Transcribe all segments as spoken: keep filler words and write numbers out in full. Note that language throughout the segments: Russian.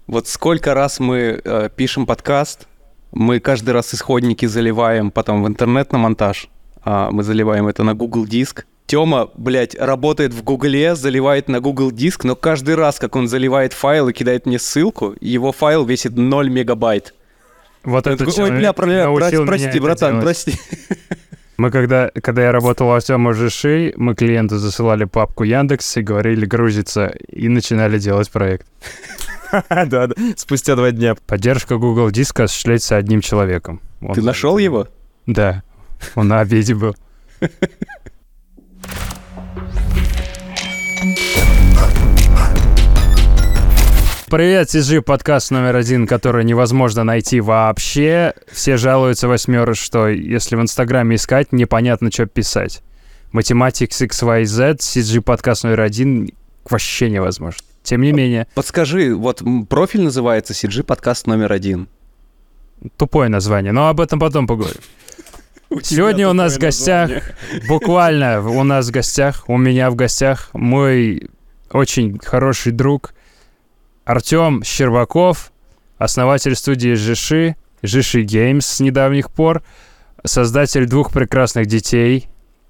Вот сколько раз мы э, пишем подкаст, мы каждый раз исходники заливаем потом в интернет на монтаж, а мы заливаем это на Google Диск. Тёма, блядь, работает в Гугле, заливает на Google Диск, но каждый раз, как он заливает файл и кидает мне ссылку, его файл весит ноль мегабайт. Вот это Ой, бля, бля, бля, прости, братан, прости. Мы когда, когда я работал во всем ОЖШ, мы клиенту засылали папку Яндекс и говорили грузится, и начинали делать проект. Да, да, спустя два дня. Поддержка Google Диска осуществляется одним человеком. Ты нашел его? Да, он на обеде был. Привет, си джи, подкаст номер один, который невозможно найти вообще. Все жалуются восьмеры, что если в Инстаграме искать, непонятно, что писать. Mathematics икс вай зет, си джи подкаст номер один, вообще невозможно. Тем не менее. Подскажи, вот профиль называется си джи подкаст номер один. Тупое название, но об этом потом поговорим. Сегодня у нас в гостях, буквально у нас в гостях, у меня в гостях мой очень хороший друг Артём Щербаков, основатель студии Жиши, Жиши Games с недавних пор, создатель двух прекрасных детей,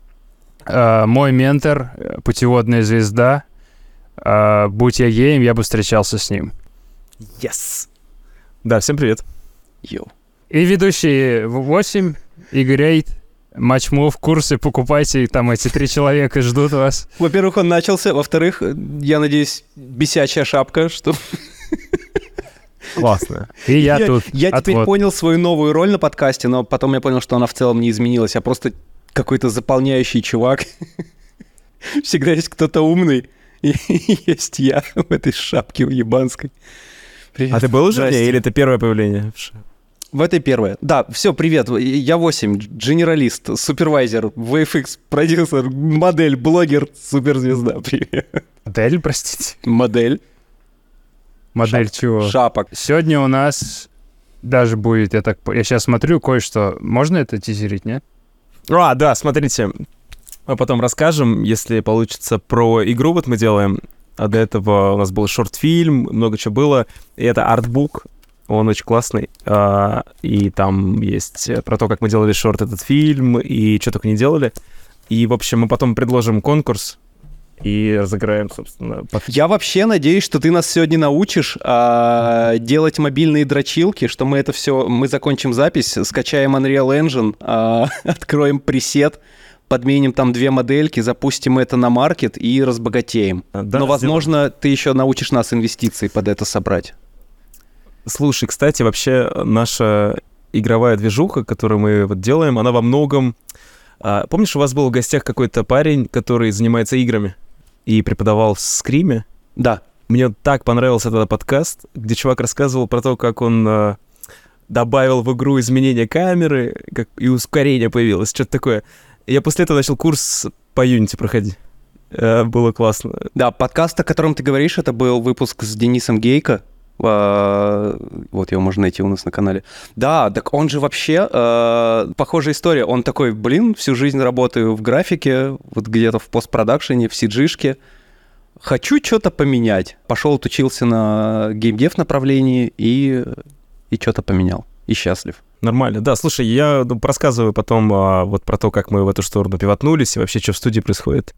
э, мой ментор, путеводная звезда. Э, будь я геем, я бы встречался с ним. Yes! Да, всем привет. Йоу. И ведущие восемь, Игорь Эйт, матчмув, курсы покупайте, там эти три человека ждут вас. Во-первых, он начался, во-вторых, я надеюсь, бесячая шапка, что... Классно. И я, я тут. Я отвод. теперь понял свою новую роль на подкасте, но потом я понял, что она в целом не изменилась, а просто какой-то заполняющий чувак. Всегда есть кто-то умный, и есть я в этой шапке ебанской. Привет. А ты был уже или это первое появление? В этой первое. Да, все, привет. Я восемь, генералист, супервайзер, ви эф икс, продюсер, модель, блогер, суперзвезда. Привет. Модель, простите? Модель. Модель Шап... чего? Шапок. Сегодня у нас даже будет, я так... Я сейчас смотрю кое-что. Можно это тизерить, нет? А, да, смотрите. Мы потом расскажем, если получится, про игру вот мы делаем. А до этого у нас был шорт-фильм, много чего было. И это артбук. Он очень классный, а, и там есть про то, как мы делали шорт этот фильм, и что только не делали. И, в общем, мы потом предложим конкурс и разыграем, собственно. Под... Я вообще надеюсь, что ты нас сегодня научишь а, делать мобильные дрочилки, что мы это все, мы закончим запись, скачаем Unreal Engine, а, откроем пресет, подменим там две модельки, запустим это на маркет и разбогатеем. Да, но, возможно, сделаем. Ты еще научишь нас инвестиции под это собрать. Слушай, кстати, вообще наша игровая движуха, которую мы вот делаем, она во многом... А, помнишь, у вас был в гостях какой-то парень, который занимается играми и преподавал в Скриме? Да. Мне так понравился этот подкаст, где чувак рассказывал про то, как он а, добавил в игру изменения камеры, как, и ускорение появилось, что-то такое. И я после этого начал курс по Unity проходить. А, было классно. Да, подкаст, о котором ты говоришь, это был выпуск с Денисом Гейко. Uh, вот его можно найти у нас на канале. Да, так он же вообще uh, похожая история. Он такой, блин, всю жизнь работаю в графике, вот где-то в постпродакшене, в си джи-шке. Хочу что-то поменять. Пошел, отучился на геймдев направлении и, и что-то поменял. И счастлив. Нормально, да. Слушай, я ну, рассказываю потом а, вот про то, как мы в эту сторону пивотнулись и вообще, что в студии происходит.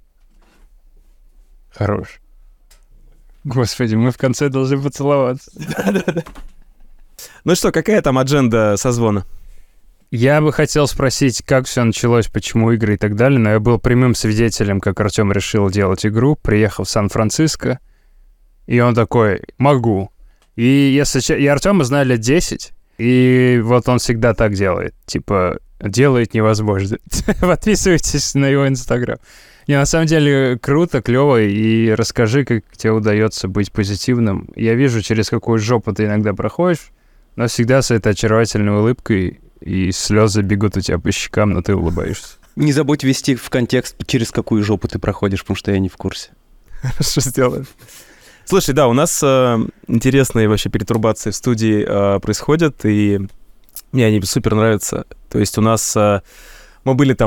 Хорош. Господи, мы в конце должны поцеловаться. Да-да-да. Ну что, какая там адженда созвона? Я бы хотел спросить, как все началось, почему игры и так далее, но я был прямым свидетелем, как Артём решил делать игру, приехал в Сан-Франциско, и он такой, могу. И, если, и Артёма знаю лет десять, и вот он всегда так делает, типа, делает невозможно. Подписывайтесь на его Инстаграм. Не, на самом деле круто, клево, и расскажи, как тебе удается быть позитивным. Я вижу, через какую жопу ты иногда проходишь, но всегда с этой очаровательной улыбкой, и слезы бегут у тебя по щекам, но ты улыбаешься. Не забудь ввести в контекст, через какую жопу ты проходишь, потому что я не в курсе. Хорошо сделаем. Слушай, да, у нас э, интересные вообще перетурбации в студии э, происходят, и мне они супер нравятся. То есть у нас... Э, мы были там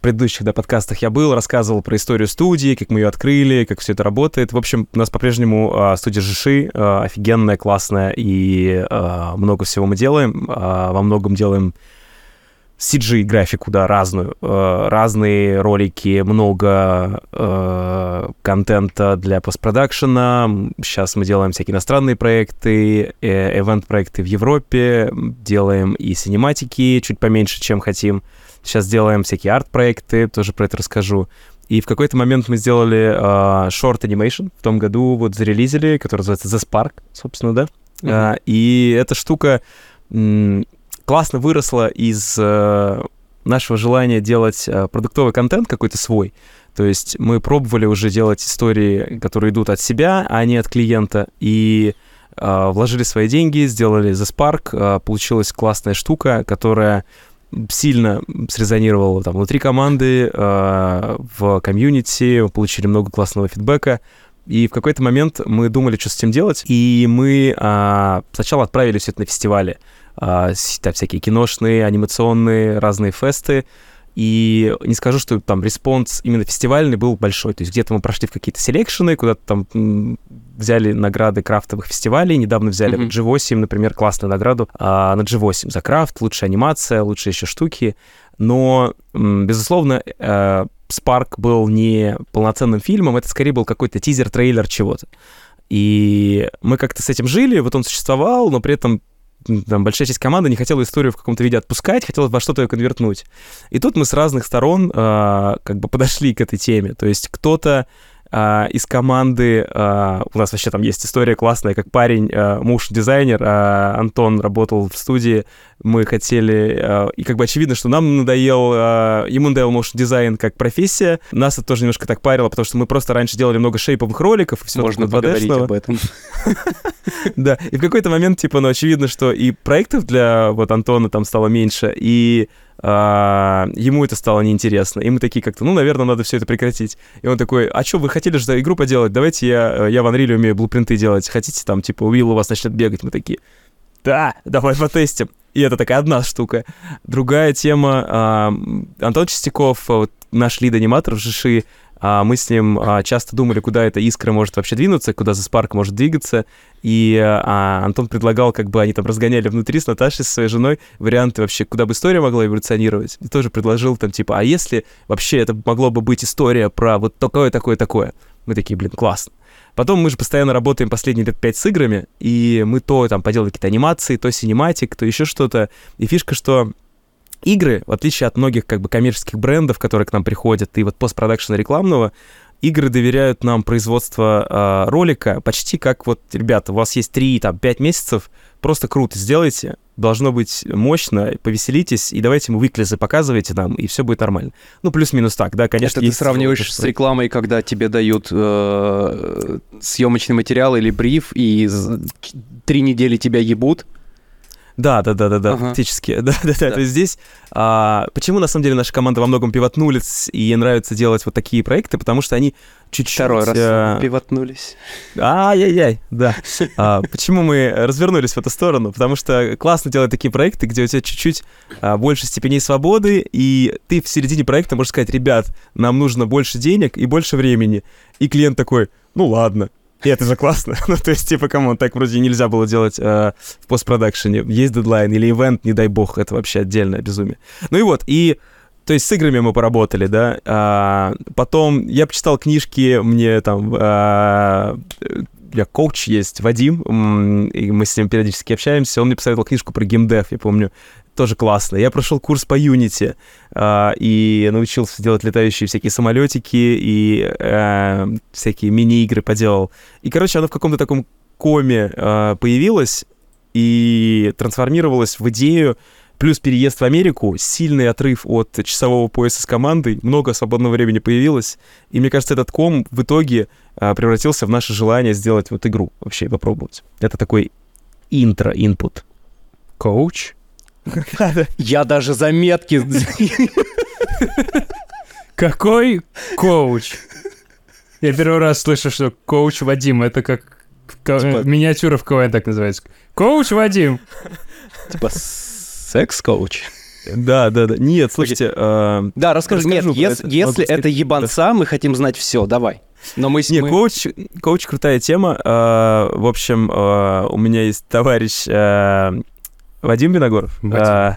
предыдущих да, подкастах я был, рассказывал про историю студии, как мы ее открыли, как все это работает. В общем, у нас по-прежнему э, студия Жиши э, офигенная, классная, и э, много всего мы делаем. Э, во многом делаем си джи-графику, да, разную. Э, разные ролики, много э, контента для постпродакшена. Сейчас мы делаем всякие иностранные проекты, э, эвент-проекты в Европе, делаем и синематики чуть поменьше, чем хотим. Сейчас делаем всякие арт-проекты, тоже про это расскажу. И в какой-то момент мы сделали uh, short animation, в том году вот зарелизили, который называется The Spark, собственно, да. Mm-hmm. Uh, и эта штука м- классно выросла из uh, нашего желания делать uh, продуктовый контент какой-то свой. То есть мы пробовали уже делать истории, которые идут от себя, а не от клиента, и uh, вложили свои деньги, сделали The Spark, uh, получилась классная штука, которая сильно срезонировало там внутри команды, э, в комьюнити, получили много классного фидбэка, и в какой-то момент мы думали, что с этим делать, и мы э, сначала отправили все это на фестивали, э, там всякие киношные, анимационные, разные фесты, и не скажу, что там респонс именно фестивальный был большой, то есть где-то мы прошли в какие-то селекшены, куда-то там м- взяли награды крафтовых фестивалей, недавно взяли mm-hmm. джи восемь, например, классную награду а, на джи восемь за крафт, лучшая анимация, лучшие еще штуки, но, м- безусловно, э- Spark был не полноценным фильмом, это скорее был какой-то тизер-трейлер чего-то, и мы как-то с этим жили, вот он существовал, но при этом там большая часть команды не хотела историю в каком-то виде отпускать, хотела во что-то ее конвертнуть. И тут мы с разных сторон э, как бы подошли к этой теме. То есть кто-то э, из команды... Э, у нас вообще там есть история классная, как парень, э, муж-дизайнер, э, Антон работал в студии, мы хотели... Э, и как бы очевидно, что нам надоел... Э, ему надоел моушн-дизайн как профессия. Нас это тоже немножко так парило, потому что мы просто раньше делали много шейповых роликов. И все можно поговорить об этом. Да, и в какой-то момент, типа, ну, очевидно, что и проектов для вот Антона там стало меньше, и а, ему это стало неинтересно. И мы такие как-то, ну, наверное, надо все это прекратить. И он такой, а что, вы хотели же игру поделать? Давайте я, я в Unreal умею блупринты делать. Хотите там, типа, Уилл у вас начнет бегать? Мы такие, да, давай потестим. И это такая одна штука. Другая тема, а, Антон Чистяков, вот, наш лид-аниматор в Жиши, а, мы с ним а, часто думали, куда эта искра может вообще двинуться, куда The Spark может двигаться, и а, Антон предлагал, как бы они там разгоняли внутри с Наташей, со своей женой, варианты вообще, куда бы история могла эволюционировать, и тоже предложил там, типа, а если вообще это могло бы быть история про вот такое, такое, такое? Мы такие, блин, классно. Потом мы же постоянно работаем последние лет пять с играми, и мы то там поделали какие-то анимации, то синематик, то еще что-то, и фишка, что... Игры, в отличие от многих как бы коммерческих брендов, которые к нам приходят, и вот постпродакшена рекламного, игры доверяют нам производство э, ролика почти как вот, ребята, у вас есть три-пять месяцев, просто круто сделайте, должно быть мощно, повеселитесь, и давайте ему выклизы показывайте нам, и все будет нормально. Ну, плюс-минус так, да, конечно. Это ты сравниваешь с рекламой, когда тебе дают э, съемочный материал или бриф, и три недели тебя ебут? Да, да, да, да, да, ага. фактически. Да, да, да. То есть здесь а, почему на самом деле наша команда во многом пивотнулись, и ей нравится делать вот такие проекты, потому что они чуть-чуть... Второй раз а... пивотнулись. Ай-яй-яй, да. а, почему мы развернулись в эту сторону? Потому что классно делать такие проекты, где у тебя чуть-чуть а, больше степеней свободы, и ты в середине проекта можешь сказать, ребят, нам нужно больше денег и больше времени. И клиент такой, ну ладно. И это же классно. Ну, то есть, типа, камон, так вроде нельзя было делать э, в постпродакшене. Есть дедлайн или ивент, не дай бог, это вообще отдельное безумие. Ну и вот, и, то есть, с играми мы поработали, да. А, потом я почитал книжки, мне там... А, у меня коуч есть, Вадим, и мы с ним периодически общаемся. Он мне посоветовал книжку про геймдев, я помню. Тоже классно. Я прошел курс по Unity э, и научился делать летающие всякие самолетики и э, всякие мини-игры поделал. И, короче, оно в каком-то таком коме э, появилось и трансформировалось в идею. Плюс переезд в Америку, сильный отрыв от часового пояса с командой, много свободного времени появилось. И мне кажется, этот ком в итоге э, превратился в наше желание сделать вот игру, вообще попробовать. Это такой интро-инпут. Коуч? Я даже заметки... Какой коуч? Я первый раз слышу, что коуч Вадим. Это как типа... миниатюра в КВН так называется. Коуч Вадим. Типа секс-коуч. Да, да, да. Нет, слушайте... э, Да, расскажи. Нет, расскажу, ес- это если могу это сказать. ебанца, мы хотим знать все, давай. Но мы... с- Не, мы- коуч, коуч крутая тема. Э, В общем, э, у меня есть товарищ э, Вадим Виногоров. Вадим. Э,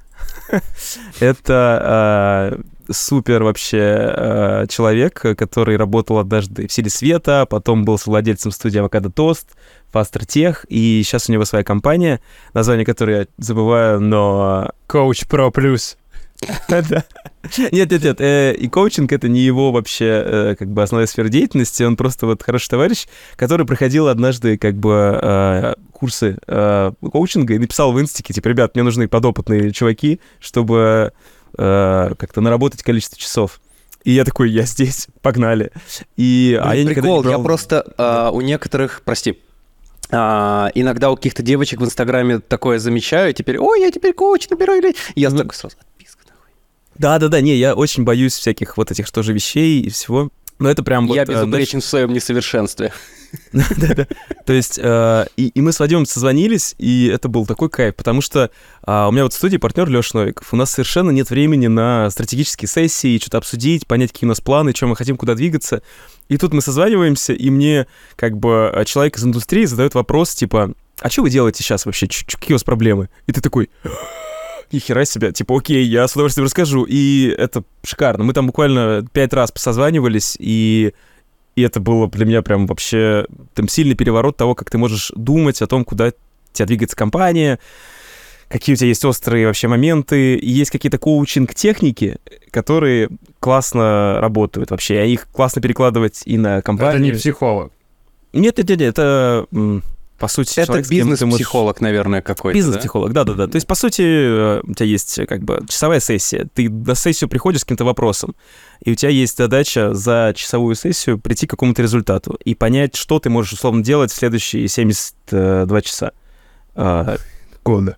Это э, супер вообще э, человек, который работал однажды в «Силе света», потом был владельцем студии «Авокадо Тост», Faster Tech, и сейчас у него своя компания, название которой я забываю, но... Коуч Про Плюс. Да. Нет, нет, нет. э, И коучинг — это не его вообще э, как бы основная сфера деятельности. Он просто вот хороший товарищ, который проходил однажды как бы э, курсы э, коучинга и написал в инстике, типа, ребят, мне нужны подопытные чуваки, чтобы э, как-то наработать количество часов. И я такой, я здесь, погнали. И а я никогда Прикол, не брал- я просто а, у некоторых, прости, а, иногда у каких-то девочек в Инстаграме такое замечаю, и теперь, ой, я теперь коуч наберу, или... И я такой сразу, отписка нахуй. Да-да-да, не, я очень боюсь всяких вот этих тоже вещей и всего. Но это прям вот... Я э, знаешь, безупречен в своем несовершенстве. Да-да. То есть, э, и, и мы с Вадимом созвонились, и это был такой кайф, потому что а, у меня вот в студии партнер Леша Новиков. У нас совершенно нет времени на стратегические сессии, что-то обсудить, понять, какие у нас планы, что мы хотим, куда двигаться. И тут мы созваниваемся, и мне как бы человек из индустрии задает вопрос, типа, а что вы делаете сейчас вообще? Ч- ч- какие у вас проблемы? И ты такой... Ни хера себе, типа, окей, я с удовольствием расскажу. И это шикарно. Мы там буквально пять раз посозванивались, и... И это было для меня прям вообще там сильный переворот того, как ты можешь думать о том, куда тебя двигается компания, какие у тебя есть острые вообще моменты. И есть какие-то коучинг-техники, которые классно работают вообще. И их классно перекладывать и на компанию. Это не психолог. Нет, нет, нет, нет, это, м, по сути, Это человек, с кем ты можешь- бизнес-психолог, наверное, какой-то, да? Бизнес-психолог, да-да-да. То есть, по сути, э, у тебя есть как бы часовая сессия. Ты на сессию приходишь с каким-то вопросом, и у тебя есть задача за часовую сессию прийти к какому-то результату и понять, что ты можешь условно делать в следующие семьдесят два часа. А, Года.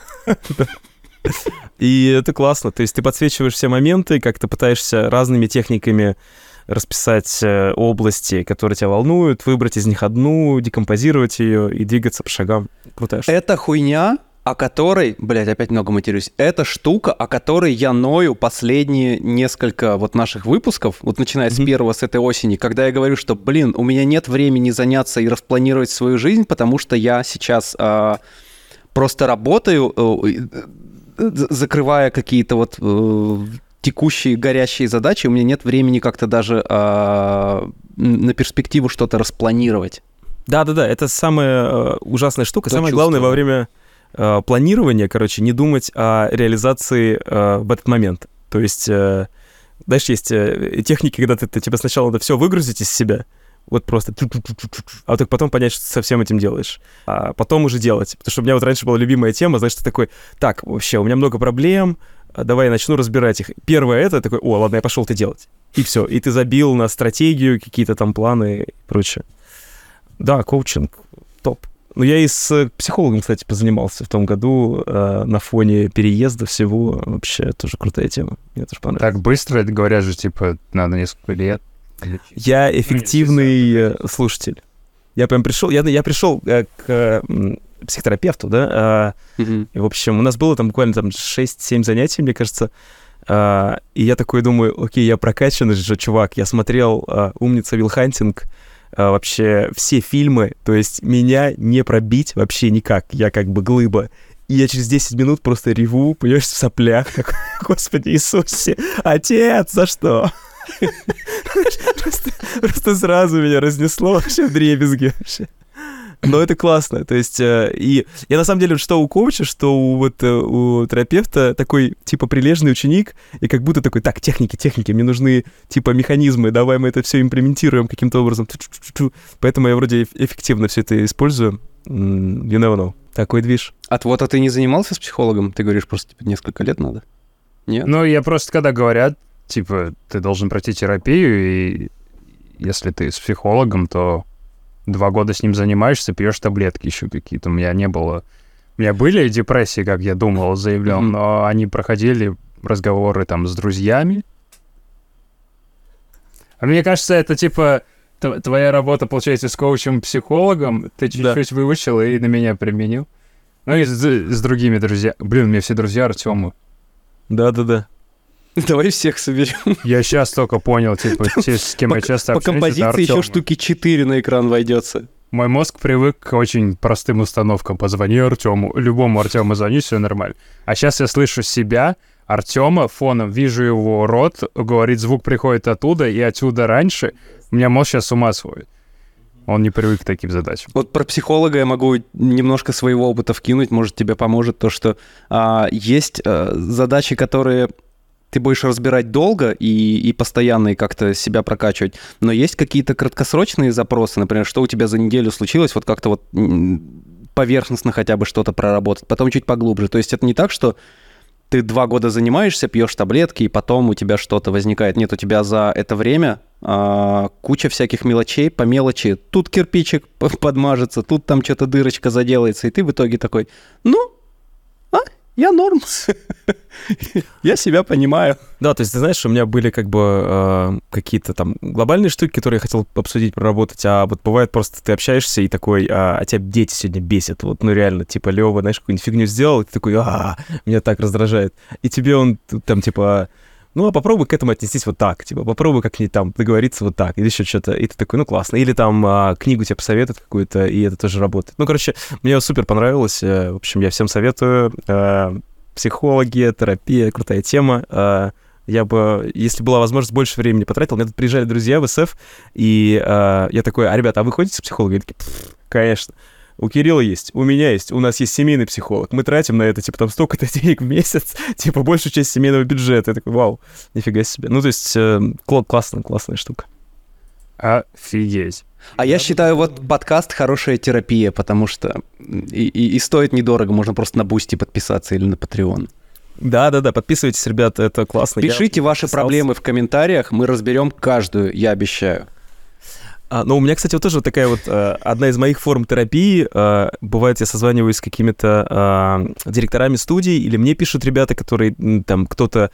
И это классно. То есть ты подсвечиваешь все моменты, как ты пытаешься разными техниками расписать э, области, которые тебя волнуют, выбрать из них одну, декомпозировать ее и двигаться по шагам. Крутая штука. Это хуйня, о которой, блядь, опять много матерюсь, это штука, о которой я ною последние несколько вот наших выпусков, вот начиная с Мгм. первого, с этой осени, когда я говорю, что, блин, у меня нет времени заняться и распланировать свою жизнь, потому что я сейчас а, просто работаю, э, э, закрывая какие-то вот э, текущие горящие задачи, у меня нет времени как-то даже а, на перспективу что-то распланировать. Да-да-да, это самая э, ужасная штука. Да, Самое главное во чувствую. время э, планирования, короче, не думать о реализации э, в этот момент. То есть, э, знаешь, есть э, техники, когда ты, ты тебе сначала надо все выгрузить из себя, вот просто, а вот так потом понять, что ты со всем этим делаешь. А потом уже делать. Потому что у меня вот раньше была любимая тема, знаешь, ты такой, так, вообще, у меня много проблем, а давай я начну разбирать их. Первое это, такой, о, ладно, я пошел это делать. И все. И ты забил на стратегию, какие-то там планы и прочее. Да, коучинг, топ. Ну, я и с психологом, кстати, позанимался в том году э, на фоне переезда всего. Вообще, тоже крутая тема. Мне тоже понравилось. Так быстро, это говорят же, типа, надо несколько лет. Я эффективный э, слушатель. Я прям пришел, я, я пришел э, к э, психотерапевту, да, э, и, в общем, у нас было там буквально там шесть-семь занятий, мне кажется, э, и я такой думаю, окей, я прокачанный же чувак, я смотрел э, «Умница Вилл Хантинг», э, вообще все фильмы, то есть меня не пробить вообще никак, я как бы глыба. И я через десять минут просто реву, понимаешь, в соплях, такой, Господи Иисусе, Отец, за что? Просто, просто сразу меня разнесло вообще в дребезги вообще. Но это классно, то есть, э, и я на самом деле, что у коуча, что у, вот, э, у терапевта такой, типа, прилежный ученик, и как будто такой, так, техники, техники, мне нужны, типа, механизмы, давай мы это все имплементируем каким-то образом. Поэтому я вроде эффективно все это использую. You never know. Такой движ. А вот, а ты не занимался с психологом? Ты говоришь, просто типа, несколько лет надо? Нет? Ну, я просто, когда говорят, типа, ты должен пройти терапию, и если ты с психологом, то два года с ним занимаешься, пьешь таблетки еще какие-то. У меня не было... У меня были депрессии, как я думал, заявлен, Мгм. но они проходили разговоры там с друзьями. А мне кажется, это типа т- твоя работа, получается, с коучем-психологом, ты Да. чуть-чуть выучил и на меня применил. Ну и с, с другими друзьями. Блин, у меня все друзья Артёмы. Да-да-да. Давай всех соберем. Я сейчас только понял, типа, те, с кем я часто По общаюсь, это композиции еще Артём. штуки четыре на экран войдется. Мой мозг привык к очень простым установкам. Позвони Артему, любому Артему звони, все нормально. А сейчас я слышу себя, Артема фоном, вижу его рот, говорит, звук приходит оттуда, и отсюда раньше. У меня мозг сейчас с ума сводит. Он не привык к таким задачам. Вот про психолога я могу немножко своего опыта вкинуть, может, тебе поможет то, что а, есть а, задачи, которые ты будешь разбирать долго и, и постоянно и как-то себя прокачивать, но есть какие-то краткосрочные запросы, например, что у тебя за неделю случилось, вот как-то вот поверхностно хотя бы что-то проработать, потом чуть поглубже. То есть это не так, что ты два года занимаешься, пьешь таблетки, и потом у тебя что-то возникает. Нет, у тебя за это время а, куча всяких мелочей, по мелочи. Тут кирпичик подмажется, тут там что-то дырочка заделается, и ты в итоге такой, ну, а, я норм. Я себя понимаю. Да, то есть, ты знаешь, у меня были как бы э, какие-то там глобальные штуки, которые я хотел обсудить, проработать, а вот бывает просто ты общаешься и такой, а, а тебя дети сегодня бесят, вот, ну реально, типа, Лёва, знаешь, какую-нибудь фигню сделал, и ты такой, а, меня так раздражает. И тебе он там, типа, ну, а попробуй к этому отнестись вот так, типа, попробуй как-нибудь там договориться вот так, или еще что-то, и ты такой, ну, классно. Или там а, книгу тебе посоветуют какую-то, и это тоже работает. Ну, короче, мне супер понравилось, в общем, я всем советую. Психология, терапия, крутая тема. Я бы, если была возможность, больше времени потратил. Мне тут приезжали друзья в эс эф, и я такой, а, ребята, а вы ходите к психологу? И такие, конечно. У Кирилла есть, у меня есть, у нас есть семейный психолог. Мы тратим на это, типа, там столько-то денег в месяц, типа, большую часть семейного бюджета. Я такой, вау, нифига себе. Ну, то есть, э, классная, классная штука. Офигеть. А я считаю, вот подкаст хорошая терапия, потому что и, и, и стоит недорого, можно просто на Бусти подписаться или на Patreon. Да-да-да, подписывайтесь, ребята, это классно. Пишите я ваши подписался. проблемы в комментариях, мы разберем каждую, я обещаю. А, ну, у меня, кстати, вот тоже такая вот э, одна из моих форм терапии. Э, бывает, я созваниваюсь с какими-то э, директорами студий, или мне пишут ребята, которые там кто-то...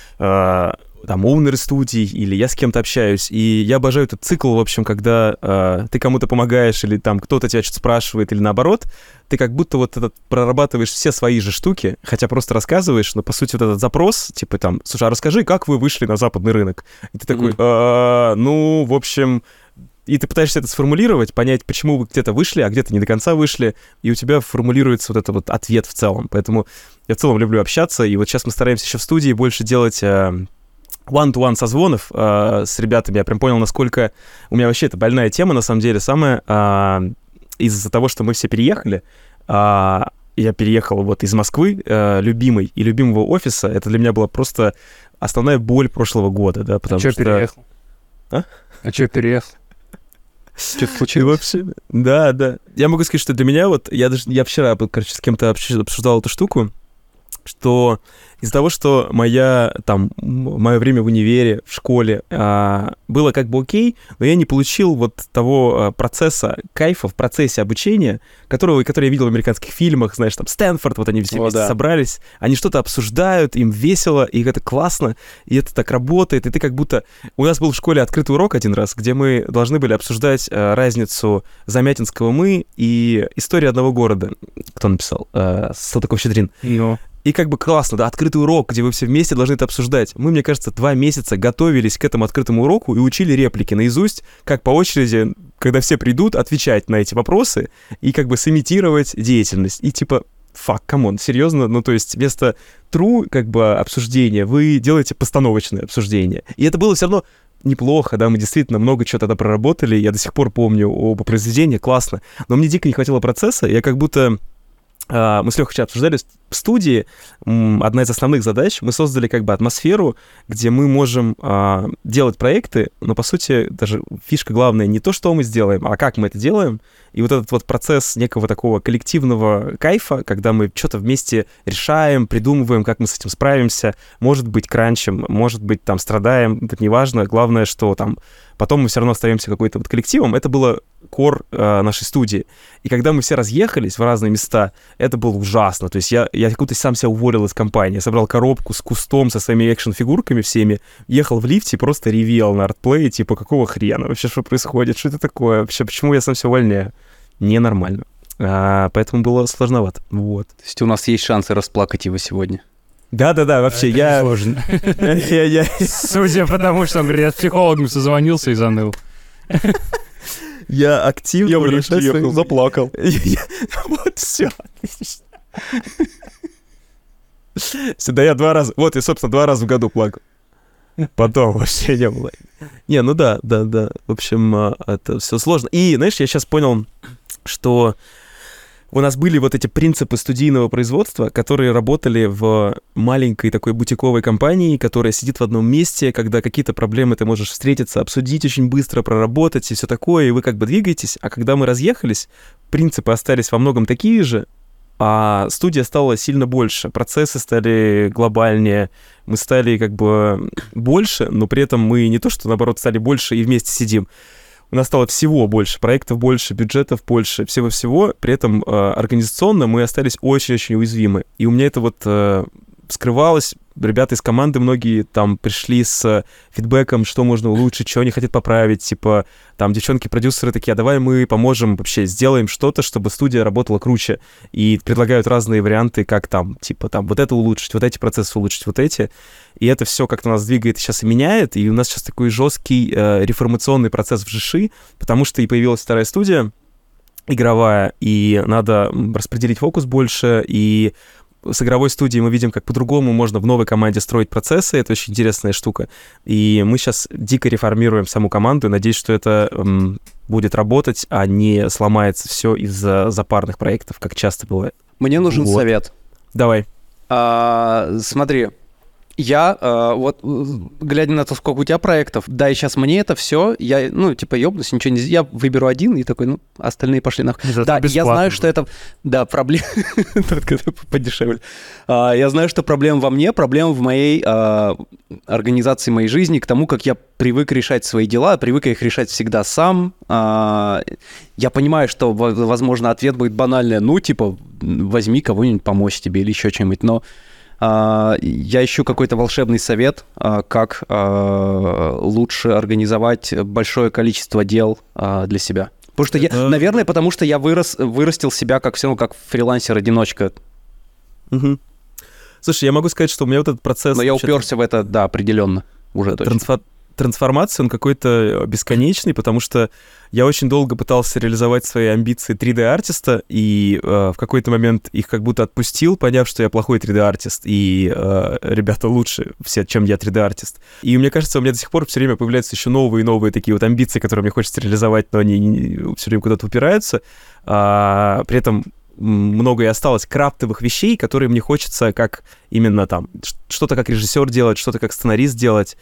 Э, там, оунеры студий, или я с кем-то общаюсь, и я обожаю этот цикл, в общем, когда э, ты кому-то помогаешь, или там кто-то тебя что-то спрашивает, или наоборот, ты как будто вот этот прорабатываешь все свои же штуки, хотя просто рассказываешь, но, по сути, вот этот запрос, типа там, слушай, а расскажи, как вы вышли на западный рынок? И ты такой, mm-hmm. ну, в общем... И ты пытаешься это сформулировать, понять, почему вы где-то вышли, а где-то не до конца вышли, и у тебя формулируется вот этот вот ответ в целом. Поэтому я в целом люблю общаться, и вот сейчас мы стараемся еще в студии больше делать... Э, one-to-one созвонов э, с ребятами. Я прям понял, насколько... У меня вообще это больная тема, на самом деле, самая... Э, из-за того, что мы все переехали. Э, я переехал вот из Москвы, э, любимой, и любимого офиса. Это для меня была просто основная боль прошлого года, да, потому а что что... переехал? А? А что переехал? Что-то случилось? Вообще, да, да. Я могу сказать, что для меня вот... Я даже... Я вчера, короче, с кем-то обсуждал эту штуку, что из-за того, что моя, там, мое время в универе, в школе а, было как бы окей, но я не получил вот того а, процесса кайфа в процессе обучения, которого, который я видел в американских фильмах, знаешь, там, Стэнфорд, вот они все О, вместе да. собрались, они что-то обсуждают, им весело, и это классно, и это так работает, и ты как будто... У нас был в школе открытый урок один раз, где мы должны были обсуждать а, разницу Замятинского «мы» и истории одного города. Кто написал? А, Салтыков-Щедрин. Ну... И как бы классно, да, открытый урок, где вы все вместе должны это обсуждать. Мы, мне кажется, два месяца готовились к этому открытому уроку и учили реплики наизусть, как по очереди, когда все придут, отвечать на эти вопросы и как бы сымитировать деятельность. И типа, фак, камон, серьезно? Ну, то есть вместо true, как бы, обсуждения вы делаете постановочное обсуждение. И это было все равно неплохо, да, мы действительно много чего тогда проработали, я до сих пор помню оба произведения, классно. Но мне дико не хватило процесса, я как будто... Мы с Лёхой обсуждали в студии, одна из основных задач, мы создали как бы атмосферу, где мы можем а, делать проекты, но, по сути, даже фишка главная не то, что мы сделаем, а как мы это делаем. И вот этот вот процесс некого такого коллективного кайфа, когда мы что-то вместе решаем, придумываем, как мы с этим справимся, может быть, кранчем, может быть, там, страдаем, это неважно, главное, что там потом мы все равно остаемся какой-то вот коллективом. Это было кор э, нашей студии. И когда мы все разъехались в разные места, это было ужасно. То есть я, я как будто сам себя уволил из компании. Я собрал коробку с кустом, со своими экшн-фигурками всеми, ехал в лифте и просто ревел на артплее, типа, какого хрена? Вообще, что происходит? Что это такое? Вообще, почему я сам себя увольняю? Ненормально. А, поэтому было сложновато. Вот. То есть у нас есть шансы расплакать его сегодня. Да-да-да, вообще, Это я... сложно. я- я- Судя по тому, что он говорит, я с психологом созвонился и заныл. Я активно... Я в лифт выражаю ехал, свои- заплакал. Я- Вот, все. Сюда я два раза... Вот, я, собственно, два раза в году плакал. Потом вообще не было. Не, ну да, да, да. В общем, а, это все сложно. И, знаешь, я сейчас понял, что у нас были вот эти принципы студийного производства, которые работали в маленькой такой бутиковой компании, которая сидит в одном месте, когда какие-то проблемы ты можешь встретиться, обсудить очень быстро, проработать и все такое, и вы как бы двигаетесь. А когда мы разъехались, принципы остались во многом такие же, а студия стала сильно больше, процессы стали глобальнее, мы стали как бы больше, но при этом мы не то, что наоборот стали больше и вместе сидим. У нас стало всего больше, проектов больше, бюджетов больше, всего-всего. При этом э, организационно мы остались очень-очень уязвимы. И у меня это вот э, скрывалось. Ребята из команды многие там пришли с фидбэком, что можно улучшить, что они хотят поправить. Типа там девчонки-продюсеры такие, а давай мы поможем вообще, сделаем что-то, чтобы студия работала круче. И предлагают разные варианты, как там, типа там вот это улучшить, вот эти процессы улучшить, вот эти. И это все как-то нас двигает сейчас и меняет. И у нас сейчас такой жесткий э, реформационный процесс в ЖИШи, потому что и появилась вторая студия игровая, и надо распределить фокус больше, и с игровой студией мы видим, как по-другому можно в новой команде строить процессы. Это очень интересная штука. И мы сейчас дико реформируем саму команду. Надеюсь, что это эм, будет работать, а не сломается все из-за запарных проектов, как часто бывает. Мне нужен Вот. совет. Давай. А, смотри, я а, вот, э, глядя на то, сколько у тебя проектов, да, и сейчас мне это все, я, ну, типа, ёбнусь, ничего не... Я выберу один и такой, ну, остальные пошли нахуй. Зато Да, я бесплатно знаю, что это... Да, проблема... Только подешевле. А, Я знаю, что проблема во мне, проблема в моей а, организации моей жизни, к тому, как я привык решать свои дела, привык их решать всегда сам. А, Я понимаю, что, во- возможно, ответ будет банальный, ну, типа, возьми кого-нибудь помочь тебе или еще чем-нибудь, но... А, Я ищу какой-то волшебный совет, а, как а, лучше организовать большое количество дел а, для себя. Потому что я, Это- наверное, потому что я вырос, вырастил себя как все равно как фрилансер-одиночка. Мгм. Слушай, я могу сказать, что у меня вот этот процесс... Но я вообще уперся в это, да, определенно. Уже точно. трансфор- трансформации, он какой-то бесконечный, потому что я очень долго пытался реализовать свои амбиции три дэ-артиста, и э, в какой-то момент их как будто отпустил, поняв, что я плохой три дэ-артист, и э, ребята лучше все, чем я три дэ-артист. И мне кажется, у меня до сих пор все время появляются еще новые и новые такие вот амбиции, которые мне хочется реализовать, но они все время куда-то упираются. А, при этом много и осталось крафтовых вещей, которые мне хочется как именно там ш- что-то как режиссер делать, что-то как сценарист делать.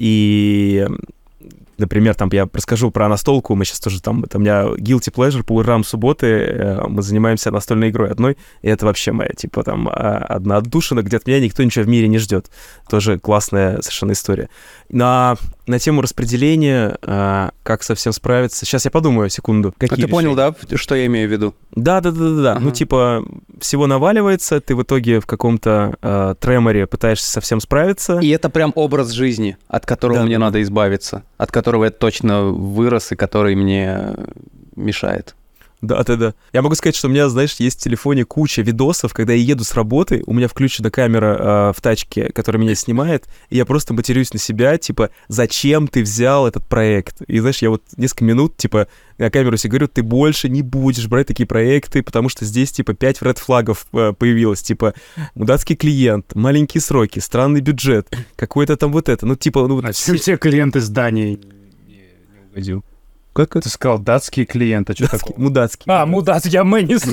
И, например, там я расскажу про настолку. Мы сейчас тоже там, это у меня guilty pleasure по утрам субботы. э, Мы занимаемся настольной игрой одной, и это вообще моя, типа, там, а, одна отдушина, где от меня никто ничего в мире не ждет. Тоже классная совершенно история. На, на тему распределения, а, как со всем справиться. Сейчас я подумаю, секунду. А Какие ты понял, решения? да, что я имею в виду? Да, да, да, да, да. Ага. Ну, типа, всего наваливается, ты в итоге в каком-то э, треморе пытаешься со всем справиться. И это прям образ жизни, от которого Да, мне да. надо избавиться, от которого я точно вырос и который мне мешает. Да, да, да. Я могу сказать, что у меня, знаешь, есть в телефоне куча видосов, когда я еду с работы, у меня включена камера э, в тачке, которая меня снимает, и я просто матерюсь на себя, типа, зачем ты взял этот проект? И, знаешь, я вот несколько минут, типа, на камеру себе говорю, ты больше не будешь брать такие проекты, потому что здесь, типа, пять ред-флагов э, появилось, типа, мудацкий клиент, маленькие сроки, странный бюджет, какой-то там вот это, ну, типа, ну, вот А чем тебе клиент из Дании не, не угодил? как, как? Ты сказал датский клиент, а что Датский, такое? мудацкий. А, мудацкий, я мэнис.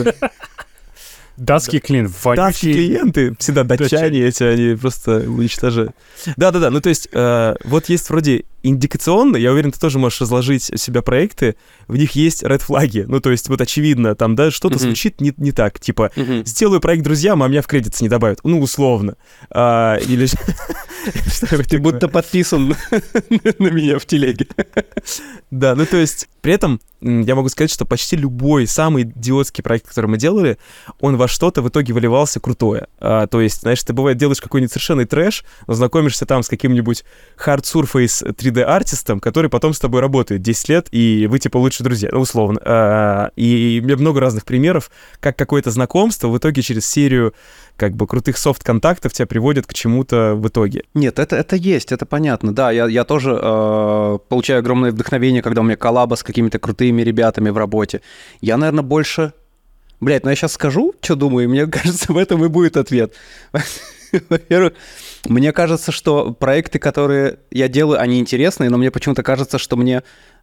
Датский клиент, Датские вонючий. клиенты, всегда датчане эти, они просто уничтожают. Да-да-да, ну то есть, э, вот есть вроде индикационно, я уверен, ты тоже можешь разложить у себя проекты, в них есть ред-флаги, ну то есть, вот очевидно, там, да, что-то Мгм. звучит не, не так, типа, Мгм. сделаю проект друзьям, а меня в кредитс не добавят, ну, условно. А, или что-нибудь Ты такое. будто подписан на меня в телеге. Да, ну то есть, при этом м, я могу сказать, что почти любой самый идиотский проект, который мы делали, он во что-то в итоге выливался крутое. А, то есть, знаешь, ты бывает делаешь какой-нибудь совершенный трэш, но знакомишься там с каким-нибудь Hard Surface три три дэ-артистом, который потом с тобой работает десять лет, и вы, типа, лучшие друзья, ну, условно. И у меня много разных примеров, как какое-то знакомство в итоге через серию как бы крутых софт-контактов тебя приводит к чему-то в итоге. Нет, это, это есть, это понятно. Да, я, я тоже э, получаю огромное вдохновение, когда у меня коллаба с какими-то крутыми ребятами в работе. Я, наверное, больше... Блядь, ну я сейчас скажу, что думаю, и мне кажется, в этом и будет ответ. Во-первых, мне кажется, что проекты, которые я делаю, они интересные, но мне почему-то кажется, что мне...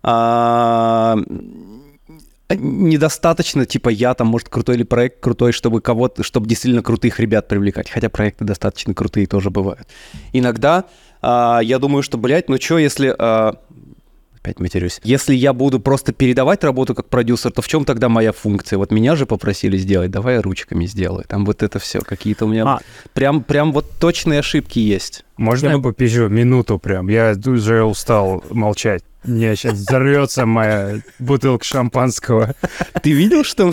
А, недостаточно, типа, я там, может, крутой или проект крутой, чтобы кого-то, чтобы действительно крутых ребят привлекать. Хотя проекты достаточно крутые тоже бывают. Иногда а, я думаю, что, блядь, ну что, если... А, опять матерюсь. Если я буду просто передавать работу как продюсер, то в чем тогда моя функция? Вот меня же попросили сделать, давай я ручками сделаю. Там вот это все, какие-то у меня... А. Прям, прям вот точные ошибки есть. Можно я попизжу минуту прям? Я уже устал молчать. Мне сейчас взорвется моя бутылка шампанского. Ты видел, что...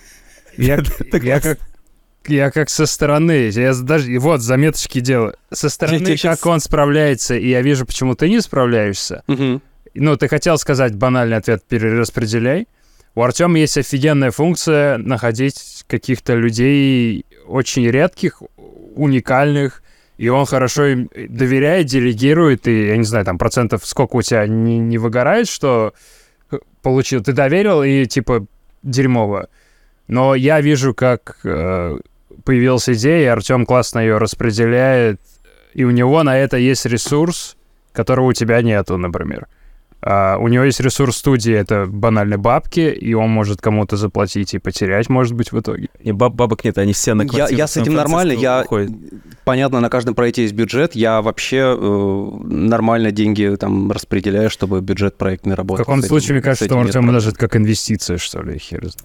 Я, я, как, я как со стороны, я даже вот заметочки делаю. Со стороны, как сейчас... он справляется, и я вижу, почему ты не справляешься. Угу. Ну, ты хотел сказать банальный ответ «перераспределяй». У Артёма есть офигенная функция находить каких-то людей очень редких, уникальных, и он хорошо им доверяет, делегирует, и, я не знаю, там процентов сколько у тебя не, не выгорает, что получил. Ты доверил, и типа дерьмово. Но я вижу, как э, появилась идея, и Артём классно ее распределяет, и у него на это есть ресурс, которого у тебя нету, например. Uh, у него есть ресурс студии, это банально бабки, и он может кому-то заплатить и потерять, может быть, в итоге. И баб бабок нет, они все на квартиру. Я, я с этим нормально, я... Уходят. Понятно, на каждом проекте есть бюджет, я вообще э, нормально деньги там распределяю, чтобы бюджет проектный работал. В каком случае, мне кажется, что Артём даже это как инвестиция, что ли, хер знает.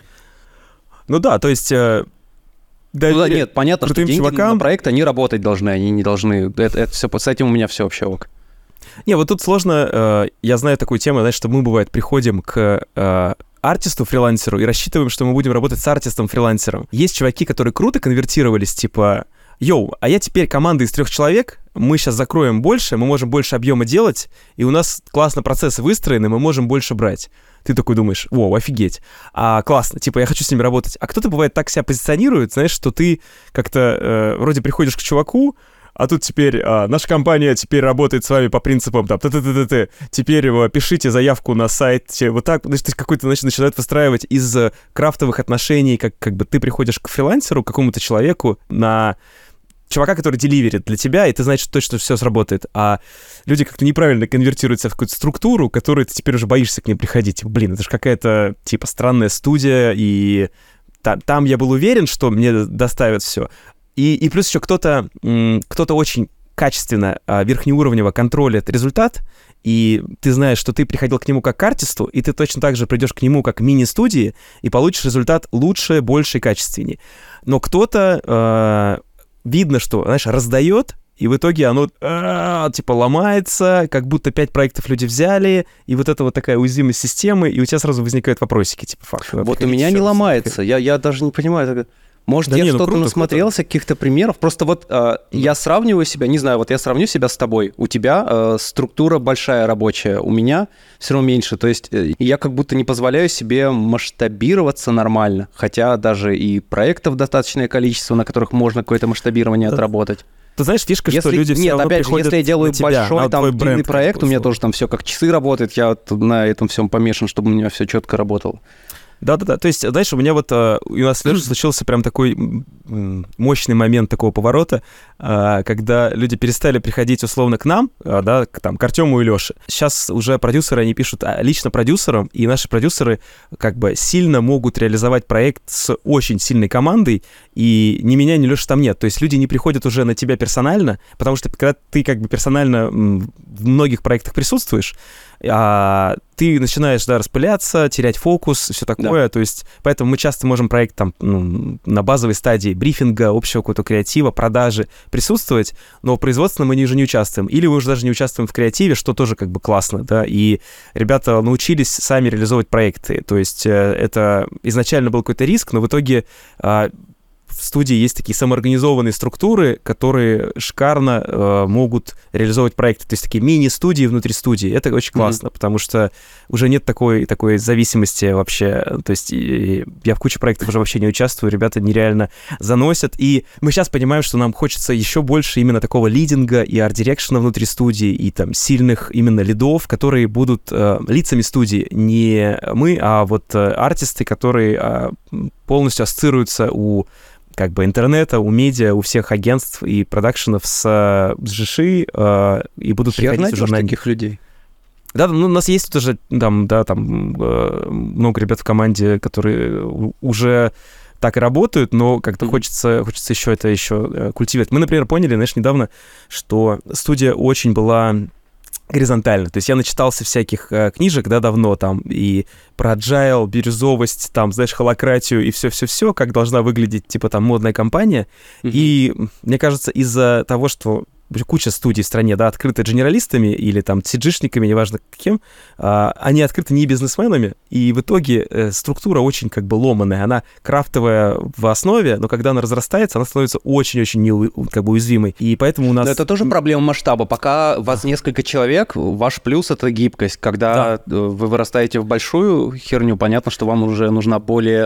Ну да, то есть... Э... Да, ну, да, нет, понятно, что деньги чувакам... на проект, они работать должны, они не должны... Это, это все, с этим у меня все вообще ок. Не, вот тут сложно, э, я знаю такую тему, знаешь, что мы, бывает, приходим к э, артисту-фрилансеру и рассчитываем, что мы будем работать с артистом-фрилансером. Есть чуваки, которые круто конвертировались, типа, йоу, а я теперь команда из трех человек, мы сейчас закроем больше, мы можем больше объема делать, и у нас классно процессы выстроены, мы можем больше брать. Ты такой думаешь, вау, офигеть, а, классно, типа, я хочу с ними работать. А кто-то, бывает, так себя позиционирует, знаешь, что ты как-то э, вроде приходишь к чуваку, а тут теперь а, наша компания теперь работает с вами по принципам там т-т-т-т-т. Теперь а, пишите заявку на сайте. Вот так, значит, какой-то, значит, начинают выстраивать из а, крафтовых отношений, как, как бы ты приходишь к фрилансеру, к какому-то человеку, на чувака, который деливерит для тебя, и ты знаешь, что точно все сработает. А люди как-то неправильно конвертируются в какую-то структуру, которую ты теперь уже боишься к ним приходить. Блин, это же какая-то, типа, странная студия, и та- там я был уверен, что мне доставят все. И, и плюс еще кто-то, кто-то очень качественно, верхнеуровнево контролит результат, и ты знаешь, что ты приходил к нему как к артисту, и ты точно так же придешь к нему как к мини-студии, и получишь результат лучше, больше и качественнее. Но кто-то, э, видно, что, знаешь, раздает, и в итоге оно э, типа ломается, как будто пять проектов люди взяли, и вот это вот такая уязвимость системы, и у тебя сразу возникают вопросики, типа, факт. Вот у меня не раз. ломается, я, я даже не понимаю, это... Может, да я не, что-то ну, круто, насмотрелся, круто. Каких-то примеров. Просто вот э, да. я сравниваю себя, не знаю, вот я сравню себя с тобой. У тебя э, структура большая рабочая, у меня все равно меньше. То есть э, я как будто не позволяю себе масштабироваться нормально. Хотя даже и проектов достаточное количество, на которых можно какое-то масштабирование да. отработать. Ты знаешь, фишка, если, что люди все нет, равно опять же, если я делаю тебя, большой там длинный бренд, проект, у меня тоже там все как часы работает, я вот на этом всем помешан, чтобы у меня все четко работало. Да-да-да, то есть, знаешь, у меня вот uh, у нас с Лешей случился прям такой м- мощный момент такого поворота, uh, когда люди перестали приходить условно к нам, uh, да, к, там, к Артему и Леше. Сейчас уже продюсеры, они пишут а, лично продюсерам, и наши продюсеры как бы сильно могут реализовать проект с очень сильной командой, и ни меня, ни Леши там нет. То есть люди не приходят уже на тебя персонально, потому что когда ты как бы персонально м, в многих проектах присутствуешь, а ты начинаешь, да, распыляться, терять фокус, все такое, да. То есть, поэтому мы часто можем проект там ну, на базовой стадии брифинга, общего какого-то креатива, продажи присутствовать, но в производственном мы уже не участвуем, или мы уже даже не участвуем в креативе, что тоже как бы классно, да, и ребята научились сами реализовывать проекты, то есть это изначально был какой-то риск, но в итоге студии есть такие самоорганизованные структуры, которые шикарно э, могут реализовывать проекты. То есть такие мини-студии внутри студии. Это очень классно, mm-hmm. потому что уже нет такой, такой зависимости вообще. То есть и, я в куче проектов уже вообще не участвую, ребята нереально заносят. И мы сейчас понимаем, что нам хочется еще больше именно такого лидинга и арт-дирекшена внутри студии, и там сильных именно лидов, которые будут э, лицами студии. Не мы, а вот э, артисты, которые э, полностью ассоциируются у как бы интернета, у медиа, у всех агентств и продакшенов с, с ЖИШи э, и будут Хер приходить уже на таких людей. Да, ну, у нас есть тоже там, да, там э, много ребят в команде, которые уже так и работают, но как-то mm-hmm. хочется, хочется еще это еще э, культивировать. Мы, например, поняли, знаешь, недавно, что студия очень была горизонтально. То есть я начитался всяких э, книжек, да, давно там, и про agile, бирюзовость, там, знаешь, холократию и все-все-все, как должна выглядеть, типа, там, модная компания. Mm-hmm. И мне кажется, из-за того, что куча студий в стране, да, открыты дженералистами или там си-джишниками, неважно кем, а, они открыты не бизнесменами, и в итоге э, структура очень как бы ломаная, она крафтовая в основе, но когда она разрастается, она становится очень-очень неу, как бы уязвимой, и поэтому у нас... Но это тоже проблема масштаба, пока вас несколько человек, ваш плюс — это гибкость, когда да. вы вырастаете в большую херню, понятно, что вам уже нужна более...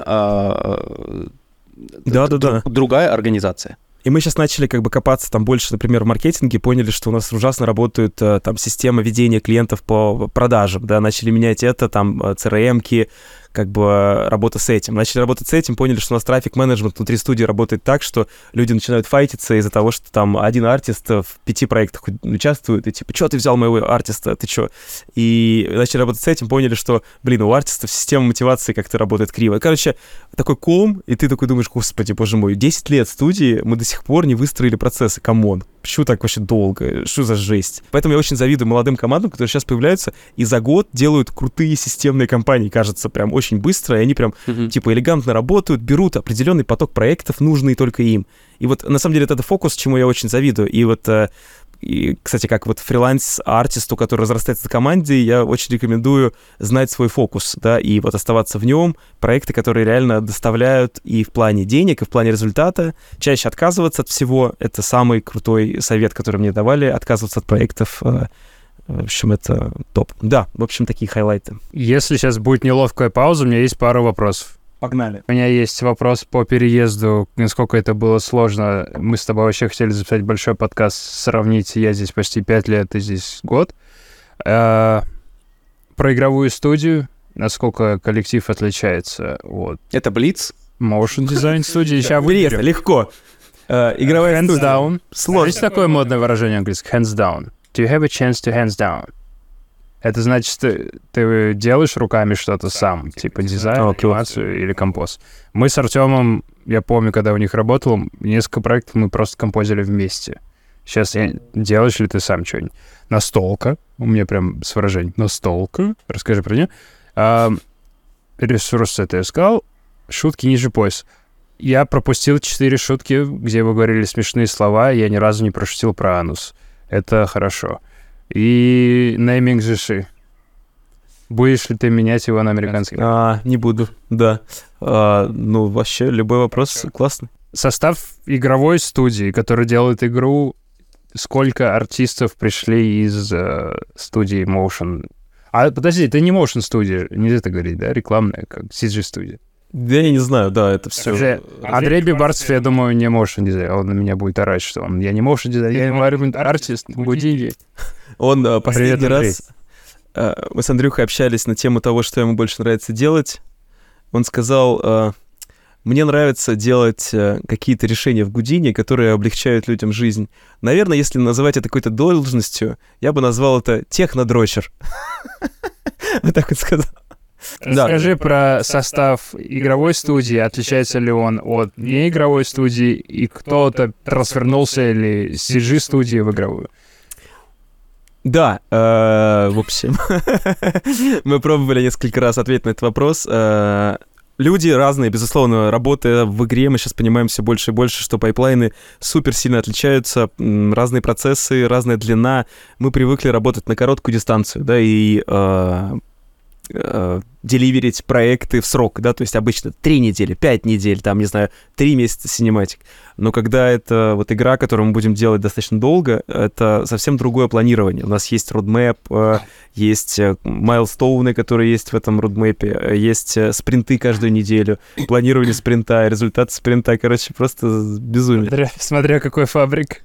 А, да, да, да. другая организация. И мы сейчас начали как бы копаться там больше, например, в маркетинге, поняли, что у нас ужасно работает там система ведения клиентов по продажам, да, начали менять это, там, си ар эм-ки, как бы работа с этим. Начали работать с этим, поняли, что у нас трафик-менеджмент внутри студии работает так, что люди начинают файтиться из-за того, что там один артист в пяти проектах участвует, и типа, что ты взял моего артиста, ты что? И начали работать с этим, поняли, что, блин, у артистов система мотивации как-то работает криво. Короче, такой ком, и ты такой думаешь, господи, боже мой, десять лет студии, мы до сих пор не выстроили процессы, камон. Почему так вообще долго? Что за жесть? Поэтому я очень завидую молодым командам, которые сейчас появляются и за год делают крутые системные компании, кажется, прям очень быстро, и они прям, mm-hmm. типа, элегантно работают, берут определенный поток проектов, нужный только им. И вот, на самом деле, это фокус, чему я очень завидую. И вот, и, кстати, как вот фриланс-артисту, который разрастается в команде, я очень рекомендую знать свой фокус, да, и вот оставаться в нем, проекты, которые реально доставляют и в плане денег, и в плане результата, чаще отказываться от всего. Это самый крутой совет, который мне давали, отказываться от проектов. В общем, это топ. Да, в общем, такие хайлайты. Если сейчас будет неловкая пауза, у меня есть пару вопросов. Погнали. У меня есть вопрос по переезду, насколько это было сложно. Мы с тобой вообще хотели записать большой подкаст, сравнить, я здесь почти пять лет, ты здесь год. А, про игровую студию, насколько коллектив отличается от... Это Blitz? Motion Design студии. Сейчас выберем. Легко. Игровая студия. Hands down. Сложно. Есть такое модное выражение английское? Hands down. Do you have a chance to hands down? Это значит, ты, ты делаешь руками что-то сам, типа дизайн, oh, анимацию или композ. Мы с Артемом, я помню, когда у них работал, несколько проектов мы просто композили вместе. Сейчас я... делаешь ли ты сам что-нибудь? Настолка. У меня прям с выражением. Настолка. Расскажи про нее. А, ресурс это я сказал. Шутки ниже пояса. Я пропустил четыре шутки, где вы говорили смешные слова, и я ни разу не прошутил про анус. Это хорошо. И нейминг ЖИШи. Будешь ли ты менять его на американский? А, не буду, да. А, ну, вообще, любой вопрос Хорошо. Классный. Состав игровой студии, которая делает игру, сколько артистов пришли из э, студии Motion? А, подожди, ты не Motion студия, нельзя так говорить, да? Рекламная, как си джи-студия. Да я не знаю, да, это все... Уже Андрей Бибарцев, я думаю, не motion дизайнер. Он на меня будет орать, что он... Я не motion дизайнер, я environment артист, Гудини. Он uh, последний Привет, раз... Uh, мы с Андрюхой общались на тему того, что ему больше нравится делать. Он сказал, uh, мне нравится делать uh, какие-то решения в Гудини, которые облегчают людям жизнь. Наверное, если называть это какой-то должностью, я бы назвал это технодрочер. Вот так вот сказал. Расскажи да. про состав игровой студии, отличается ли он от неигровой студии, и кто-то трансфернулся или си джи-студии в игровую? Да, э, в общем, мы пробовали несколько раз ответить на этот вопрос. Э, люди разные, безусловно, работая в игре, мы сейчас понимаем все больше и больше, что пайплайны супер сильно отличаются, разные процессы, разная длина. Мы привыкли работать на короткую дистанцию, да, и... Э, э, деливерить проекты в срок, да, то есть обычно три недели, пять недель, там, не знаю, три месяца синематик. Но когда это вот игра, которую мы будем делать достаточно долго, это совсем другое планирование. У нас есть родмэп, э, есть майлстоуны, которые есть в этом родмэпе, есть спринты каждую неделю, планирование спринта, результат спринта, короче, просто безумие. Смотря, смотря какой фабрик.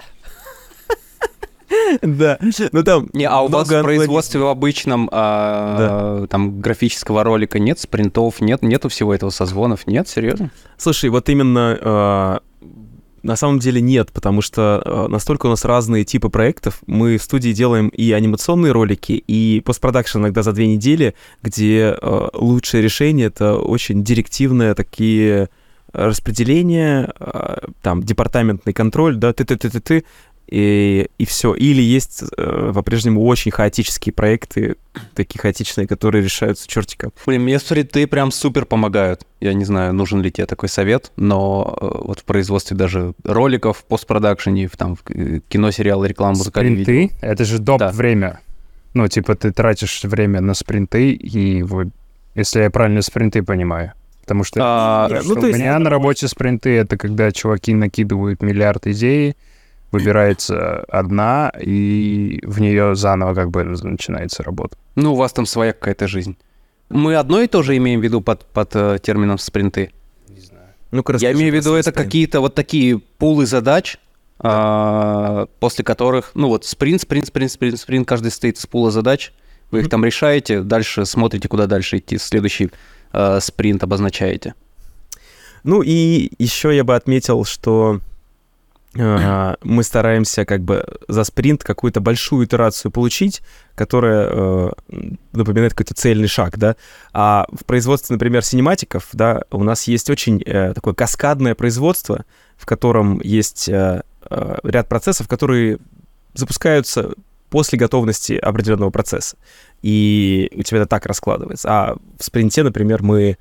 Да, ну там... Не, а у вас в производстве в обычном а, да. там графического ролика нет спринтов, нет, нету всего этого созвонов, нет, серьезно? Слушай, вот именно а, на самом деле нет, потому что а, настолько у нас разные типы проектов. Мы в студии делаем и анимационные ролики, и постпродакшн иногда за две недели, где а, лучшее решение — это очень директивные такие распределения, а, там, департаментный контроль, да, ты-ты-ты-ты-ты, И, и все. Или есть э, по-прежнему очень хаотические проекты, такие хаотичные, которые решаются черти как. Блин, мне спринты прям супер помогают. Я не знаю, нужен ли тебе такой совет, но э, вот в производстве даже роликов, в постпродакшене, в, там, в кино, сериал, реклама, музыкальные видео. Спринты — это же доп. Да. Время. Ну, типа ты тратишь время на спринты, и вы, если я правильно спринты понимаю. Потому что, А, потому ну, что то у есть... меня на работе спринты — это когда чуваки накидывают миллиард идей, выбирается одна, и в нее заново как бы начинается работа. Ну, у вас там своя какая-то жизнь. Мы одно и то же имеем в виду под, под э, термином спринты? Не знаю. Ну-ка, Я имею в виду, это спринт. какие-то вот такие пулы задач, а, после которых, ну вот спринт, спринт, спринт, спринт, спринт, каждый стоит из пула задач, вы их там решаете, дальше смотрите, куда дальше идти, следующий э, спринт обозначаете. Ну и еще я бы отметил, что Uh, мы стараемся как бы за спринт какую-то большую итерацию получить, которая uh, напоминает какой-то цельный шаг, да. А в производстве, например, синематиков, да, у нас есть очень uh, такое каскадное производство, в котором есть uh, uh, ряд процессов, которые запускаются после готовности определенного процесса. И у тебя это так раскладывается. А в спринте, например, мы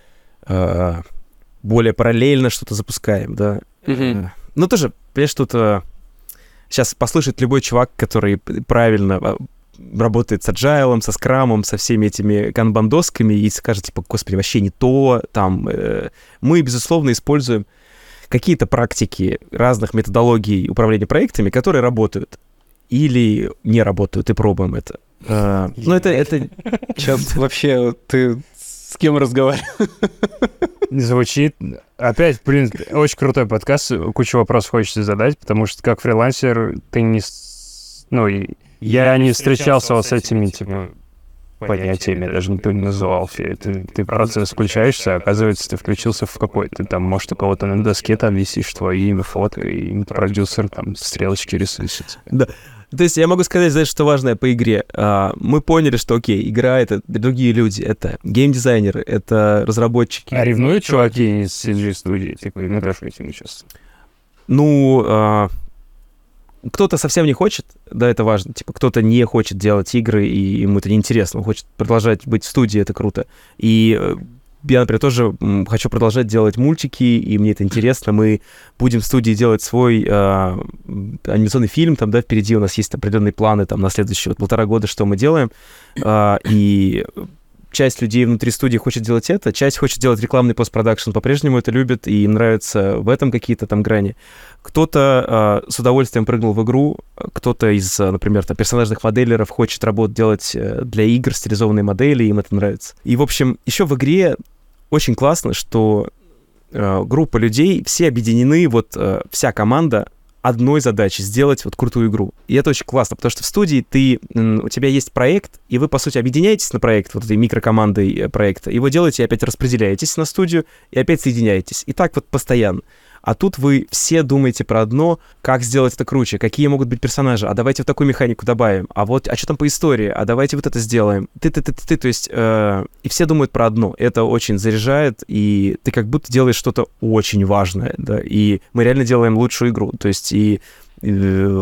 uh, более параллельно что-то запускаем, да. Mm-hmm. Uh, Ну, тоже, понимаешь, что-то... Сейчас послушает любой чувак, который правильно работает с agile, со скрамом, со всеми этими канбан-досками, и скажет, типа, господи, вообще не то, там... Э, мы, безусловно, используем какие-то практики разных методологий управления проектами, которые работают или не работают, и пробуем это. Э, ну, это... это... Сейчас вообще ты с кем разговариваешь? Звучит... Опять, блин, очень крутой подкаст, кучу вопросов хочется задать, потому что как фрилансер ты не... Ну, и я не встречался вот с этими, типа, понятиями, даже никто не называл. Ты, ты просто включаешься, оказывается, ты включился в какой-то, там, может, у кого-то на доске там висишь твое имя, фото, и продюсер там стрелочки рисует. Да. То есть я могу сказать, знаешь, что важное по игре. А, мы поняли, что, окей, игра — это другие люди, это геймдизайнеры, это разработчики. А ревнуют чуваки из си джи-студии? Типа, ну, даже этим сейчас. Ну, а, кто-то совсем не хочет, да, это важно. Типа, кто-то не хочет делать игры, и ему это неинтересно, он хочет продолжать быть в студии, это круто. И я, например, тоже хочу продолжать делать мультики, и мне это интересно. Мы будем в студии делать свой э, анимационный фильм, там, да, впереди у нас есть определенные планы, там, на следующие вот, полтора года, что мы делаем. Э, и часть людей внутри студии хочет делать это, часть хочет делать рекламный постпродакшн, по-прежнему это любят, и им нравится в этом какие-то там грани. Кто-то э, с удовольствием прыгнул в игру, кто-то из, например, там, персонажных моделеров хочет работать, делать для игр стилизованные модели, им это нравится. И, в общем, еще в игре очень классно, что э, группа людей, все объединены, вот э, вся команда одной задачей — сделать вот крутую игру. И это очень классно, потому что в студии ты, у тебя есть проект, и вы, по сути, объединяетесь на проект, вот этой микрокомандой проекта, и вы делаете, и опять распределяетесь на студию, и опять соединяетесь. И так вот постоянно. А тут вы все думаете про одно, как сделать это круче, какие могут быть персонажи, а давайте вот такую механику добавим, а вот, а что там по истории, а давайте вот это сделаем. Ты-ты-ты-ты, то есть, э, и все думают про одно. Это очень заряжает, и ты как будто делаешь что-то очень важное, да, и мы реально делаем лучшую игру, то есть, и, и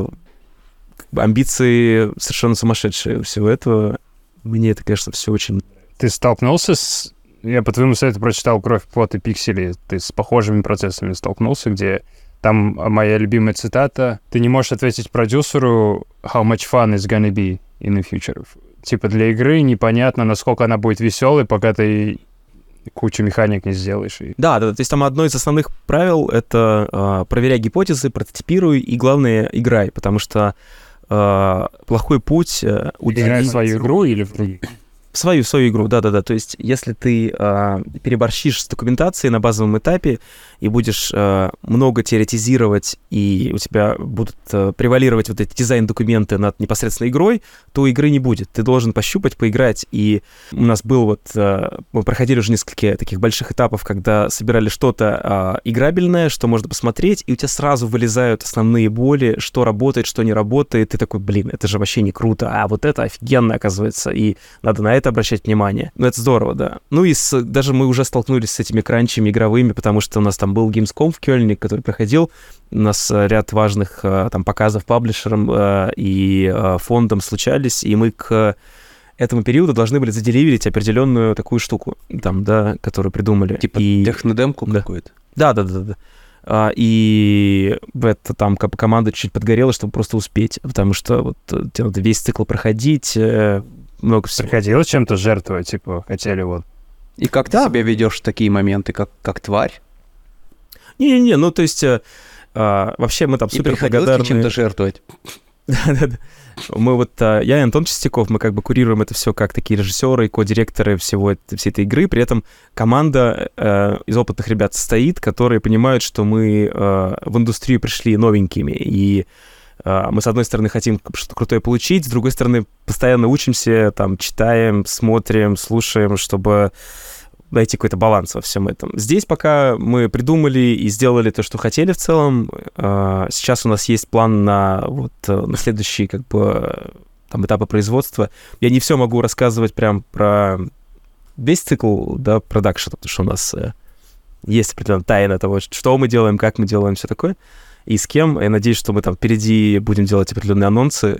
амбиции совершенно сумасшедшие у всего этого. Мне это, конечно, все очень... Ты столкнулся с... Я по твоему совету прочитал «Кровь, пот и пиксели». Ты с похожими процессами столкнулся, где там моя любимая цитата: «Ты не можешь ответить продюсеру how much fun is gonna be in the future». типа для игры непонятно, насколько она будет веселой, пока ты кучу механик не сделаешь. И... Да, да, то есть там одно из основных правил — это э, проверяй гипотезы, прототипируй и, главное, играй, потому что э, плохой путь... Э, Играй в свою игру или в другую? В свою, в свою игру, да-да-да. То есть если ты э, переборщишь с документацией на базовом этапе и будешь э, много теоретизировать, и у тебя будут э, превалировать вот эти дизайн-документы над непосредственно игрой, то игры не будет. Ты должен пощупать, поиграть. И у нас был вот... Э, мы проходили уже несколько таких больших этапов, когда собирали что-то э, играбельное, что можно посмотреть, и у тебя сразу вылезают основные боли, что работает, что не работает. Ты такой, блин, это же вообще не круто, а вот это офигенно, оказывается, и надо на это обращать внимание. Ну, это здорово, да. Ну и с, даже мы уже столкнулись с этими кранчами игровыми, потому что у нас там был Gamescom в Кёльне, который проходил. У нас ряд важных там показов паблишерам и фондам случались, и мы к этому периоду должны были заделиверить определенную такую штуку, там, да, которую придумали. Типа и... технодемку да. какую-то? Да-да-да. А, и это там команда чуть-чуть подгорела, чтобы просто успеть, потому что вот тебе надо весь цикл проходить, много всего. Приходилось чем-то жертвовать, типа, хотели вот. И как да. ты себя ведешь в такие моменты, как, как тварь? Не-не-не, ну, то есть, а, вообще мы там И супер приходилось благодарны. ли чем-то жертвовать? Да-да-да. Мы вот, я и Антон Чистяков, мы как бы курируем это все как такие режиссеры и ко-директоры всего это, всей этой игры, при этом команда э, из опытных ребят состоит, которые понимают, что мы э, в индустрию пришли новенькими, и э, мы, с одной стороны, хотим что-то крутое получить, с другой стороны, постоянно учимся, там, читаем, смотрим, слушаем, чтобы найти какой-то баланс во всем этом. Здесь пока мы придумали и сделали то, что хотели в целом. Сейчас у нас есть план на, вот, на следующие как бы, там, этапы производства. Я не все могу рассказывать прям про весь цикл, да, продакшена, потому что у нас есть определенная тайна того, что мы делаем, как мы делаем, все такое, и с кем. Я надеюсь, что мы там впереди будем делать определенные анонсы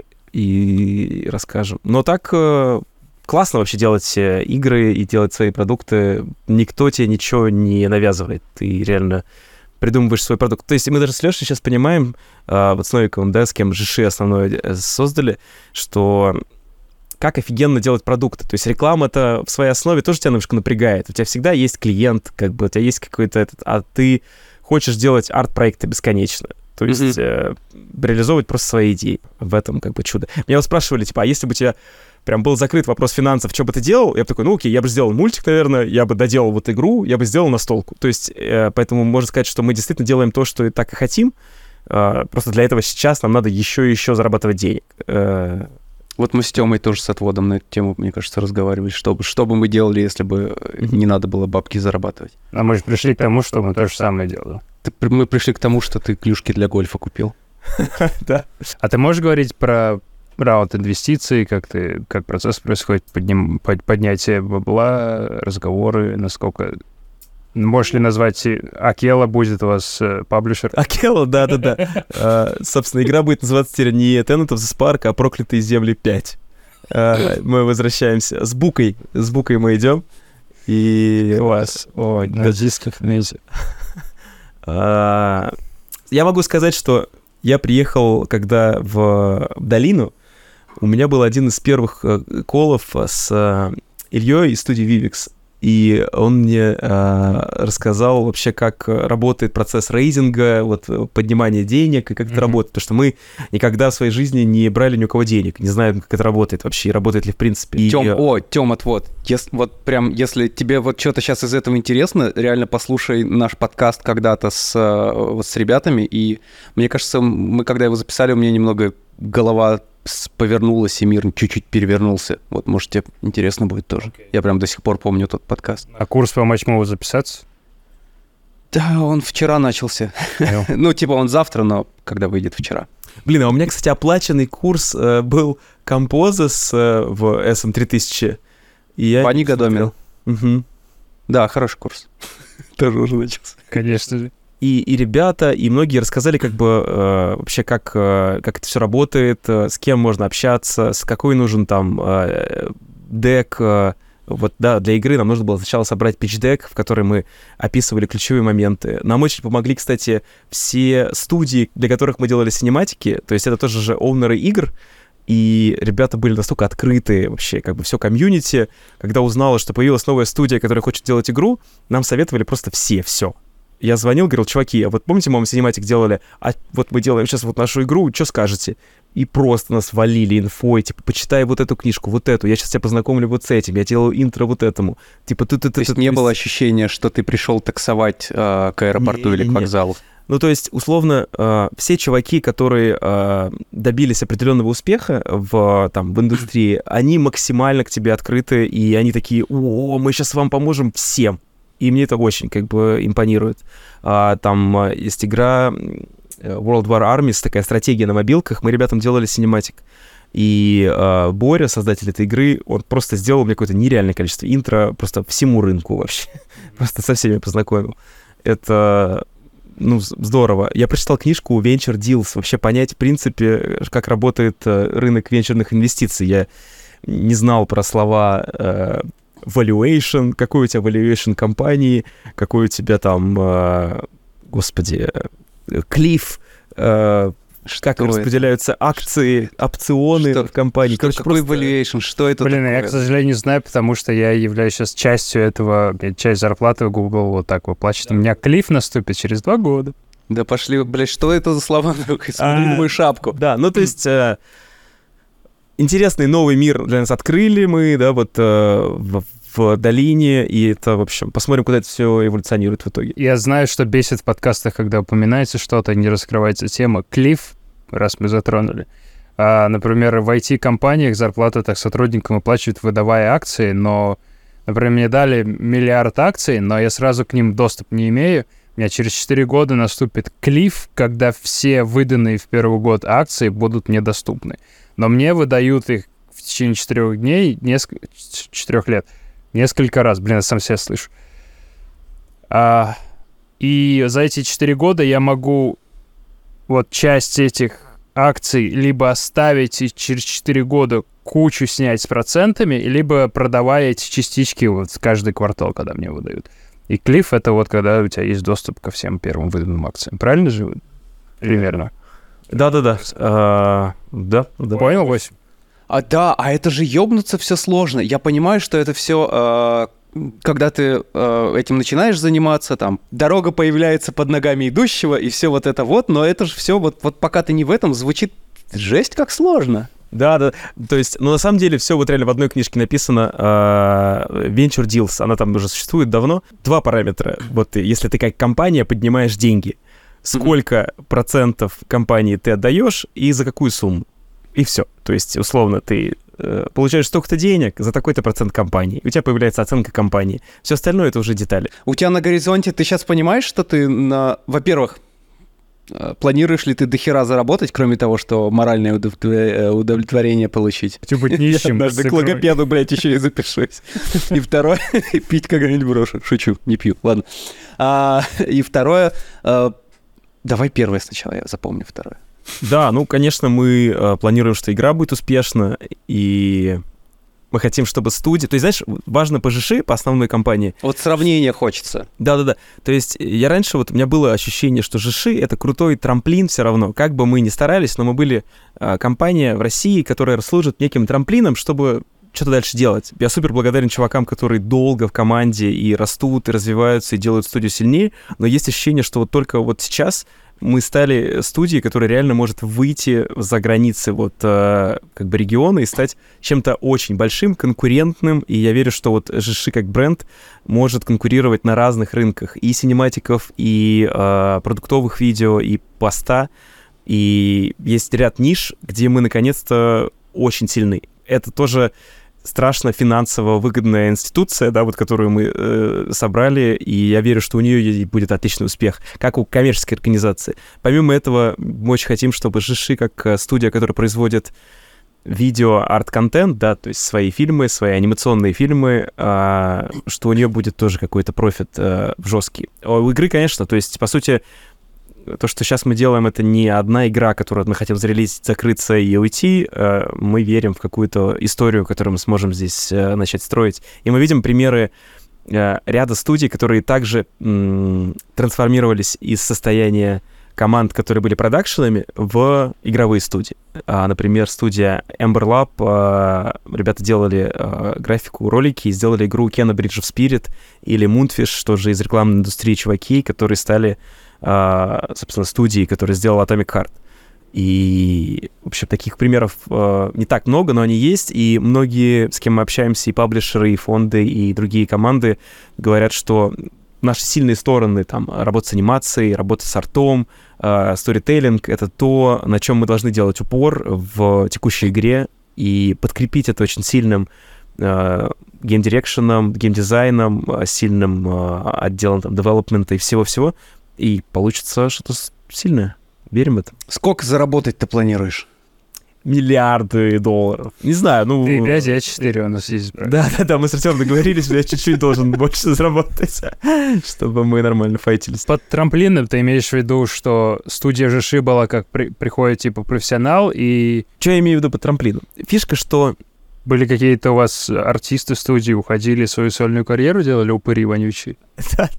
и расскажем. Но так... Классно вообще делать игры и делать свои продукты. Никто тебе ничего не навязывает. Ты реально придумываешь свой продукт. То есть мы даже с Лешей сейчас понимаем, вот с Новиковым, да, с кем Жиши основной создали, что как офигенно делать продукты. То есть реклама-то в своей основе тоже тебя немножко напрягает. У тебя всегда есть клиент, как бы у тебя есть какой-то этот... А ты хочешь делать арт-проекты бесконечно. То есть mm-hmm. э, реализовывать просто свои идеи. В этом как бы чудо. Меня вот спрашивали, типа, а если бы у тебя прям был закрыт вопрос финансов, что бы ты делал? Я бы такой, ну окей, я бы сделал мультик, наверное, я бы доделал вот игру, я бы сделал настолку. То есть, э, поэтому можно сказать, что мы действительно делаем то, что и так и хотим. Э, просто для этого сейчас нам надо еще и еще зарабатывать денег. Э, Вот мы с Тёмой тоже с отводом на эту тему, мне кажется, разговаривали. Что бы, что бы мы делали, если бы не надо было бабки зарабатывать? А мы же пришли к тому, что мы то же самое делаем. Ты, мы пришли к тому, что ты клюшки для гольфа купил. Да. А ты можешь говорить про раунд инвестиций, как ты, как процесс происходит, подним, под, поднятие бабла, разговоры, насколько... Можешь ли назвать... Акела будет у вас э, паблишер? Акела, да-да-да. Собственно, игра будет называться теперь не Tenant of the Spark, а Проклятые земли пять. Мы возвращаемся. С Букой. С Букой мы идем. И... Класс. Ой, на дисках, знаете. Я могу сказать, что я приехал, когда в долину, у меня был один из первых колов с Ильей из студии Vivix, и он мне рассказал вообще, как работает процесс рейзинга, вот поднимания денег и как mm-hmm. это работает, потому что мы никогда в своей жизни не брали ни у кого денег, не знаем, как это работает вообще, работает ли в принципе. И... Тём, и... о, Тём, отвод, Ес, вот прям, если тебе вот что-то сейчас из этого интересно, реально послушай наш подкаст когда-то с, вот, с ребятами, и мне кажется, мы когда его записали, у меня немного голова повернулась, и мир чуть-чуть перевернулся. Вот, может, тебе интересно будет тоже. Okay. Я прям до сих пор помню тот подкаст. А курс помочь могу записаться? Да, он вчера начался. Ну, типа он завтра, но когда выйдет вчера. Блин, а у меня, кстати, оплаченный курс э, был Композес э, в эс эм три тысячи. Пани Гадомин. Угу. Да, хороший курс. Тоже уже начался. Конечно же. И, и ребята, и многие рассказали, как бы э, вообще, как, э, как это все работает, э, с кем можно общаться, с какой нужен там э, дек. Э, вот, да, для игры нам нужно было сначала собрать питч-дек, в который мы описывали ключевые моменты. Нам очень помогли, кстати, все студии, для которых мы делали синематики, то есть это тоже же оунеры игр, И ребята были настолько открыты вообще, как бы все комьюнити. Когда узнала, что появилась новая студия, которая хочет делать игру, нам советовали просто все, все. Я звонил, говорил, чуваки, а вот помните, мы Cinematic делали, а вот мы делаем сейчас вот нашу игру, что скажете? И просто нас валили инфой, типа, почитай вот эту книжку, вот эту, я сейчас тебя познакомлю вот с этим, я делаю интро вот этому. Типа, ты, ты, То есть не было ощущения, что ты пришел таксовать э, к аэропорту или к вокзалу? Ну, то есть, условно, э, все чуваки, которые э, добились определенного успеха в, там, в индустрии, они максимально к тебе открыты, и они такие, о, мы сейчас вам поможем всем. И мне это очень, как бы, импонирует. А, там есть игра World War Armies, такая стратегия на мобилках. Мы ребятам делали Cinematic. И а, Боря, создатель этой игры, он просто сделал мне какое-то нереальное количество интро просто всему рынку вообще. Просто со всеми познакомил. Это, ну, здорово. Я прочитал книжку Venture Deals, вообще понять, в принципе, как работает рынок венчурных инвестиций. Я не знал про слова... valuation, какой у тебя valuation компании, какой у тебя там, э, господи, клифф, э, как распределяются это? акции, опционы что, в компании. Что, Короче, какой просто... valuation, что это Блин, такое? я, к сожалению, не знаю, потому что я являюсь сейчас частью этого, часть зарплаты Google вот так выплачивает. Да. У меня клифф наступит через два года. Да пошли, блядь, что это за слова? Смотри на мою шапку. Да, ну то есть... Интересный новый мир для нас открыли мы, да, вот э, в, в долине, и это, в общем, посмотрим, куда это все эволюционирует в итоге. Я знаю, что бесит в подкастах, когда упоминается что-то, не раскрывается тема. Клифф, раз мы затронули. А, например, в ай ти-компаниях зарплаты так сотрудникам выплачивают, выдавая акции, но, например, мне дали миллиард акций, но я сразу к ним доступ не имею. У меня через четыре года наступит клифф, когда все выданные в первый год акции будут мне доступны. Но мне выдают их в течение четырех дней, несколько, четырех лет, несколько раз. Блин, я сам себя слышу. А, и за эти четыре года я могу вот часть этих акций либо оставить и через четыре года кучу снять с процентами, либо продавая эти частички вот каждый квартал, когда мне выдают. И клифф — это вот когда у тебя есть доступ ко всем первым выданным акциям. Правильно же? Примерно. Да-да-да. А, да, да. Понял, Вась? А да, а это же ёбнуться все сложно. Я понимаю, что это все, э, когда ты э, этим начинаешь заниматься, там, дорога появляется под ногами идущего, и все вот это вот, но это же все, вот, вот пока ты не в этом, звучит жесть как сложно. Да, да. То есть, ну, на самом деле, все вот реально в одной книжке написано. Uh, Venture Deals, она там уже существует давно. Два параметра. Вот ты, если ты как компания поднимаешь деньги, сколько mm-hmm. процентов компании ты отдаешь и за какую сумму. И все. То есть, условно, ты э, получаешь столько-то денег за такой-то процент компании. У тебя появляется оценка компании. Все остальное — это уже детали. У тебя на горизонте, ты сейчас понимаешь, что ты на... Во-первых, планируешь ли ты дохера заработать, кроме того, что моральное удовлетворение получить? Хочу быть нищим. Я однажды к логопеду, блядь, еще и запишусь. И второе, пить когда-нибудь брошу. Шучу, не пью, ладно. А, и второе, а, давай первое сначала, я запомню второе. Да, ну, конечно, мы а, планируем, что игра будет успешна, и... Мы хотим, чтобы студия... То есть, знаешь, важно по ЖШ, по основной компании. Вот сравнение хочется. Да-да-да. То есть я раньше... Вот у меня было ощущение, что ЖШ — это крутой трамплин все равно. Как бы мы ни старались, но мы были а, компания в России, которая служит неким трамплином, чтобы что-то дальше делать. Я супер благодарен чувакам, которые долго в команде и растут, и развиваются, и делают студию сильнее. Но есть ощущение, что вот только вот сейчас... мы стали студией, которая реально может выйти за границы вот э, как бы региона и стать чем-то очень большим, конкурентным, и я верю, что вот ЖШ как бренд может конкурировать на разных рынках и синематиков, и э, продуктовых видео, и поста, и есть ряд ниш, где мы наконец-то очень сильны. Это тоже страшно финансово выгодная институция, да, вот которую мы э, собрали, и я верю, что у нее будет отличный успех, как у коммерческой организации. Помимо этого, мы очень хотим, чтобы ЖШ, как студия, которая производит видео, арт-контент, да, то есть свои фильмы, свои анимационные фильмы, э, что у нее будет тоже какой-то профит э, жесткий. У игры, конечно, то есть, по сути, то, что сейчас мы делаем, это не одна игра, которую мы хотим зарелизить, закрыться и уйти. Мы верим в какую-то историю, которую мы сможем здесь начать строить. И мы видим примеры ряда студий, которые также м- трансформировались из состояния команд, которые были продакшенами, в игровые студии. А, например, студия Ember Lab, а, ребята делали а, графику, ролики и сделали игру Kena Bridge of Spirit или Moonfish, тоже из рекламной индустрии чуваки, которые стали, а, собственно, студией, которая сделала Atomic Heart. И, в общем, таких примеров э, не так много, но они есть, и многие, с кем мы общаемся, и паблишеры, и фонды, и другие команды говорят, что наши сильные стороны, там, работа с анимацией, работа с артом, э, сторителлинг — это то, на чем мы должны делать упор в текущей игре, и подкрепить это очень сильным э, геймдирекшеном, геймдизайном, э, сильным э, отделом там, девелопмента и всего-всего, и получится что-то сильное. Верим в это. Сколько заработать ты планируешь? Миллиарды долларов. Не знаю, ну... Ты пять, я четыре у нас есть. Да-да-да, мы с Артёмом договорились, я чуть-чуть должен больше заработать, чтобы мы нормально файтились. Под трамплином ты имеешь в виду, что студия же Шибала как при- приходит типа профессионал и... Что я имею в виду под трамплином? Фишка, что... Были какие-то у вас артисты студии, уходили, свою сольную карьеру делали, упыри вонючие? Да.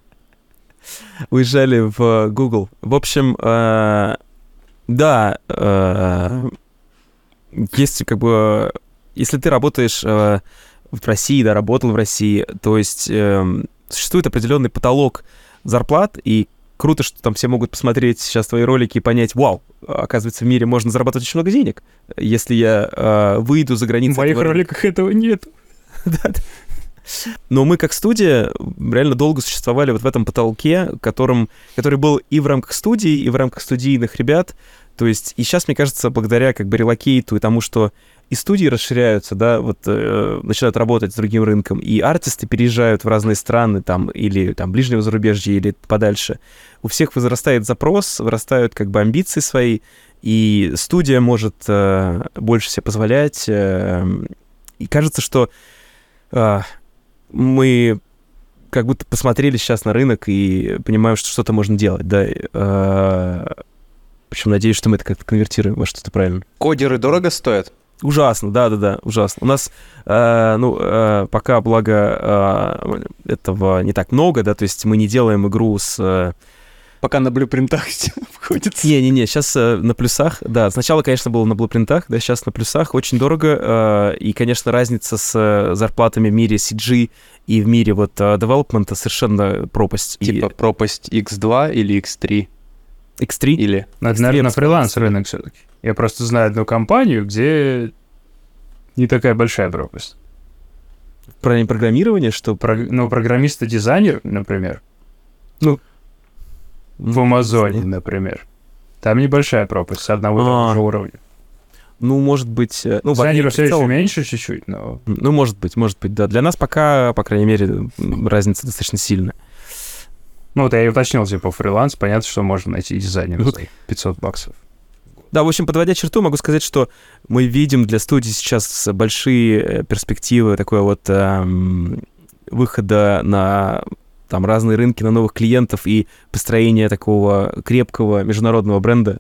Уезжали в Google. В общем, э, да, э, есть как бы... Если ты работаешь э, в России, да, работал в России, то есть э, существует определенный потолок зарплат, и круто, что там все могут посмотреть сейчас твои ролики и понять, вау, оказывается, в мире можно зарабатывать очень много денег, если я э, выйду за границу. В моих этого... роликах этого нет. Да. Но мы как студия реально долго существовали вот в этом потолке, которым, который был и в рамках студии, и в рамках студийных ребят. То есть и сейчас, мне кажется, благодаря как бы релокейту и тому, что и студии расширяются, да, вот э, начинают работать с другим рынком, и артисты переезжают в разные страны, там, или там ближнего зарубежья, или подальше. У всех возрастает запрос, вырастают как бы амбиции свои, и студия может э, больше себе позволять. Э, и кажется, что... Э, мы как будто посмотрели сейчас на рынок и понимаем, что что-то можно делать, да. Причем надеюсь, что мы это как-то конвертируем во что-то правильное. Кодеры дорого стоят? Ужасно, да-да-да, ужасно. У нас, э, ну, э, пока, благо, э, этого не так много, да, то есть мы не делаем игру с... Э, Пока на блюпринтах входит. Не-не-не, сейчас э, на плюсах, да, сначала, конечно, было на блюпринтах, да, сейчас на плюсах, очень дорого, э, и, конечно, разница с э, зарплатами в мире си джи и в мире вот э, девелопмента совершенно пропасть. Типа и... пропасть икс два или икс три? икс три? Или? Ну, это, наверное, фриланс рынок все-таки. Я просто знаю одну компанию, где не такая большая пропасть. Про программирование, что... Про... Ну, программист-дизайнер, например. Ну... В Амазоне, например. Там небольшая пропасть с одного и того же уровня. Ну, может быть... Ну, дизайнеру все еще меньше чуть-чуть, но... Ну, может быть, может быть, да. Для нас пока, по крайней мере, разница достаточно сильная. Ну, вот я и уточнил, типа, фриланс. Понятно, что можно найти дизайнера за пятьсот баксов. Да, в общем, подводя черту, могу сказать, что мы видим для студии сейчас большие перспективы такой вот эм, выхода на... там разные рынки, на новых клиентов и построение такого крепкого международного бренда.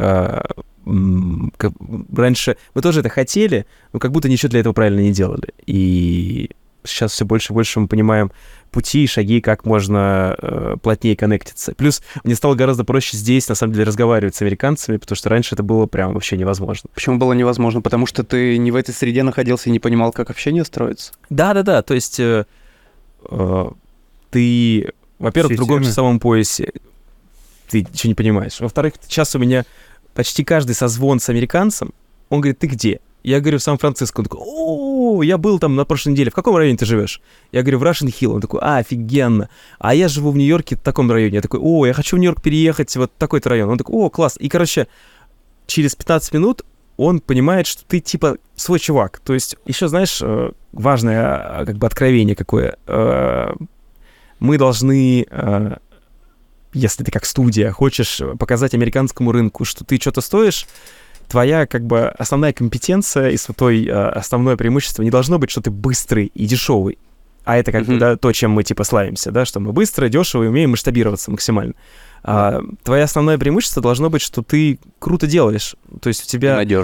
Раньше мы тоже это хотели, но как будто ничего для этого правильно не делали. И сейчас все больше и больше мы понимаем пути и шаги, как можно э, плотнее коннектиться. Плюс мне стало гораздо проще здесь, на самом деле, разговаривать с американцами, потому что раньше это было прям вообще невозможно. Почему было невозможно? Потому что ты не в этой среде находился и не понимал, как общение строится? Да-да-да, то есть... Э, э, ты, во-первых, в другом часовом поясе, ты ничего не понимаешь. Во-вторых, сейчас у меня почти каждый созвон с американцем, он говорит, ты где? Я говорю, в Сан-Франциско. Он такой, о, я был там на прошлой неделе. В каком районе ты живешь? Я говорю, в Russian Hill. Он такой, а, офигенно. А я живу в Нью-Йорке в таком районе. Я такой, о, я хочу в Нью-Йорк переехать, вот такой-то район. Он такой, о, класс. И, короче, через пятнадцать минут он понимает, что ты, типа, свой чувак. То есть, еще, знаешь, важное, как бы, откровение какое. Мы должны, э, если ты как студия хочешь показать американскому рынку, что ты что-то стоишь, твоя как бы основная компетенция и твое э, основное преимущество не должно быть, что ты быстрый и дешевый. А это как mm-hmm. бы да, то, чем мы типа славимся, да, что мы быстро, дешево и умеем масштабироваться максимально. А, твое основное преимущество должно быть, что ты круто делаешь. То есть у тебя... Надежный.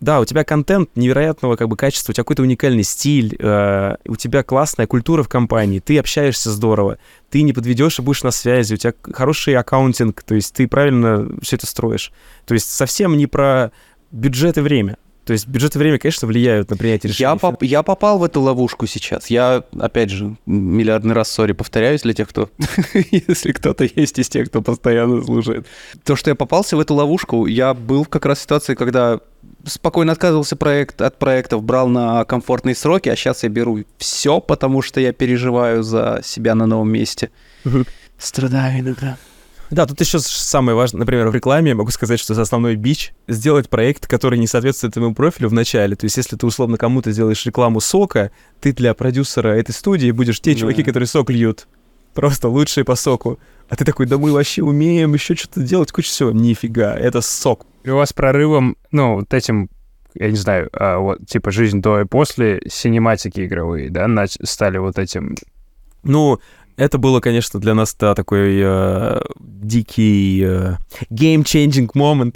да, у тебя контент невероятного как бы качества, у тебя какой-то уникальный стиль, э, у тебя классная культура в компании, ты общаешься здорово, ты не подведешь и будешь на связи, у тебя хороший аккаунтинг, то есть ты правильно все это строишь. То есть совсем не про бюджет и время. То есть бюджет и время, конечно, влияют на принятие решений. Я, поп- я попал в эту ловушку сейчас. Я, опять же, миллиардный раз, сори, повторяюсь для тех, кто... Если кто-то есть из тех, кто постоянно слушает. То, что я попался в эту ловушку, я был как раз в ситуации, когда спокойно отказывался проект, от проектов, брал на комфортные сроки, а сейчас я беру все, потому что я переживаю за себя на новом месте. Страдаю иногда. Да, тут еще самое важное, например, в рекламе я могу сказать, что это основной бич — сделать проект, который не соответствует твоему профилю в начале. То есть если ты условно кому-то сделаешь рекламу сока, ты для продюсера этой студии будешь те чуваки, которые сок льют. Просто лучшие по соку. А ты такой, да мы вообще умеем еще что-то делать, куча всего. Нифига, это сок. И у вас прорывом, ну, вот этим, я не знаю, а, вот, типа жизнь до и после, синематики игровые, да, нач- стали вот этим... Ну, это было, конечно, для нас да, такой э, дикий э, game-changing moment.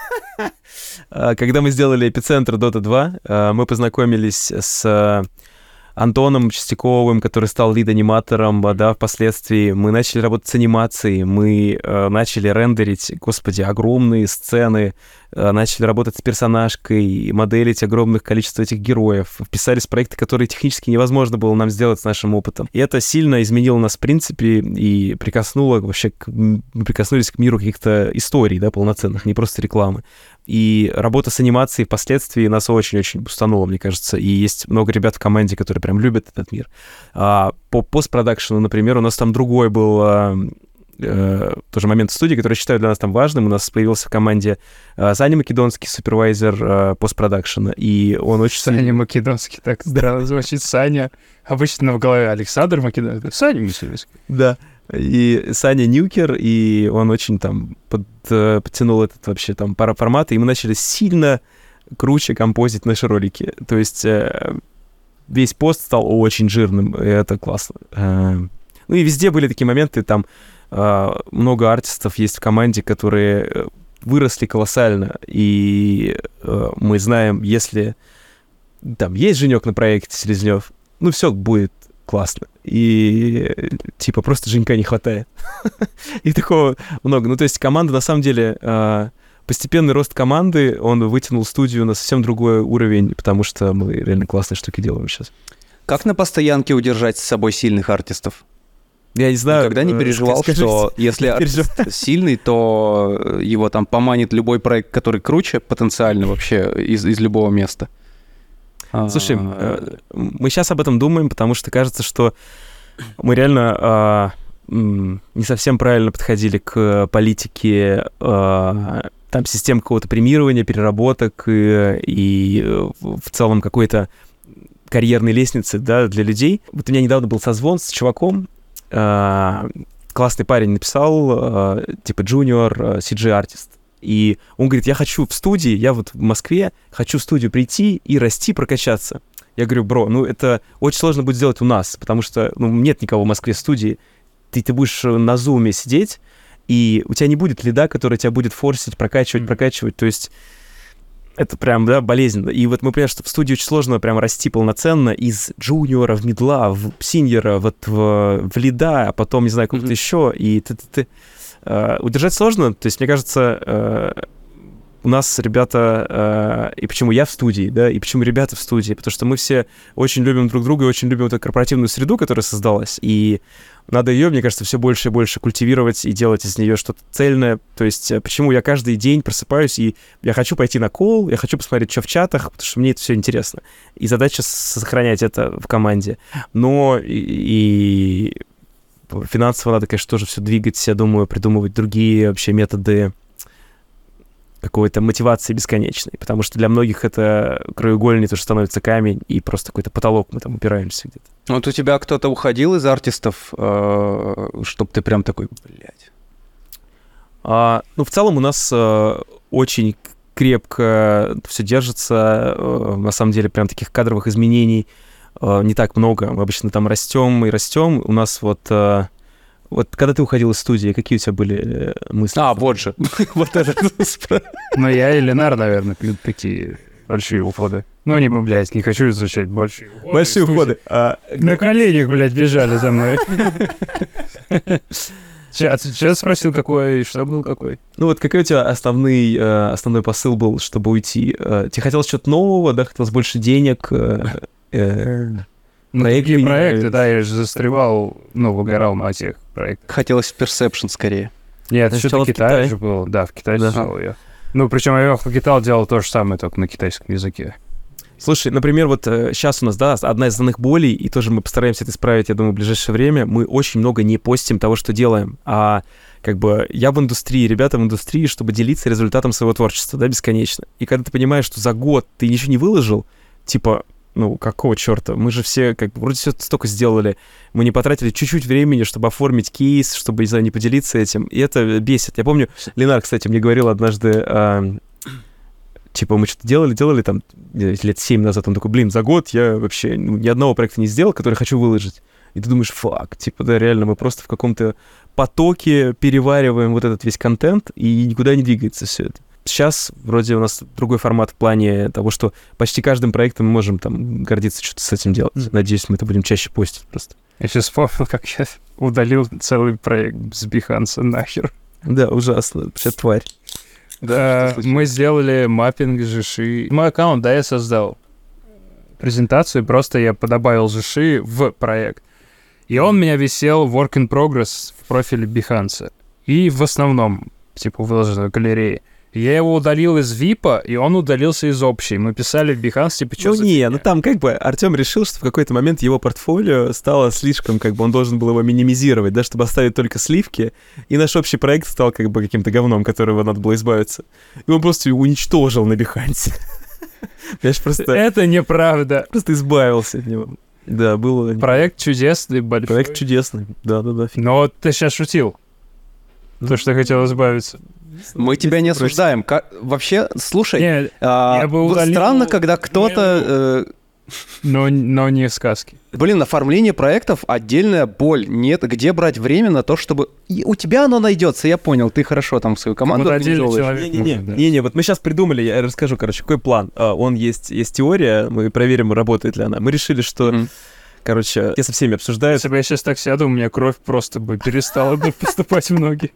Когда мы сделали «Эпицентр» Дота два, э, мы познакомились с Антоном Чистяковым, который стал лид-аниматором, да, впоследствии. Мы начали работать с анимацией, мы э, начали рендерить, господи, огромные сцены, э, начали работать с персонажкой, моделить огромное количество этих героев, вписались в проекты, которые технически невозможно было нам сделать с нашим опытом. И это сильно изменило нас в принципе и прикоснуло вообще, к, мы прикоснулись к миру каких-то историй, да, полноценных, не просто рекламы. И работа с анимацией впоследствии нас очень-очень бустанула, мне кажется. И есть много ребят в команде, которые прям любят этот мир. А по постпродакшену, например, у нас там другой был а, а, тоже момент в студии, который я считаю для нас там важным. У нас появился в команде а, Саня Македонский, супервайзер а, постпродакшена. И он очень... Саня Македонский, так странно звучит. Саня. Обычно в голове Александр Македонский. Саня Македонский. Да. И Саня Нюкер, и он очень там под, подтянул этот вообще там пара формат, и мы начали сильно круче композить наши ролики. То есть э, весь пост стал очень жирным, и это классно. Э, ну и везде были такие моменты, там э, много артистов есть в команде, которые выросли колоссально, и э, мы знаем, если там есть Женек на проекте Селезнёв, ну все будет классно. И типа просто Женька не хватает. И такого много. Ну, то есть команда, на самом деле, постепенный рост команды, он вытянул студию на совсем другой уровень, потому что мы реально классные штуки делаем сейчас. Как на постоянке удержать с собой сильных артистов? Я не знаю. Никогда не переживал, скажи, что если артист сильный, то его там поманит любой проект, который круче потенциально вообще из, из любого места. Слушай, мы сейчас об этом думаем, потому что кажется, что мы реально э, не совсем правильно подходили к политике э, там систем какого-то премирования, переработок и, и в целом какой-то карьерной лестницы, да, для людей. Вот у меня недавно был созвон с чуваком, э, классный парень написал, э, типа junior си джи-артист. И он говорит, я хочу в студии, я вот в Москве, хочу в студию прийти и расти, прокачаться. Я говорю, бро, ну это очень сложно будет сделать у нас, потому что ну, нет никого в Москве в студии. Ты, ты будешь на зуме сидеть, и у тебя не будет лида, который тебя будет форсить, прокачивать, mm-hmm. прокачивать. То есть это прям, да, болезненно. И вот мы понимаем, что в студии очень сложно прям расти полноценно из джуниора в мидла, в синьора, вот в, в лида, а потом, не знаю, куда-то mm-hmm. еще, и ты-ты-ты... Uh, удержать сложно, то есть, мне кажется, uh, у нас ребята, uh, и почему я в студии, да, и почему ребята в студии, потому что мы все очень любим друг друга и очень любим эту корпоративную среду, которая создалась, и надо ее, мне кажется, все больше и больше культивировать и делать из нее что-то цельное, то есть, почему я каждый день просыпаюсь, и я хочу пойти на колл, я хочу посмотреть, что в чатах, потому что мне это все интересно, и задача сохранять это в команде, но и... и финансово надо, конечно, тоже все двигать, я думаю, придумывать другие вообще методы какой-то мотивации бесконечной, потому что для многих это краеугольник, то, что становится камень, и просто какой-то потолок, мы там упираемся где-то. Вот у тебя кто-то уходил из артистов, э, чтобы ты прям такой, блядь? А, ну, в целом у нас э, очень крепко все держится, э, на самом деле, прям таких кадровых изменений не так много. Мы обычно там растем и растем. У нас вот... Вот когда ты уходил из студии, какие у тебя были мысли? А, вот же. Вот это. Ну, я и Ленар, наверное, такие Большие уходы. Ну, не, блядь, не хочу изучать большие уходы. Большие уходы. А... На коленях, блядь, бежали за мной. Сейчас спросил, какой, что был какой. Ну вот какой у тебя основной, э, основной посыл был, чтобы уйти? Э, тебе хотелось что-то нового, да, хотелось больше денег? Э, э, ну, такие проекты, да, я же застревал, ну, выгорал на тех проектах. Хотелось в Perception скорее. Нет, это что-то в Китае же был. Да, в Китае да. делал я. Ну, причем я в Китае делал то же самое, только на китайском языке. Слушай, например, вот э, сейчас у нас, да, одна из основных болей, и тоже мы постараемся это исправить, я думаю, в ближайшее время, мы очень много не постим того, что делаем, а как бы я в индустрии, ребята в индустрии, чтобы делиться результатом своего творчества, да, бесконечно. И когда ты понимаешь, что за год ты ничего не выложил, типа, ну, какого черта? Мы же все, как бы, вроде все столько сделали, мы не потратили чуть-чуть времени, чтобы оформить кейс, чтобы, не знаю, не поделиться этим, и это бесит. Я помню, Ленар, кстати, мне говорил однажды... Э, Типа, мы что-то делали, делали там лет семь назад, он такой, блин, за год я вообще ну, ни одного проекта не сделал, который хочу выложить. И ты думаешь, фак, типа, да, реально, мы просто в каком-то потоке перевариваем вот этот весь контент, и никуда не двигается все это. Сейчас вроде у нас другой формат в плане того, что почти каждым проектом мы можем там гордиться, что-то с этим делать. Mm. Надеюсь, мы это будем чаще постить просто. Я сейчас вспомнил, как я удалил целый проект с Behance нахер. Да, ужасно, вообще тварь. Да, мы сделали маппинг Жиши. Мой аккаунт, да, я создал презентацию, просто я подобавил Жиши в проект. И он у меня висел в work in progress в профиле Behance. И в основном, типа, выложен в галерее. Я его удалил из випа, и он удалился из общей. Мы писали в Behance, типа, что ну, за не, фигня? ну там как бы Артём решил, что в какой-то момент его портфолио стало слишком, как бы он должен был его минимизировать, да, чтобы оставить только сливки, и наш общий проект стал как бы каким-то говном, которого надо было избавиться. И он просто его уничтожил на Behance. Понимаешь, просто... Это неправда. Просто избавился от него. Да, было... Проект чудесный, большой. Проект чудесный, да-да-да. Но ты сейчас шутил. То, что я хотел избавиться. Мы тебя не осуждаем. Как... Вообще, слушай, не, а, я бы удалил... странно, когда кто-то... Э... Но, но не сказки. Блин, оформление проектов — отдельная боль. Нет, где брать время на то, чтобы... И у тебя оно найдется, я понял. Ты хорошо там свою команду организовываешь. Не-не-не, вот мы сейчас придумали, я расскажу, короче, какой план. Он есть, есть теория, мы проверим, работает ли она. Мы решили, что... Mm-hmm. Короче, я со всеми обсуждаю. Если бы я сейчас так сяду, у меня кровь просто бы перестала бы поступать в ноги.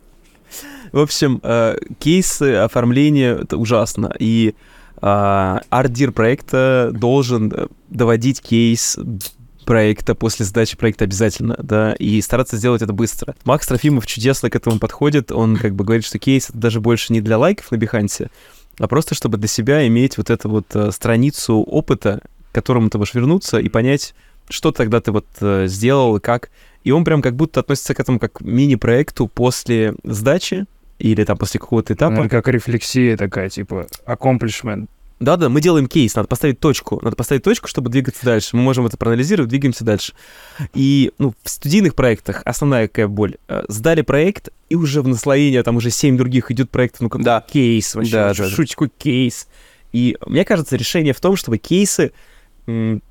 В общем, э, кейсы, оформление — это ужасно. И э, арт-дир проекта должен доводить кейс проекта после сдачи проекта обязательно, да, и стараться сделать это быстро. Макс Трофимов чудесно к этому подходит. Он как бы говорит, что кейс — это даже больше не для лайков на Behance, а просто чтобы для себя иметь вот эту вот э, страницу опыта, к которому ты можешь вернуться и понять, что тогда ты вот э, сделал и как. И он прям как будто относится к этому как к мини-проекту после сдачи или там после какого-то этапа. Наверное, как рефлексия такая, типа, accomplishment. Да-да, мы делаем кейс, надо поставить точку. Надо поставить точку, чтобы двигаться дальше. Мы можем это проанализировать, двигаемся дальше. И ну, в студийных проектах основная какая боль. Сдали проект, и уже в наслоение, там уже семь других идет проектов, ну как да. кейс вообще. Да, да, шуть, какой кейс. И мне кажется, решение в том, чтобы кейсы... М-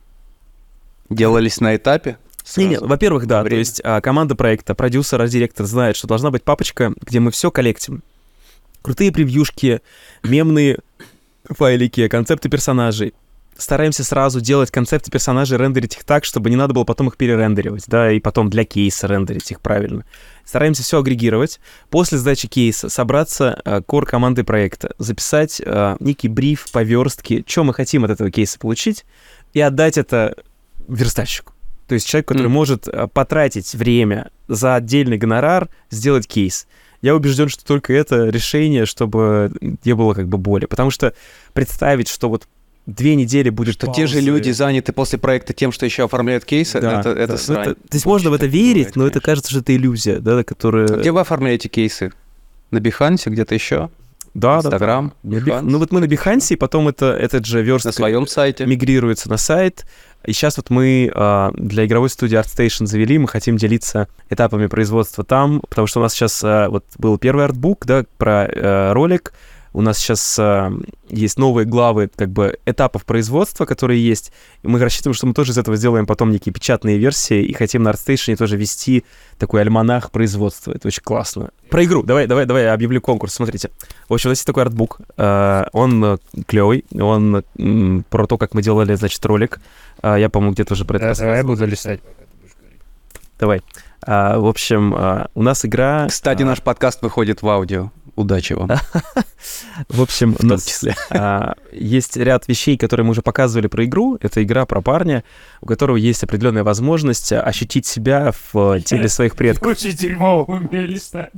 делались на этапе? Не, не, во-первых, да, то есть а, команда проекта, продюсер, арт-директор знает, что должна быть папочка, где мы все коллектим. Крутые превьюшки, мемные файлики, концепты персонажей. Стараемся сразу делать концепты персонажей, рендерить их так, чтобы не надо было потом их перерендеривать, да, и потом для кейса рендерить их правильно. Стараемся все агрегировать. После сдачи кейса собраться э, кор команды проекта, записать э, некий бриф по верстке, что мы хотим от этого кейса получить, и отдать это верстальщику. То есть человек, который mm. может э, потратить время за отдельный гонорар, сделать кейс. Я убежден, что только это решение, чтобы не было как бы боли. Потому что представить, что вот две недели будет что паузы. Те же люди заняты после проекта тем, что еще оформляют кейсы, да, это, да. это срань. Это, то есть можно в это верить, но это кажется, что это иллюзия, да, которая... А где вы оформляете кейсы? На Behance, где-то еще? Да, Инстаграм, да, да. Ну вот мы на Behance, и потом это, этот же верстка на своем сайте мигрируется на сайт. И сейчас вот мы э, для игровой студии ArtStation завели, мы хотим делиться этапами производства там, потому что у нас сейчас э, вот был первый артбук, да, про э, ролик, У нас сейчас э, есть новые главы, как бы, этапов производства, которые есть. И мы рассчитываем, что мы тоже из этого сделаем потом некие печатные версии и хотим на ArtStation тоже вести такой альманах производства. Это очень классно. Про игру. Давай, давай, давай я объявлю конкурс. Смотрите. В общем, у нас есть такой артбук. Э, он э, клевый. Он э, про то, как мы делали, значит, ролик. Э, я, по-моему, где-то уже про это Да, рассказывал. давай я буду листать. Давай. А, в общем, а, у нас игра... Кстати, а, наш подкаст выходит в аудио. Удачи вам. В общем, В у том нас числе. а, есть ряд вещей, которые мы уже показывали про игру. Это игра про парня, у которого есть определенная возможность ощутить себя в теле своих предков. Очень дерьмово умею листать.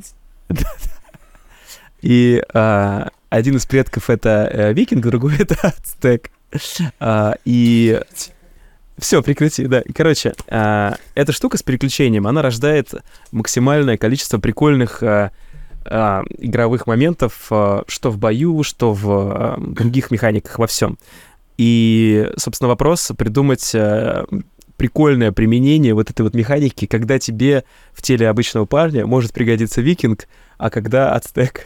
И а, один из предков — это э, викинг, другой — это ацтек. А, и... Все, прекрати, да. Короче, а, эта штука с переключением, она рождает максимальное количество прикольных а, а, игровых моментов, а, что в бою, что в а, других механиках, во всем. И, собственно, вопрос — придумать а, прикольное применение вот этой вот механики, когда тебе в теле обычного парня может пригодиться викинг, а когда ацтек.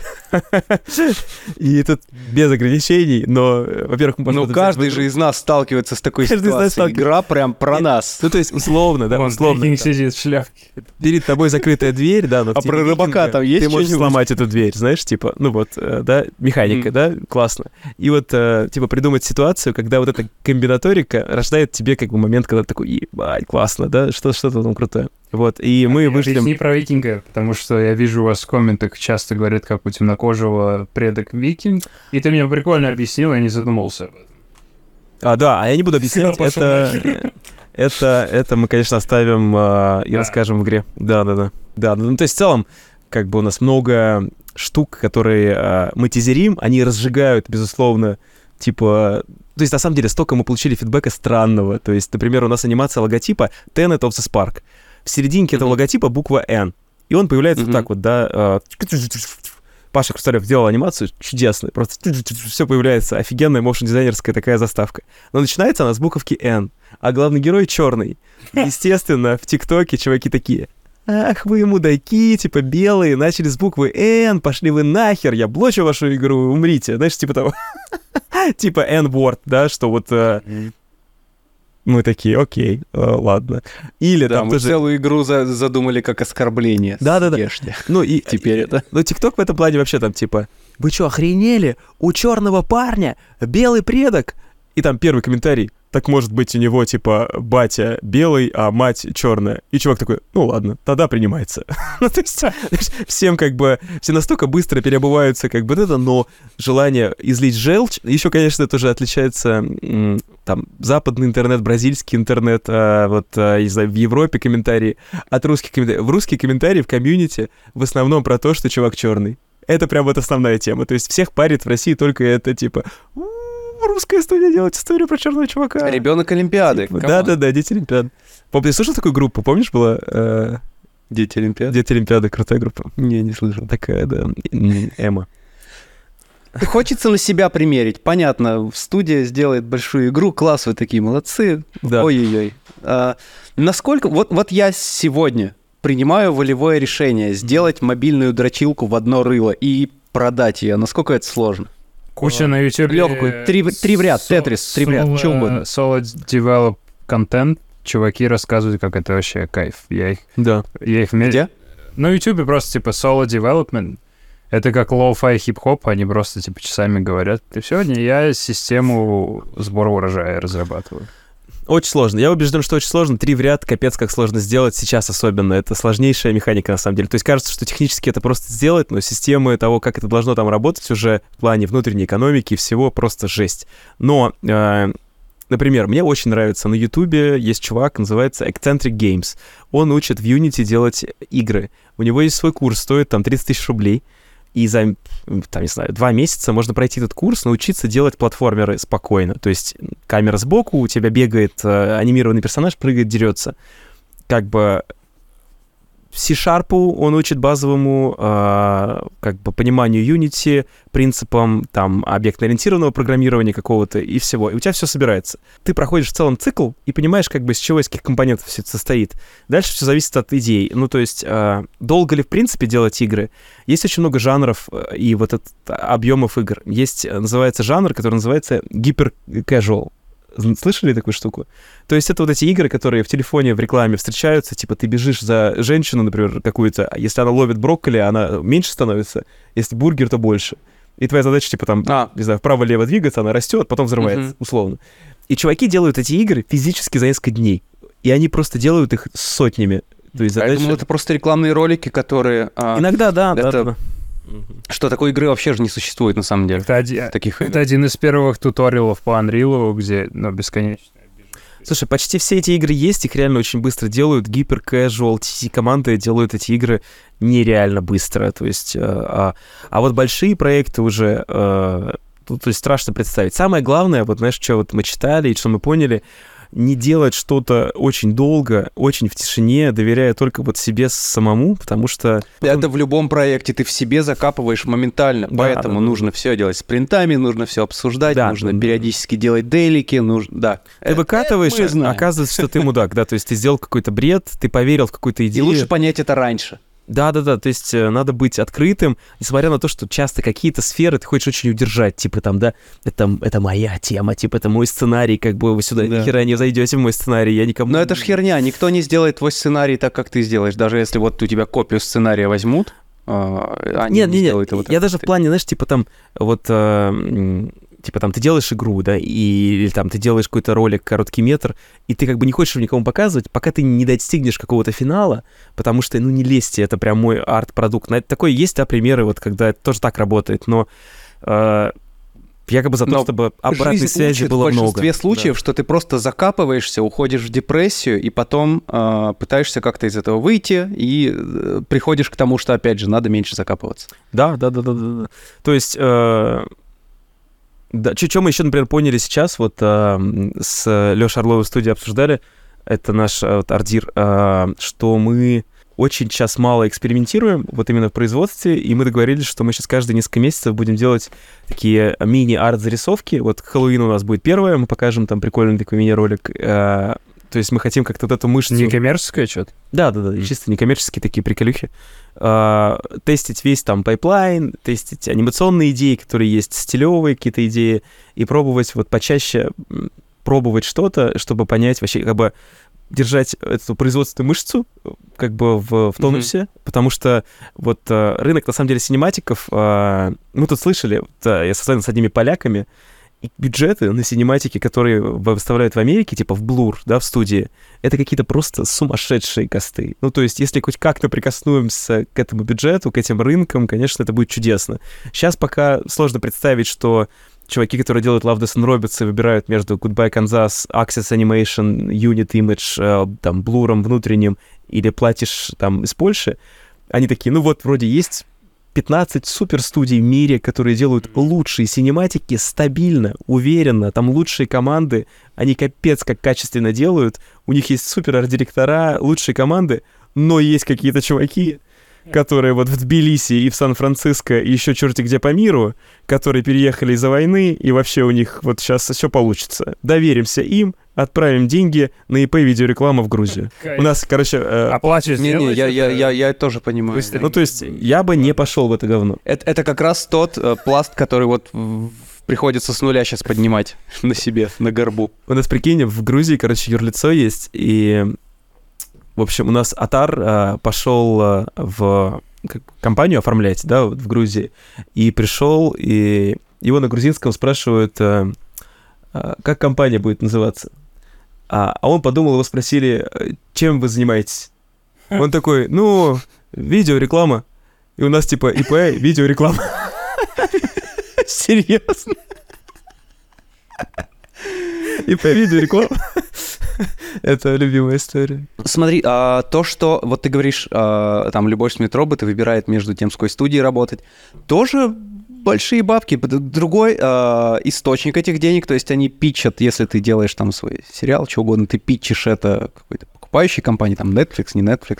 И тут без ограничений, но, во-первых, мы Ну, каждый же из нас сталкивается с такой Каждый из нас ситуацией. Игра прям про нас. Ну, то есть, условно, да, Вон, условно. викинг сидит в шляпке. Перед тобой закрытая дверь, да, но в А теле про рыбака викинга там есть ты можешь что-нибудь? сломать эту дверь, знаешь, типа, ну вот, э, да, механика, Мгм. да, классно. И вот, э, типа, придумать ситуацию, когда вот эта комбинаторика рождает тебе как бы момент, когда ты такой, ебать, классно, да, что, что-то там крутое. Вот, и мы вышлем... Объясни про викинга, потому что я вижу у вас в комментах часто говорят, как у темнокожего предок викинг, и ты мне прикольно объяснил, я не задумался об этом. А, да, а я не буду объяснять, Пошёл это... Это, это мы, конечно, оставим э, и Да. расскажем в игре. Да-да-да. Да, ну, то есть в целом, как бы у нас много штук, которые э, мы тизерим, они разжигают, безусловно, типа... То есть, на самом деле, столько мы получили фидбэка странного. То есть, например, у нас анимация логотипа Tenet of the Spark. В серединке этого Мгм. логотипа буква N. И он появляется Мгм. вот так вот, да. э, Паша Хрусталев сделал анимацию чудесную. Просто все появляется. Офигенная моушн-дизайнерская такая заставка. Но начинается она с буковки N. А главный герой черный. Естественно, в ТикТоке чуваки такие: ах, вы мудаки, типа белые, начали с буквы N, пошли вы нахер, я блочу вашу игру, умрите. Знаешь, типа того. Типа N-word, да, что вот... э, мы такие, окей, э, ладно. Или Да, там мы тоже... целую игру за- задумали как оскорбление. Да-да-да. Съешьте. Ну, и Теперь это. Ну, ТикТок в этом плане вообще там типа: вы что, охренели? У черного парня белый предок? И там первый комментарий: так может быть у него типа батя белый, а мать черная. И чувак такой: ну ладно, тогда принимается. Ну, то есть всем как бы, все настолько быстро переобуваются как бы это, но желание излить желчь, еще, конечно, тоже отличается м, там западный интернет, бразильский интернет, а, вот, а, не знаю, в Европе комментарии от русских комментариев. В русские комментарии в комьюнити в основном про то, что чувак черный. Это прям вот основная тема. То есть всех парит в России только это типа: «У-у-у, русская студия делает историю про черного чувака. Ребенок Олимпиады. Типа, Come on. да-да-да, Дети Олимпиады. Помню, ты слышал такую группу? Помнишь, была э, Дети Олимпиады. Дети Олимпиады, крутая группа? Не, не слышал. Такая, да, м, эмо. Хочется на себя примерить. Понятно, студия сделает большую игру. Класс, вы такие молодцы. Да. Ой-ой-ой. А, насколько... Вот, вот я сегодня принимаю волевое решение сделать мобильную дрочилку в одно рыло и продать ее. Насколько это сложно? Куча на YouTube. Лёгкую. Три в- три в ряд, Тетрис, три в ряд, чё угодно. Solid Develop контент. Чуваки рассказывают, как это вообще кайф. Я их, Да. я их вме- Где? На YouTube просто типа Solid Development. Это как лоу-фай хип-хоп, они просто типа часами говорят. И сегодня я систему сбора урожая разрабатываю. Очень сложно. Я убежден, что очень сложно. Три в ряд, капец, как сложно сделать сейчас особенно. Это сложнейшая механика, на самом деле. То есть кажется, что технически это просто сделать, но системы того, как это должно там работать уже в плане внутренней экономики и всего, просто жесть. Но, э, например, мне очень нравится на Ютубе есть чувак, называется Eccentric Games. Он учит в Unity делать игры. У него есть свой курс, стоит там тридцать тысяч рублей. И за, там, не знаю, два месяца можно пройти этот курс, научиться делать платформеры спокойно. То есть камера сбоку, у тебя бегает э, анимированный персонаж, прыгает, дерется. Как бы C-Sharp он учит базовому э, как бы пониманию Unity, принципам там объектно-ориентированного программирования какого-то и всего. И у тебя все собирается. Ты проходишь в целом цикл и понимаешь, как бы из чего, из каких компонентов все это состоит. Дальше все зависит от идей. Ну, то есть, э, долго ли в принципе делать игры? Есть очень много жанров и вот этот, объемов игр. Есть, называется жанр, который называется гипер-casual. Слышали такую штуку? То есть это вот эти игры, которые в телефоне, в рекламе встречаются, типа ты бежишь за женщину, например, какую-то, а если она ловит брокколи, она меньше становится, если бургер, то больше. И твоя задача, типа там, а. не знаю, вправо-лево двигаться, она растет, потом взрывается, uh-huh. условно. И чуваки делают эти игры физически за несколько дней. И они просто делают их сотнями. То есть задача... Я думал, это просто рекламные ролики, которые... А, Иногда, да, это... да, да. Что такой игры вообще же не существует, на самом деле. Это, один, таких это один из первых туториалов по Unreal, где, ну, бесконечно. Слушай, почти все эти игры есть, их реально очень быстро делают. Гипер-casual, ти си-команды делают эти игры нереально быстро. То есть, э, а, а вот большие проекты уже... Э, ну, то есть страшно представить. Самое главное, вот знаешь, что вот мы читали и что мы поняли... не делать что-то очень долго, очень в тишине, доверяя только вот себе самому, потому что... Это в любом проекте ты в себе закапываешь моментально, да, поэтому да, нужно да. все делать спринтами, нужно все обсуждать, да, нужно да, периодически да. делать дейлики, нужно... Да. Ты это, выкатываешь, это оказывается, что ты мудак, да, то есть ты сделал какой-то бред, ты поверил в какую-то идею. И лучше понять это раньше. Да-да-да, то есть э, надо быть открытым, несмотря на то, что часто какие-то сферы ты хочешь очень удержать, типа там, да, это, это моя тема, типа это мой сценарий, как бы вы сюда да. ни хера не зайдете в мой сценарий, я никому... Но это ж херня, никто не сделает твой сценарий так, как ты сделаешь, даже если вот у тебя копию сценария возьмут, э, они нет, не нет, сделают нет, его так. Я даже в плане, знаешь, типа там, вот... Э, типа там ты делаешь игру, да, и, или там ты делаешь какой-то ролик, короткий метр, и ты как бы не хочешь его никому показывать, пока ты не достигнешь какого-то финала, потому что, ну, не лезьте, это прям мой арт-продукт. Такое есть, да, примеры, вот когда это тоже так работает, но э, якобы за то, но чтобы обратной связи было много. В большинстве случаев, да. что ты просто закапываешься, уходишь в депрессию, и потом э, пытаешься как-то из этого выйти, и э, приходишь к тому, что, опять же, надо меньше закапываться. Да, да, да, да, да. да. То есть... Э, Да, что мы еще, например, поняли сейчас, вот э, с Лешей Орловой в студии обсуждали, это наш вот, ардир, э, что мы очень сейчас мало экспериментируем, вот именно в производстве, и мы договорились, что мы сейчас каждые несколько месяцев будем делать такие мини-арт-зарисовки. Вот к Хэллоуину у нас будет первое, мы покажем там прикольный такой мини-ролик. Э, то есть мы хотим как-то вот эту мышцу... Некоммерческое что-то? Да-да-да, mm. чисто некоммерческие такие приколюхи. Uh, тестить весь там пайплайн, тестить анимационные идеи, которые есть, стилевые какие-то идеи, и пробовать вот почаще пробовать что-то, чтобы понять вообще, как бы держать эту производственную мышцу как бы в, в тонусе, mm-hmm. потому что вот uh, рынок, на самом деле, синематиков, uh, мы тут слышали, вот, uh, я созвонил с одними поляками, и бюджеты на синематики, которые выставляют в Америке, типа в Blur, да, в студии, это какие-то просто сумасшедшие косты. Ну, то есть, если хоть как-то прикоснуемся к этому бюджету, к этим рынкам, конечно, это будет чудесно. Сейчас пока сложно представить, что чуваки, которые делают Love, Death and Robots, выбирают между Goodbye Kansas, Access Animation, Unit Image, там, Blur'ом внутренним, или платишь там из Польши, они такие, ну вот, вроде есть... пятнадцать суперстудий в мире, которые делают лучшие синематики стабильно, уверенно, там лучшие команды, они капец как качественно делают, у них есть супер-арт-директора, лучшие команды, но есть какие-то чуваки, которые вот в Тбилиси и в Сан-Франциско и еще черти где по миру, которые переехали из-за войны, и вообще у них вот сейчас все получится. Доверимся им, отправим деньги на ИП видеорекламу в Грузию. У нас, короче... Э... Оплачивать. Не-не, я, я, я, я тоже понимаю. Быстрее. Ну, то есть, я бы не пошел в это говно. Это, это как раз тот э, пласт, который вот в, приходится с нуля сейчас поднимать на себе, на горбу. У нас, прикинь, в Грузии, короче, юрлицо есть, и... В общем, у нас Атар э, пошел э, в как, компанию оформлять, да, вот в Грузии, и пришел, и его на грузинском спрашивают, э, э, как компания будет называться. А, а он подумал, его спросили, чем вы занимаетесь? Он такой, ну, видеореклама. И у нас типа ИП, видеореклама. Серьезно? ИП, видеореклама. Это любимая история. Смотри, а, то, что вот ты говоришь, а, там любой смит роботы выбирает между тем, с какой студией работать, тоже большие бабки. Другой а, источник этих денег, то есть они питчат, если ты делаешь там свой сериал, что угодно, ты питчишь это какой-то покупающей компании, там Netflix, не Netflix,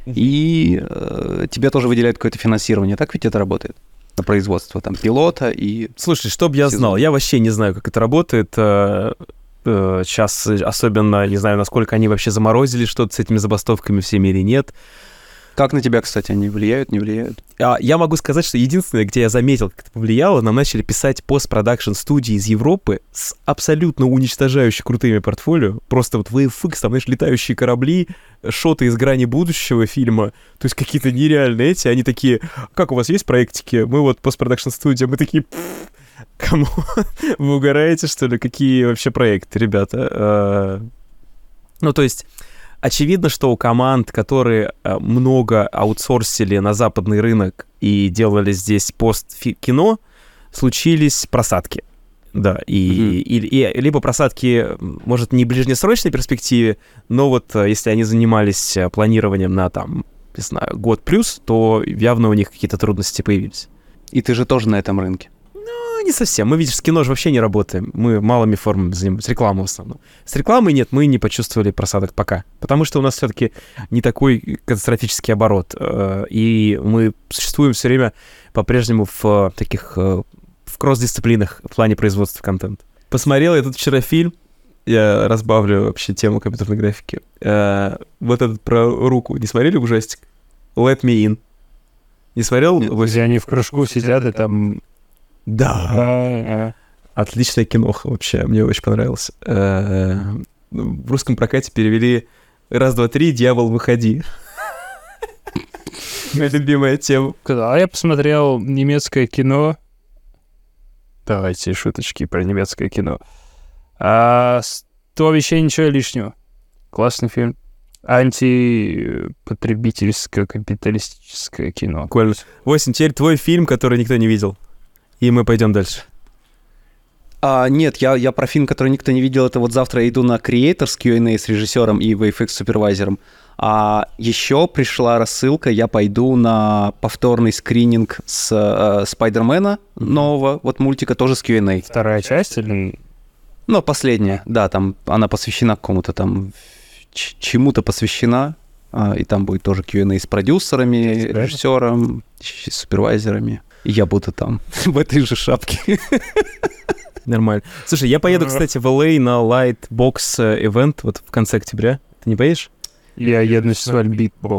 и э, тебе тоже выделяют какое-то финансирование. Так ведь это работает? На производство там пилота и... Слушай, чтоб я сезон. знал, я вообще не знаю, как это работает. Сейчас особенно не знаю, насколько они вообще заморозили что-то с этими забастовками всеми или нет. Как на тебя, кстати, они влияют, не влияют? А, я могу сказать, что единственное, где я заметил, как это повлияло, нам начали писать постпродакшн студии из Европы с абсолютно уничтожающе крутыми портфолио. Просто вот ви эф икс, там, знаешь, летающие корабли, шоты из «Грани будущего» фильма, то есть какие-то нереальные эти, они такие, как у вас есть проектики? Мы вот постпродакшн студия, мы такие, кому? Вы угораете, что ли? Какие вообще проекты, ребята? Ну, то есть... Очевидно, что у команд, которые много аутсорсили на западный рынок и делали здесь пост-кино, случились просадки. Да, и, mm-hmm. и, и либо просадки, может, не в ближнесрочной перспективе, но вот если они занимались планированием на, там, не знаю, год плюс, то явно у них какие-то трудности появились. И ты же тоже на этом рынке. Ну, не совсем. Мы, видишь, с кино же вообще не работаем. Мы малыми формами занимаемся, рекламой в основном. С рекламой нет, мы не почувствовали просадок пока. Потому что у нас все-таки не такой катастрофический оборот. И мы существуем все время по-прежнему в таких... в кросс-дисциплинах в плане производства контента. Посмотрел я тут вчера фильм, я разбавлю вообще тему компьютерной графики. Э, вот этот про руку. Не смотрели ужастик? Let Me In. Не смотрел? Нет, где они в кружку сидят и там... Да. А-а-а. Отличная киноха вообще, мне очень понравилось. Э, в русском прокате перевели «Раз, два, три, дьявол, выходи». Моя любимая тема. А я посмотрел немецкое кино. Давайте шуточки про немецкое кино. А, «сто вещей, ничего лишнего». Классный фильм. Антипотребительское, капиталистическое кино. Прикольно. Восемь, теперь твой фильм, который никто не видел. И мы пойдем дальше. А, нет, я, я про фильм, который никто не видел, это вот завтра я иду на Creators кью энд эй с режиссером и ви эф икс-супервайзером. А еще пришла рассылка, я пойду на повторный скрининг с э, Спайдермена нового, вот мультика, тоже с кью энд эй. Вторая часть или... Ну, последняя, да, там она посвящена какому-то там, ч- чему-то посвящена, а, и там будет тоже кью энд эй с продюсерами, режиссером, с супервайзерами. И я буду там, в этой же шапке. Нормально. Слушай, я поеду, кстати, в эл эй на Lightbox event вот в конце октября. Ты не поедешь? Я еду на фестиваль Beatbox.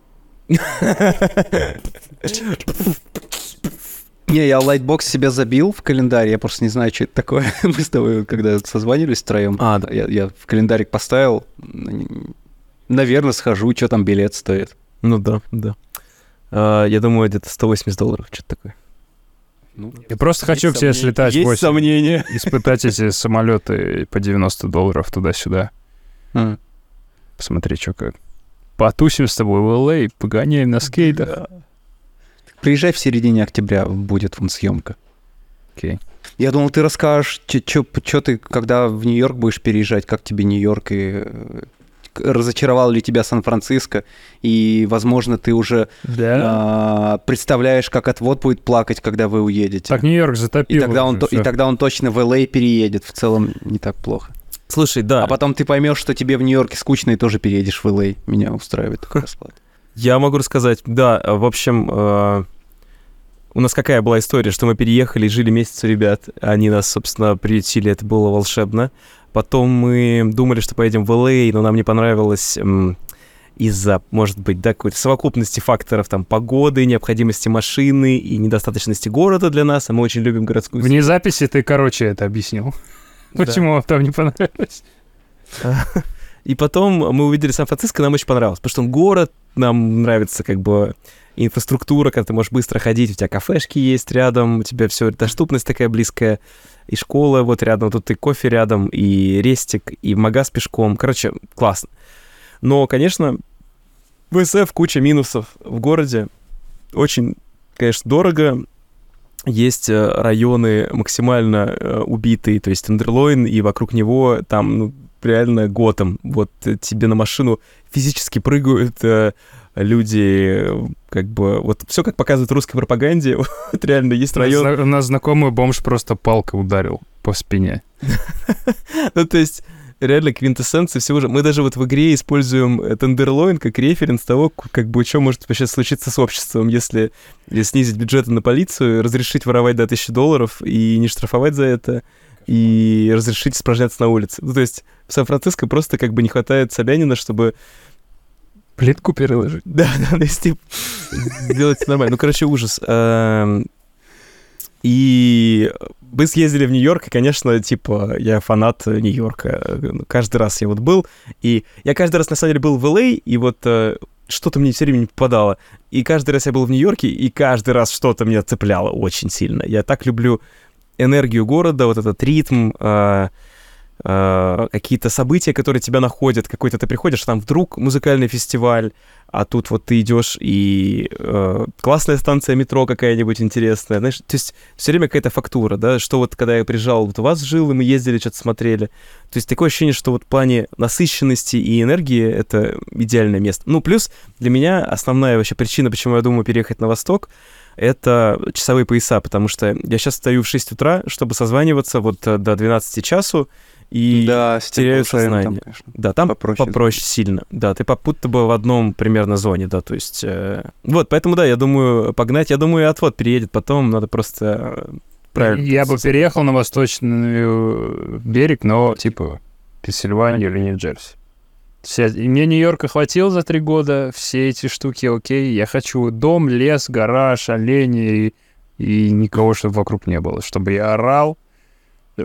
Не, я Lightbox себе забил в календарь, я просто не знаю, что это такое. Мы с тобой, когда созванивались втроем, а, да. я, я в календарик поставил, наверное, схожу, что там билет стоит. Ну да, да. Uh, я думаю, где-то сто восемьдесят долларов, что-то такое. Ну, я просто хочу к тебе слетать. Есть сомнения. Испытать эти самолеты по девяносто долларов туда-сюда. А. Посмотри, что как. Потусим с тобой в эл эй, погоняем на скейтах. Да. Приезжай в середине октября, будет вон съемка. Окей. Okay. Я думал, ты расскажешь, что ты, когда в Нью-Йорк будешь переезжать, как тебе Нью-Йорк и... разочаровал ли тебя Сан-Франциско, и, возможно, ты уже да. а, представляешь, как отвод будет плакать, когда вы уедете. Так Нью-Йорк затопил. И тогда, он, то, и тогда он точно в эл эй переедет. В целом не так плохо. Слушай, да. А потом ты поймешь, что тебе в Нью-Йорке скучно, и тоже переедешь в эл эй. Меня устраивает такой расклад. Я могу рассказать. Да, в общем, э, у нас какая была история, что мы переехали и жили месяц у ребят. Они нас, собственно, приютили, это было волшебно. Потом мы думали, что поедем в эл эй, но нам не понравилось м, из-за, может быть, да, какой-то совокупности факторов, там, погоды, необходимости машины и недостаточности города для нас, а мы очень любим городскую... Вне записи ты, короче, это объяснил. Да. Почему вам там не понравилось? И потом мы увидели Сан-Франциско, нам очень понравилось, потому что он город, нам нравится как бы инфраструктура, когда ты можешь быстро ходить, у тебя кафешки есть рядом, у тебя все, доступность такая близкая, и школа вот рядом, тут и кофе рядом, и рестик, и магаз пешком. Короче, классно. Но, конечно, в эс эф куча минусов в городе. Очень, конечно, дорого. Есть районы максимально убитые, то есть Тендерлойн, и вокруг него там, ну, реально Готэм. Вот тебе на машину физически прыгают люди, как бы, вот все как показывают в русской пропаганде, вот реально есть район... У нас знакомый бомж просто палкой ударил по спине. Ну, то есть, реально квинтэссенция всего же. Мы даже вот в игре используем Tenderloin как референс того, как бы что может вообще случиться с обществом, если снизить бюджеты на полицию, разрешить воровать до тысячи долларов и не штрафовать за это, и разрешить испражняться на улице. Ну, то есть в Сан-Франциско просто как бы не хватает Собянина, чтобы... Плитку переложить. Да, да, то есть сделать это нормально. Ну, короче, ужас. И мы съездили в Нью-Йорк, и, конечно, типа, я фанат Нью-Йорка. Каждый раз я вот был. И я каждый раз, на самом деле, был в Эл Эй, и вот э, что-то мне все время не попадало. И каждый раз я был в Нью-Йорке, и каждый раз что-то меня цепляло очень сильно. Я так люблю энергию города, вот этот ритм, э, э, какие-то события, которые тебя находят. Какой-то ты приходишь, там вдруг музыкальный фестиваль, а тут вот ты идешь, и э, классная станция метро какая-нибудь интересная, знаешь, то есть все время какая-то фактура, да, что вот когда я приезжал, вот у вас жил, и мы ездили, что-то смотрели, то есть такое ощущение, что вот в плане насыщенности и энергии это идеальное место. Ну, плюс для меня основная вообще причина, почему я думаю переехать на восток, это часовые пояса, потому что я сейчас встаю в шесть утра, чтобы созваниваться вот до двенадцати часу, и да, теряю сознание. Там, конечно, да, там попроще, попроще сильно. Да, ты попутно бы в одном примерно зоне, да, то есть... Э, вот, поэтому, да, я думаю, погнать, я думаю, и отвод переедет потом, надо просто... Э, правильно. Я бы переехал на восточный берег, но, типа, Пенсильвания или Нью-Джерси. Все, и мне Нью-Йорка хватило за три года, все эти штуки окей. Я хочу дом, лес, гараж, олени и, и никого, чтобы вокруг не было. Чтобы я орал, и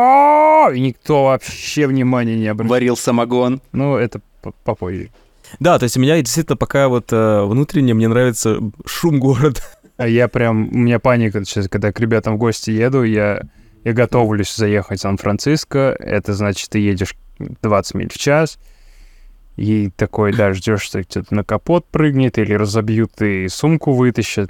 никто вообще внимания не обращал. Варил самогон. Ну, это попозже. Да, то есть у меня действительно пока вот э, внутренне мне нравится шум города. А я прям, у меня паника сейчас, когда к ребятам в гости еду, я, я готовлюсь заехать в Сан-Франциско, это значит, ты едешь двадцать миль в час, и такой, да, ждешь, что кто-то на капот прыгнет, или разобьют и сумку вытащат,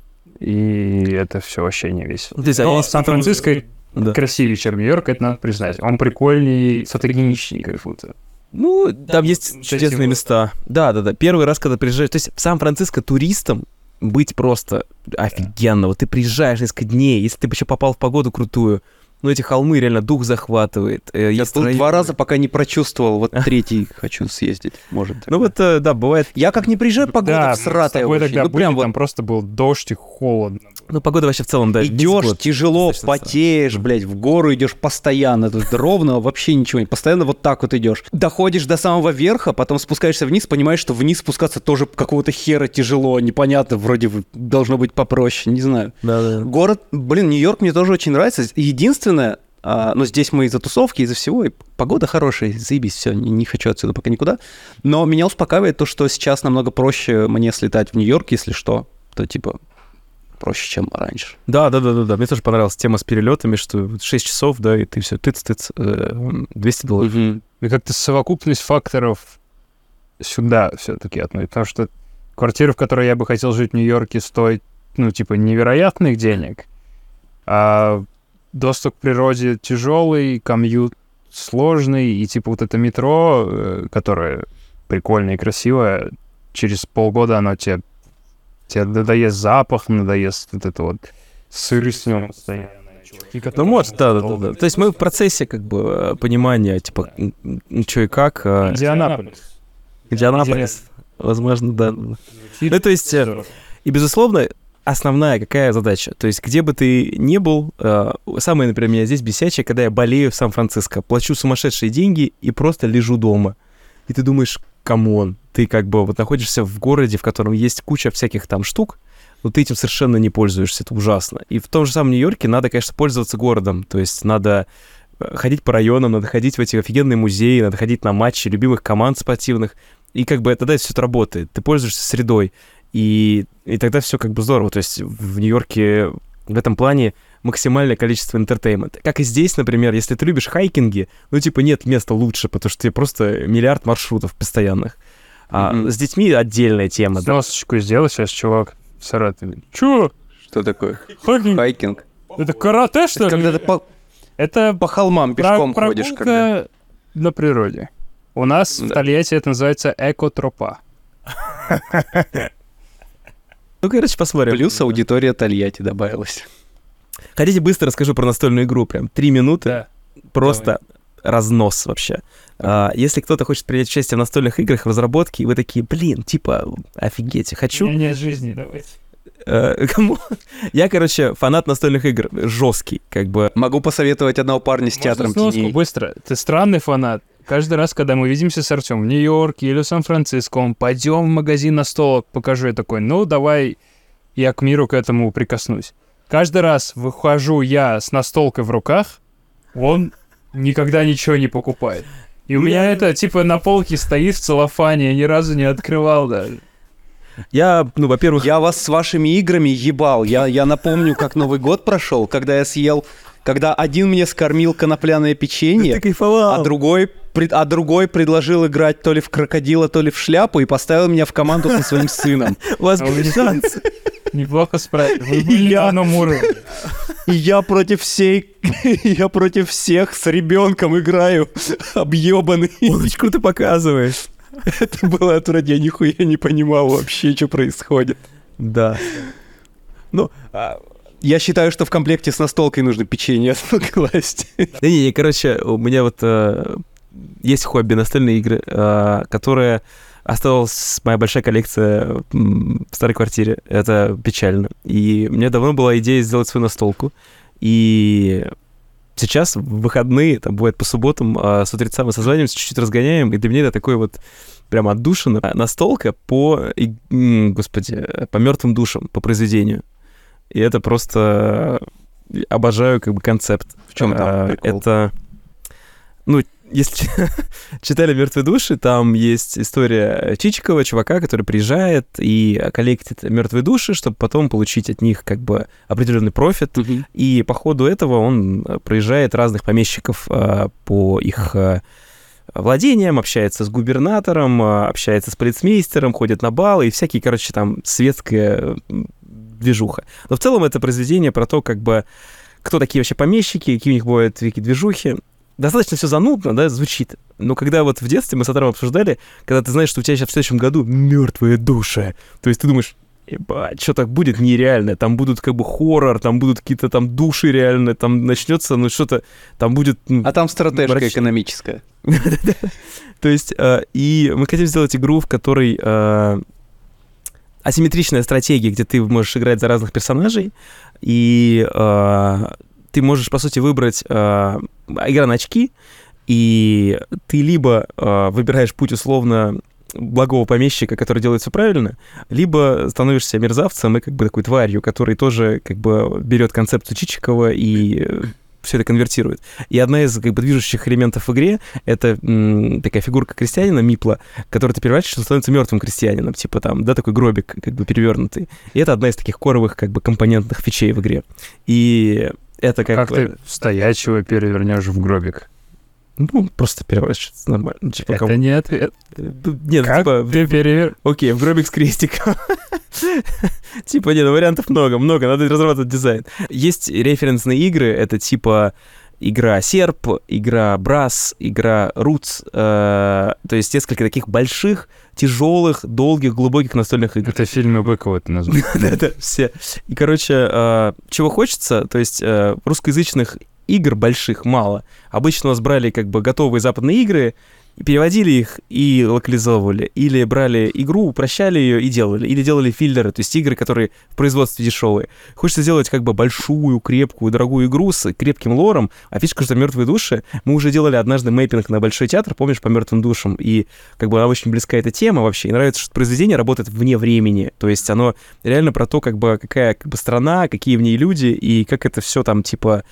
и это все вообще не весело. Но Сан-Франциско да. красивее, чем Нью-Йорк, это надо признать. Он прикольнее, фотогеничнее как будто. Ну, там есть чудесные места. Да-да-да. Первый раз, когда приезжаешь... То есть в Сан-Франциско туристом быть просто офигенно. Вот ты приезжаешь несколько дней, если ты еще попал в погоду крутую, ну, эти холмы реально дух захватывает. Я есть был район... два раза, пока не прочувствовал. Вот третий хочу съездить, может. Ну вот, да, бывает... Я как не приезжаю, погода всратая очень. Тогда ну, были, прям там вот... просто был дождь и холодно. Ну, погода вообще в целом, да. Идешь тяжело, потеешь, блядь, в гору идешь постоянно. Тут ровно вообще ничего не. Постоянно вот так вот идешь. Доходишь до самого верха, потом спускаешься вниз, понимаешь, что вниз спускаться тоже какого-то хера тяжело, непонятно, вроде должно быть попроще, не знаю. Да-да. Город, блин, Нью-Йорк мне тоже очень нравится. Единственное, а, ну, здесь мы из-за тусовки, из-за всего, и погода хорошая, заебись, все, не, не хочу отсюда пока никуда. Но меня успокаивает то, что сейчас намного проще мне слетать в Нью-Йорк, если что, то типа... проще, чем раньше. Да, да, да, да, да. Мне тоже понравилась тема с перелетами, что шесть часов, да, и ты все тыц-тыц, двести долларов. Угу. И как-то совокупность факторов сюда все-таки относится. Потому что квартира, в которой я бы хотел жить в Нью-Йорке, стоит, ну, типа, невероятных денег, а доступ к природе тяжелый, комьют сложный, и, типа, вот это метро, которое прикольное и красивое, через полгода оно тебе тебе надоест запах, надоест вот это вот сырость в нем постоянно. Ну, может, да, да, да, да. То есть мы в процессе, как бы, понимания, типа, что и как. Индианаполис. Индианаполис. Возможно, да. Ну, то есть, и, безусловно, основная какая задача? То есть, где бы ты ни был, самое, например, меня здесь бесячее, когда я болею в Сан-Франциско, плачу сумасшедшие деньги и просто лежу дома. И ты думаешь, камон, ты как бы вот находишься в городе, в котором есть куча всяких там штук, но ты этим совершенно не пользуешься, это ужасно. И в том же самом Нью-Йорке надо, конечно, пользоваться городом, то есть надо ходить по районам, надо ходить в эти офигенные музеи, надо ходить на матчи любимых команд спортивных, и как бы тогда все это работает, ты пользуешься средой, и, и тогда все как бы здорово, то есть в Нью-Йорке в этом плане максимальное количество интертеймента. Как и здесь, например, если ты любишь хайкинги, ну, типа, нет места лучше, потому что тебе просто миллиард маршрутов постоянных. А mm-hmm. с детьми отдельная тема. Сносочку да? сделай сейчас, чувак, в Саратове. Чё? Что такое? Хайкинг. Хайкинг. Это карате, что ли? Когда ты по... Это по холмам пешком про- ходишь. Когда... на природе. У нас да. в Тольятти это называется экотропа. Ну, короче, посмотрим. Плюс аудитория Тольятти добавилась. Хотите, быстро расскажу про настольную игру? Прям три минуты. Да. Просто разнос вообще. А, если кто-то хочет принять участие в настольных играх, в разработке, и вы такие, блин, типа, офигеть, хочу... У меня нет жизни, давайте. Э, кому? Я, короче, фанат настольных игр, жесткий, как бы. Могу посоветовать одного парня с театром Можно сноску теней. быстро. Ты странный фанат. Каждый раз, когда мы видимся с Артёмом в Нью-Йорке или в Сан-Франциско, он пойдем в магазин настолок, покажу. Я такой, ну, давай я к миру к этому прикоснусь. Каждый раз выхожу я с настолкой в руках, он никогда ничего не покупает. И у меня это, типа, на полке стоит в целлофане, я ни разу не открывал даже. Я, ну, во-первых... Я вас с вашими играми ебал. Я, я напомню, как Новый год прошел, когда я съел... Когда один мне скормил конопляное печенье, Ты кайфовал. а другой, пред- а другой предложил играть то ли в крокодила, то ли в шляпу и поставил меня в команду со своим сыном. У вас А были вы- шансы. Неплохо справились. Вы были на одном уровне. И я против всей... Я против всех с ребенком играю, объебанный. Он очень круто показываешь. Это было отвратительно, я нихуя не понимал вообще, что происходит. Да. Ну, а, Я считаю, что в комплекте с настолкой нужно печенье класть. да не, не, короче, у меня вот э, есть хобби настольные игры, э, которое осталась моя большая коллекция м, в старой квартире. Это печально. И у меня давно была идея сделать свою настолку. И сейчас в выходные, там бывает по субботам, э, с утреца мы созваниваемся, чуть-чуть разгоняем, и для меня это такой вот прям отдушина. Настолка по, и, м, господи, по мертвым душам, по произведению. И это просто обожаю как бы концепт. В чем там А, прикол? Это, ну, если читали «Мертвые души», там есть история Чичикова, чувака, который приезжает и коллектит мертвые души, чтобы потом получить от них как бы определенный профит. Мгм. И по ходу этого он проезжает разных помещиков а, по их а, владениям, общается с губернатором, а, общается с полицмейстером, ходит на балы и всякие, короче, там светская м, движуха. Но в целом это произведение про то, как бы, кто такие вообще помещики, какие у них бывают всякие движухи. Достаточно все занудно, да, звучит. Но когда вот в детстве мы с Атаром обсуждали, когда ты знаешь, что у тебя сейчас в следующем году мертвые души, то есть ты думаешь, ебать, что так будет нереально, там будут как бы хоррор, там будут какие-то там души реальные, там начнется, ну что-то, там будет... ну, А там стратежка мрачнее. экономическая. То есть, э, и мы хотим сделать игру, в которой э, асимметричная стратегия, где ты можешь играть за разных персонажей, и э, ты можешь, по сути, выбрать э, игра на очки, и ты либо э, выбираешь путь условно благого помещика, который делает все правильно, либо становишься мерзавцем и как бы такой тварью, который тоже как бы берет концепцию Чичикова и все это конвертирует. И одна из как бы движущих элементов в игре — это м, такая фигурка крестьянина, Мипла, которую ты переворачиваешь, он становится мертвым крестьянином, типа там, да, такой гробик как бы перевернутый. И это одна из таких коровых как бы компонентных фичей в игре. И это как, Как бы... ты стоячего перевернешь в гробик? Ну, просто переворачивается нормально. Ну, типа, Это кому- не ответ. Ну, Нет, Как типа... ты перевер... Окей, в гробик с крестиком. Типа, нет, вариантов много, много, надо разрабатывать дизайн. Есть референсные игры, это типа игра Серп, игра Брас, игра Roots, э, то есть несколько таких больших, тяжелых, долгих, глубоких настольных игр. Это фильмы Быкова ты назвал. Да-да, все. И, короче, э, чего хочется, то есть э, русскоязычных игр больших мало. Обычно у нас брали как бы готовые западные игры, переводили их и локализовывали. Или брали игру, упрощали ее и делали. Или делали филлеры, то есть игры, которые в производстве дешевые. Хочется сделать как бы большую, крепкую, дорогую игру с крепким лором. А фишка, что «Мертвые души» мы уже делали однажды мэппинг на Большой театр, помнишь, по «Мертвым душам». И как бы она очень близка эта тема вообще. И нравится, что произведение работает вне времени. То есть оно реально про то, как бы какая как бы страна, какие в ней люди, и как это все там типа...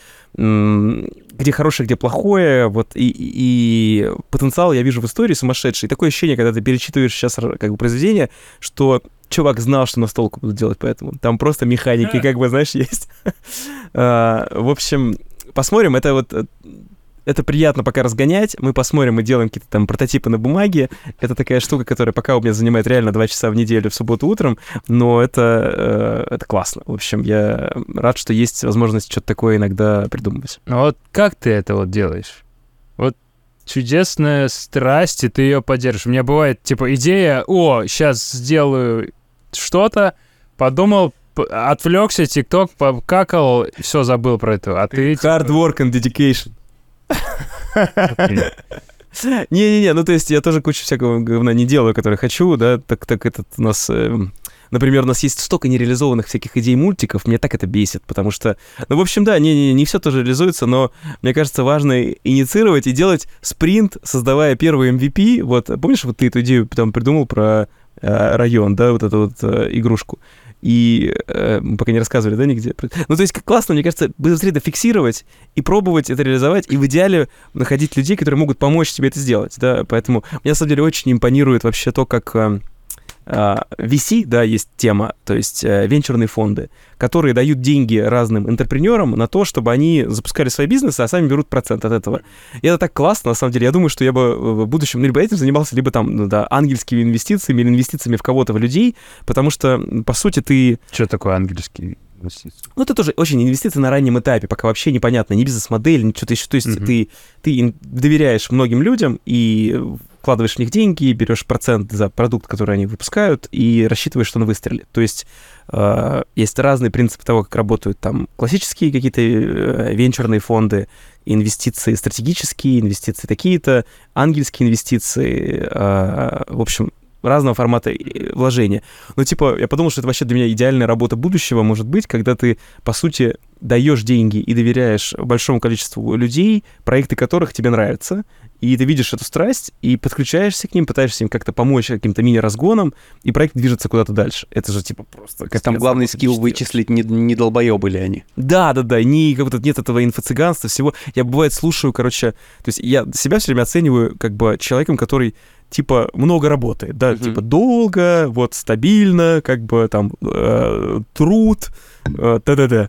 где хорошее, где плохое, вот, и, и, и потенциал я вижу в истории сумасшедший. И такое ощущение, когда ты перечитываешь сейчас как бы произведение, что чувак знал, что настолку будут делать, поэтому там просто механики, как бы, знаешь, есть. А, в общем, посмотрим, это вот... Это приятно пока разгонять, мы посмотрим, мы делаем какие-то там прототипы на бумаге. Это такая штука, которая пока у меня занимает реально два часа в неделю в субботу утром, но это, э, это классно. В общем, я рад, что есть возможность что-то такое иногда придумывать. Ну вот как ты это вот делаешь? Вот чудесная страсть, и ты ее поддержишь. У меня бывает, типа, идея, о, сейчас сделаю что-то, подумал, п- отвлекся, ТикТок, покакал, все, забыл про это. А ты... типа, Hard work and dedication. Не-не-не, ну то есть я тоже кучу всякого говна не делаю, которое хочу, да, так, так этот у нас... Э, например, у нас есть столько нереализованных всяких идей мультиков, мне так это бесит, потому что... Ну, в общем, да, не-не-не, не все тоже реализуется, но мне кажется, важно инициировать и делать спринт, создавая первый эм ви пи. Вот, помнишь, вот ты эту идею потом придумал про э, район, да, вот эту вот э, игрушку? И э, мы пока не рассказывали, да, нигде. Ну, то есть классно, мне кажется, быстрее это фиксировать и пробовать это реализовать, и в идеале находить людей, которые могут помочь тебе это сделать, да, поэтому мне, на самом деле, очень импонирует вообще то, как э, э, ви си, да, есть тема, то есть э, венчурные фонды, которые дают деньги разным интерпренерам на то, чтобы они запускали свои бизнесы, а сами берут процент от этого. И это так классно, на самом деле. Я думаю, что я бы в будущем либо этим занимался, либо там, ну, да, ангельскими инвестициями или инвестициями в кого-то, в людей, потому что, по сути, ты... Что такое ангельский инвестиции? Ну, это тоже очень инвестиции на раннем этапе, пока вообще непонятно, ни бизнес-модель, ни что-то еще. То есть mm-hmm. ты, ты доверяешь многим людям и вкладываешь в них деньги, берешь процент за продукт, который они выпускают, и рассчитываешь, что он выстрелит. То есть э, есть разные принципы того, как работают там классические какие-то э, венчурные фонды, инвестиции стратегические, инвестиции такие-то, ангельские инвестиции, э, в общем, разного формата вложения. Ну, типа, я подумал, что это вообще для меня идеальная работа будущего может быть, когда ты, по сути, даешь деньги и доверяешь большому количеству людей, проекты которых тебе нравятся, и ты видишь эту страсть, и подключаешься к ним, пытаешься им как-то помочь каким-то мини-разгонам, и проект движется куда-то дальше. Это же, типа, просто... Как там главный скилл вычислить, не, не долбоёбы ли они. Да-да-да, не, как будто нет этого инфо-цыганства, всего. Я, бывает, слушаю, короче... То есть я себя все время оцениваю как бы человеком, который типа, много работает, да, uh-huh. типа, долго, вот, стабильно, как бы, там, э, труд, э, т.д.д.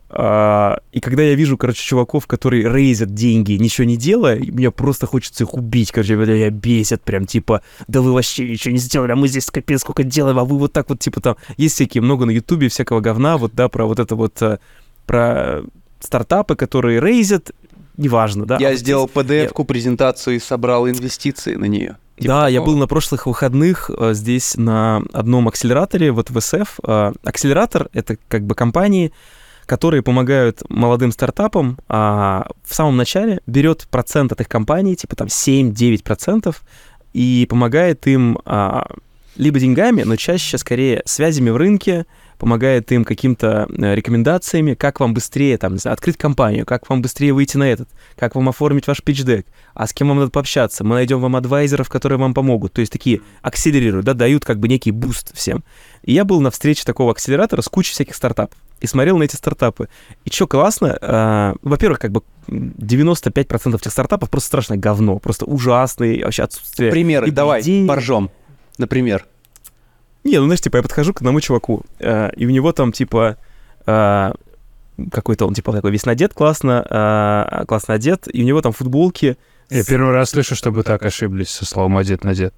А, и когда я вижу, короче, чуваков, которые рейзят деньги, ничего не делая, мне просто хочется их убить, короче, меня бесят прям, типа, да вы вообще ничего не сделали, а мы здесь капец сколько делаем, а вы вот так вот, типа, там, есть всякие, много на Ютубе всякого говна, вот, да, про вот это вот, про стартапы, которые рейзят, неважно, да. Я а сделал вот пи ди эф-ку, презентацию и собрал инвестиции на нее. Типа да, такого. Я был на прошлых выходных э, здесь на одном акселераторе, вот в эс эф. Э, акселератор — это как бы компании, которые помогают молодым стартапам, а в самом начале берет процент от их компаний, типа там семь-девять процентов, и помогает им а, либо деньгами, но чаще, скорее, связями в рынке, помогает им каким-то рекомендациями, как вам быстрее там, открыть компанию, как вам быстрее выйти на этот, как вам оформить ваш питч-дек, а с кем вам надо пообщаться, мы найдем вам адвайзеров, которые вам помогут, то есть такие акселерируют, да, дают как бы некий буст всем. И я был на встрече такого акселератора с кучей всяких стартапов и смотрел на эти стартапы. И что классно, э, во-первых, как бы девяносто пять процентов этих стартапов просто страшное говно, просто ужасные, вообще отсутствие... Примеры, давай, идей. поржем, например. Не, ну, знаешь, типа, я подхожу к одному чуваку, э, и у него там, типа, э, какой-то он, типа, такой весь надет классно, э, классно одет, и у него там футболки. Я с... первый раз слышу, чтобы так ошиблись со словом «одет-надет».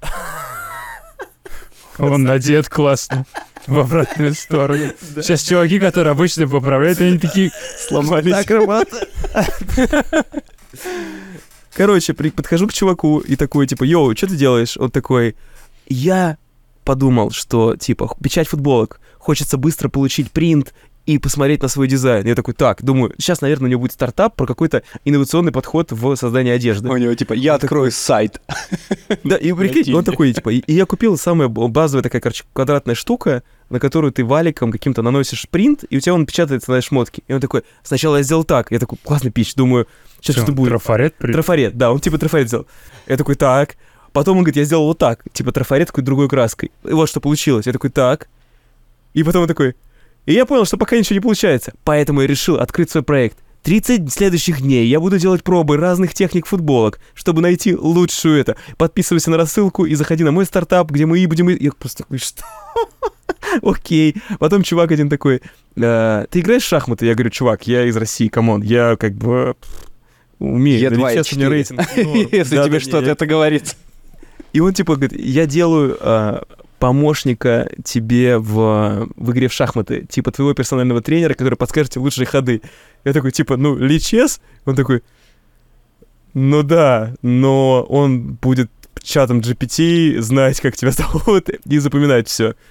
Он надет классно, в обратную сторону. Сейчас чуваки, которые обычно поправляют, они такие сломались. Акробаты. Короче, подхожу к чуваку и такой, типа, йоу, что ты делаешь? Он такой, я... подумал, что, типа, печать футболок, хочется быстро получить принт и посмотреть на свой дизайн. Я такой, так, думаю, сейчас, наверное, у него будет стартап про какой-то инновационный подход в создании одежды. У него, типа, я он открою такой... сайт. Да, и прикинь, он такой, типа, и я купил самая базовая такая, короче, квадратная штука, на которую ты валиком каким-то наносишь принт, и у тебя он печатается на шмотке. И он такой, сначала я сделал так. Я такой, классный пич, думаю, сейчас что-то будет. Трафарет? Трафарет, да, он типа трафарет сделал. Я такой, так... Потом он говорит, я сделал вот так, типа трафарет какой-то другой краской. И вот что получилось. Я такой, так. И потом он такой... И я понял, что пока ничего не получается. Поэтому я решил открыть свой проект. тридцать следующих дней я буду делать пробы разных техник футболок, чтобы найти лучшую это. Подписывайся на рассылку и заходи на мой стартап, где мы и будем... Я просто такой, что? Окей. Потом чувак один такой, ты играешь в шахматы? Я говорю, чувак, я из России, камон. Я как бы умею. Е два и четыре. Если тебе что-то это говорит. И он типа говорит, я делаю э, помощника тебе в, в игре в шахматы, типа твоего персонального тренера, который подскажет тебе лучшие ходы. Я такой, типа, ну, личес? Он такой, ну да, но он будет чатом джи пи ти знать, как тебя зовут, и запоминать все.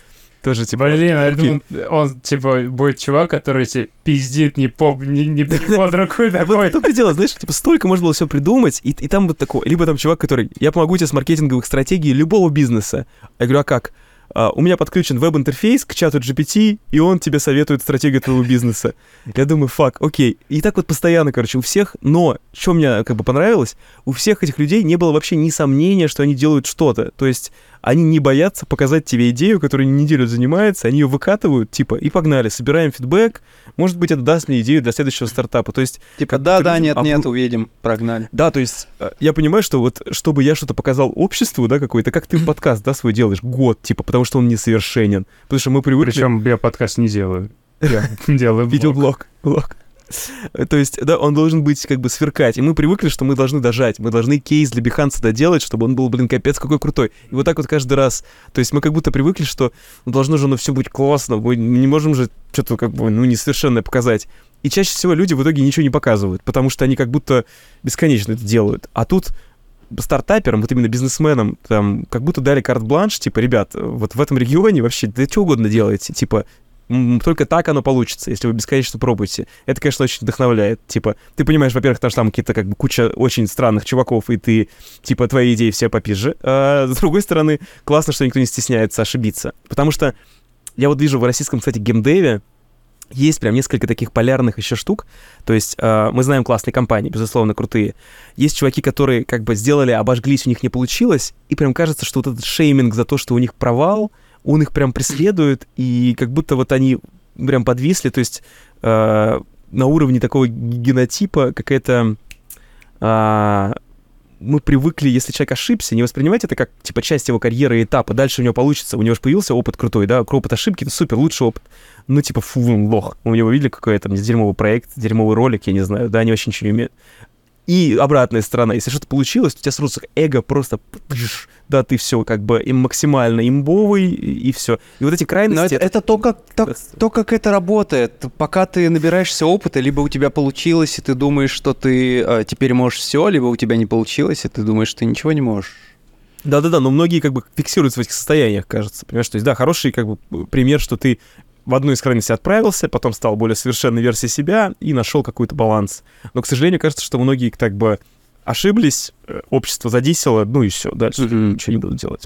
Тоже, типа... Блин, я думал, он, типа, будет чувак, который тебе пиздит не по... не, не под рукой такой. Вот это дело, знаешь, типа, столько можно было все придумать, и, и там вот такое... Либо там чувак, который... Я помогу тебе с маркетинговых стратегий любого бизнеса. Я говорю, а как? Uh, у меня подключен веб-интерфейс к чату джи пи ти, и он тебе советует стратегию твоего бизнеса. Я думаю, фак, окей. И так вот постоянно, короче, у всех, но что мне как бы понравилось, у всех этих людей не было вообще ни сомнения, что они делают что-то. То есть они не боятся показать тебе идею, которая неделю занимается, они ее выкатывают, типа, и погнали, собираем фидбэк, может быть, это даст мне идею для следующего стартапа. То есть... Типа, да-да, нет-нет, увидим, прогнали. Да, то есть я понимаю, что вот, чтобы я что-то показал обществу, да, какой-то, как ты подкаст, да, свой делаешь, год, типа, потому что он несовершенен. Потому что мы привыкли... Причем я подкаст не делаю. Я делаю видеоблог. Блог. То есть, да, он должен быть, как бы, сверкать. И мы привыкли, что мы должны дожать. Мы должны кейс для Behance доделать, чтобы он был, блин, капец какой крутой. И вот так вот каждый раз. То есть мы как будто привыкли, что ну, должно же оно все быть классно. Мы не можем же что-то, как бы, ну, несовершенное показать. И чаще всего люди в итоге ничего не показывают, потому что они как будто бесконечно это делают. А тут стартаперам, вот именно бизнесменам, там, как будто дали карт-бланш, типа, ребят, вот в этом регионе вообще, да что угодно делаете, типа, только так оно получится, если вы бесконечно пробуете. Это, конечно, очень вдохновляет. Типа, ты понимаешь, во-первых, потому что там какие-то как бы куча очень странных чуваков, и ты, типа, твои идеи все попизже. А с другой стороны, классно, что никто не стесняется ошибиться. Потому что я вот вижу в российском, кстати, геймдеве есть прям несколько таких полярных еще штук. То есть э, мы знаем классные компании, безусловно, крутые. Есть чуваки, которые как бы сделали, обожглись, у них не получилось, и прям кажется, что вот этот шейминг за то, что у них провал, он их прям преследует, и как будто вот они прям подвисли, то есть э, на уровне такого генотипа какая-то... Э, мы привыкли, если человек ошибся, не воспринимать это как, типа, часть его карьеры и этапа. Дальше у него получится, у него же появился опыт крутой, да, опыт ошибки, ну, супер, лучший опыт. Ну, типа, фу, лох. У него видели какой-то там дерьмовый проект, дерьмовый ролик, я не знаю, да, они вообще ничего не умеют. И обратная сторона, если что-то получилось, то у тебя сразу эго просто, да, ты все как бы им максимально имбовый, и, и все. И вот эти крайности... Но это, это... это то, как, то, то, как это работает. Пока ты набираешься опыта, либо у тебя получилось, и ты думаешь, что ты э, теперь можешь все, либо у тебя не получилось, и ты думаешь, что ты ничего не можешь. Да-да-да, но многие как бы фиксируются в этих состояниях, кажется. Понимаешь, то есть, да, хороший как бы пример, что ты в одну из крайностей отправился, потом стал более совершенной версией себя и нашел какой-то баланс. Но, к сожалению, кажется, что многие как бы ошиблись, общество задисило, ну и все, дальше mm-hmm. ничего не будут делать.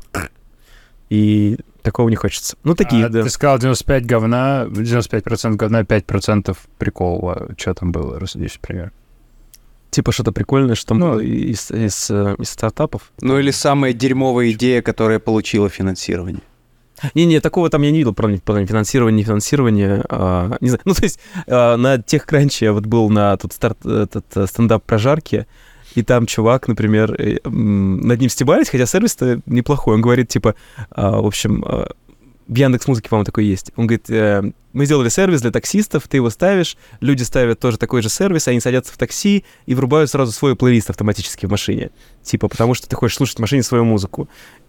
И такого не хочется. Ну, такие, а, да. Ты сказал девяносто пять говна, девяносто пять процентов говна, пять процентов прикола. Что там было? Рассудишь пример. Типа что-то прикольное, что ну, из, из, из стартапов. Ну или самая дерьмовая идея, которая получила финансирование. Не-не, такого там я не видел, про финансирование, не финансирование, а, не знаю. Ну, то есть а, на TechCrunch я вот был на тот старт, этот стендап прожарки, и там чувак, например, над ним стебались, хотя сервис-то неплохой. Он говорит, типа, а, в общем, а, в Яндекс.Музыке, по-моему, такой есть. Он говорит, э, мы сделали сервис для таксистов, ты его ставишь, люди ставят тоже такой же сервис, они садятся в такси и врубают сразу свой плейлист автоматически в машине. Типа, потому что ты хочешь слушать в машине свою музыку.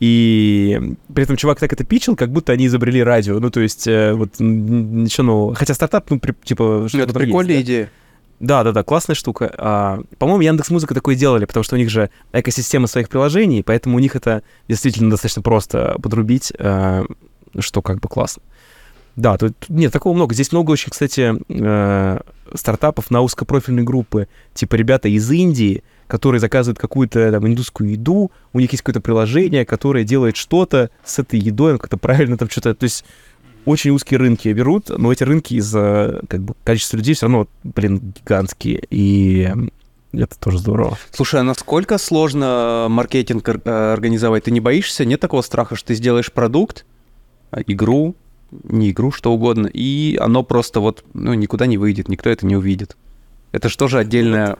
И при этом чувак так это питчил, как будто они изобрели радио. Ну, то есть, э, вот, ничего нового. Хотя стартап, ну, при, типа... Ну, это прикольная есть, идея. Да, да, да, классная штука. А, по-моему, Яндекс.Музыка такое делали, потому что у них же экосистема своих приложений, поэтому у них это действительно достаточно просто подрубить, а, что как бы классно. Да, тут нет, такого много. Здесь много очень, кстати, э, стартапов на узкопрофильные группы. Типа ребята из Индии, которые заказывают какую-то там индусскую еду, у них есть какое-то приложение, которое делает что-то с этой едой, как-то правильно там что-то... То есть очень узкие рынки берут, но эти рынки из-за как бы количества людей все равно, блин, гигантские. И это тоже здорово. Слушай, а насколько сложно маркетинг организовать? Ты не боишься? Нет такого страха, что ты сделаешь продукт, игру, не игру, что угодно, и оно просто вот, ну, никуда не выйдет, никто это не увидит. Это же тоже отдельная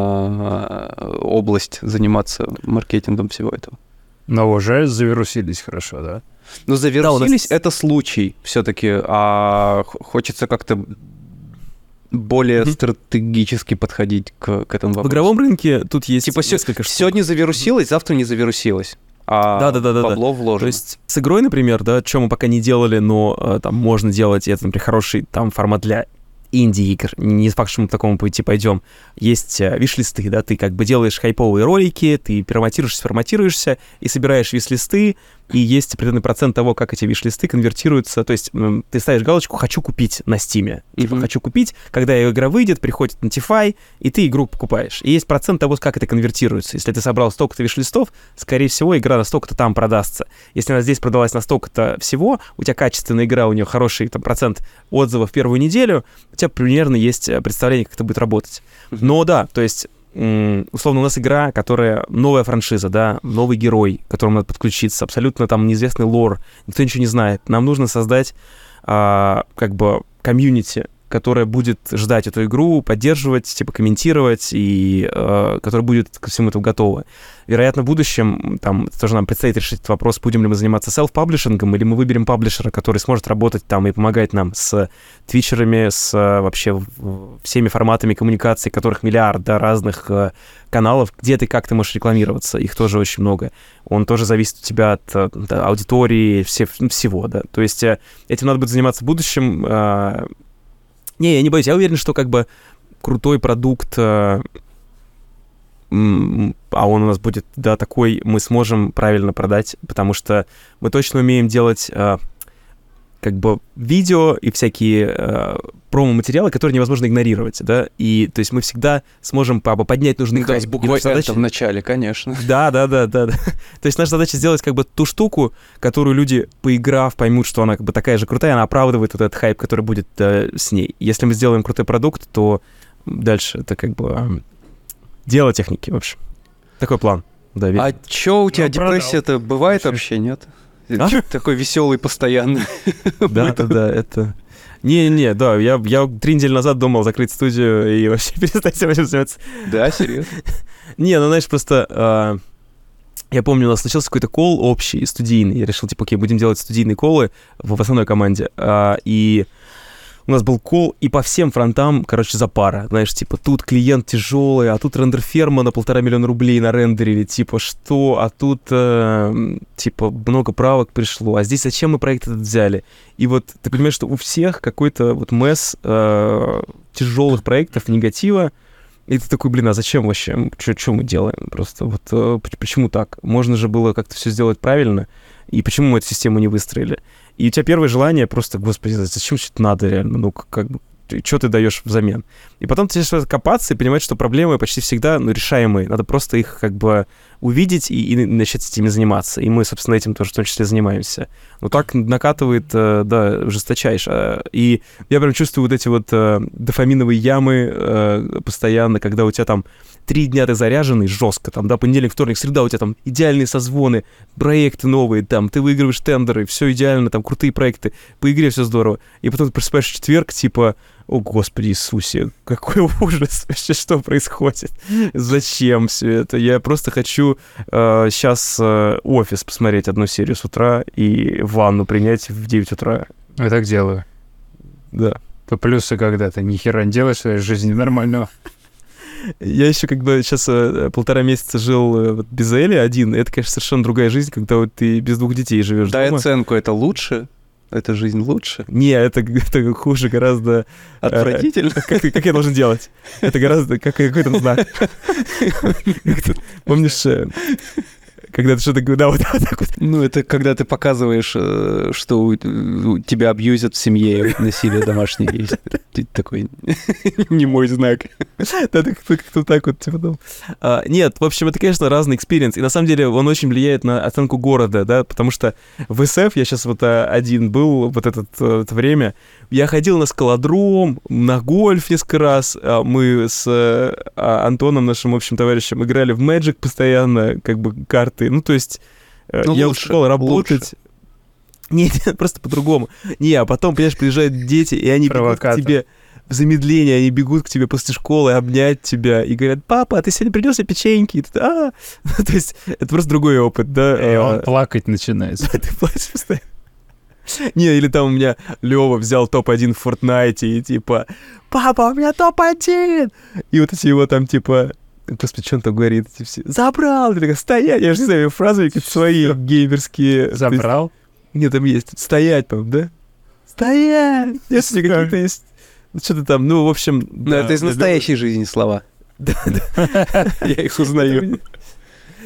э, область заниматься маркетингом всего этого. Но уже завирусились хорошо, да? Ну, завирусились, да, нас... это случай все-таки, а хочется как-то более mm-hmm. стратегически подходить к, к этому вопросу. В игровом рынке тут есть типа несколько штук. Сегодня завирусилось, завтра не завирусилось. А да, да, да, да, бабло да. вложено. То есть с игрой, например, да, что мы пока не делали, но э, там можно делать, и это, например, хороший там формат для инди-игр. Не факт, что мы по такому пути пойдем. Есть э, виш-листы, да, ты как бы делаешь хайповые ролики, ты переформатируешься, форматируешься и собираешь виш-листы, и есть определенный процент того, как эти виш-листы конвертируются. То есть ты ставишь галочку «хочу купить» на Steam. Типа Мгм. «хочу купить», когда игра выйдет, приходит Notify, и ты игру покупаешь. И есть процент того, как это конвертируется. Если ты собрал столько-то виш-листов, скорее всего, игра на столько-то там продастся. Если она здесь продалась на столько-то всего, у тебя качественная игра, у нее хороший там, процент отзывов в первую неделю, у тебя примерно есть представление, как это будет работать. Но да, то есть... условно, у нас игра, которая новая франшиза, да, новый герой, к которому надо подключиться, абсолютно там неизвестный лор, никто ничего не знает. Нам нужно создать а, как бы комьюнити, которая будет ждать эту игру, поддерживать, типа комментировать, и э, которая будет ко всему этому готова. Вероятно, в будущем, там, тоже нам предстоит решить этот вопрос, будем ли мы заниматься селф-паблишингом, или мы выберем паблишера, который сможет работать там и помогать нам с твичерами, с вообще всеми форматами коммуникации, которых миллиард, да, разных э, каналов, где ты, как ты можешь рекламироваться, их тоже очень много. Он тоже зависит у тебя от да, аудитории, все, всего, да. То есть э, этим надо будет заниматься в будущем. Э, Не, я не боюсь, я уверен, что как бы крутой продукт, э, м, а он у нас будет, да, такой, мы сможем правильно продать, потому что мы точно умеем делать э, как бы видео и всякие э, промо-материалы, которые невозможно игнорировать, да, и то есть мы всегда сможем папа, поднять нужный Да, хайп. с буквой И наша «Н» задача- в начале, конечно. Да, да, да, да, да. То есть наша задача сделать как бы ту штуку, которую люди, поиграв, поймут, что она как бы такая же крутая, она оправдывает вот этот хайп, который будет э, с ней. Если мы сделаем крутой продукт, то дальше это как бы э, дело техники, в общем. Такой план. Да, А чё у тебя Ну, продал. депрессия-то бывает Вообще. вообще, нет? А? Чё ты такой веселый постоянно? да, да, да, это... Не-не, да, я, я три недели назад думал закрыть студию и вообще перестать этим заниматься. Да, серьезно? Не, ну знаешь, просто... э, я помню, у нас случился какой-то кол общий, студийный. Я решил, типа, окей, будем делать студийные колы в, в основной команде. А, и у нас был кол, и по всем фронтам, короче, запара. Знаешь, типа, тут клиент тяжелый, а тут рендер-ферма на полтора миллиона рублей нарендерили. Типа, что? А тут, э, типа, много правок пришло. А здесь зачем мы проект этот взяли? И вот ты понимаешь, что у всех какой-то вот месс э, тяжелых проектов, негатива. И ты такой, блин, а зачем вообще? Что мы делаем? Просто вот э, почему так? Можно же было как-то все сделать правильно. И почему мы эту систему не выстроили? И у тебя первое желание просто, господи, зачем все это надо реально? Ну, как бы, что ты даешь взамен? И потом ты начинаешь копаться и понимать, что проблемы почти всегда, ну, решаемые. Надо просто их как бы увидеть и, и начать с этими заниматься. И мы, собственно, этим тоже в том числе занимаемся. Ну, так накатывает, э, да, жесточайше. И я прям чувствую вот эти вот э, дофаминовые ямы э, постоянно, когда у тебя там три дня ты заряженный жестко, там, да, понедельник, вторник, среда, у тебя там идеальные созвоны, проекты новые, там, ты выигрываешь тендеры, все идеально, там, крутые проекты, по игре все здорово. И потом ты просыпаешься в четверг, типа, о, Господи Иисусе, какой ужас, вообще, что происходит? Зачем все это? Я просто хочу э, сейчас э, «Офис» посмотреть одну серию с утра и ванну принять в девять утра. Я так делаю. Да. То плюсы когда ты ни хера не делаешь в своей жизни нормального. Я еще как бы сейчас э, полтора месяца жил э, вот без Эли один. Это, конечно, совершенно другая жизнь, когда вот ты без двух детей живешь Дай дома. оценку, это лучше? Эта жизнь лучше? Не, это, это хуже гораздо. Отвратительно? Э, как, как я должен делать? Это гораздо... Как, какой-то знак. Как-то, помнишь, э, когда ты что-то говоришь, да, вот так вот. Ну, это когда ты показываешь, э, что у- у тебя абьюзят в семье, насилие домашнее есть. Ты такой, не мой знак. Да, ты как-то как-то так вот, типа, там. А, нет, в общем, это, конечно, разный экспириенс. И на самом деле он очень влияет на оценку города, да, потому что в эс эф я сейчас вот а, один был вот этот, а, это время. Я ходил на скалодром, на гольф несколько раз. А, мы с а, Антоном, нашим общим товарищем, играли в Magic постоянно, как бы карты. Ну, то есть э, Ну, я лучше, успел работать. лучше. Нет, нет, просто по-другому. Не, а потом, понимаешь, приезжают дети, и они бегут к Провокатор. тебе в замедление, они бегут к тебе после школы обнять тебя и говорят: папа, а ты сегодня принес мне печеньки? И ты, а То есть это просто другой опыт, да? И А, он плакать начинается. ты плачешь постоянно. Не, или там у меня Лёва взял топ один в Фортнайте и типа: папа, у меня топ один! И вот эти его там типа... Господи, что он там говорит? Эти все: забрал! Ты такая: стоять! Я же не знаю, фразы какие-то свои геймерские. То есть- Забрал? Нет, там есть. Стоять, по-моему, да? Стоять! Если какие-то есть... Ну, что-то там, ну, в общем... Ну, это из настоящей жизни слова. Да, да. Я их узнаю.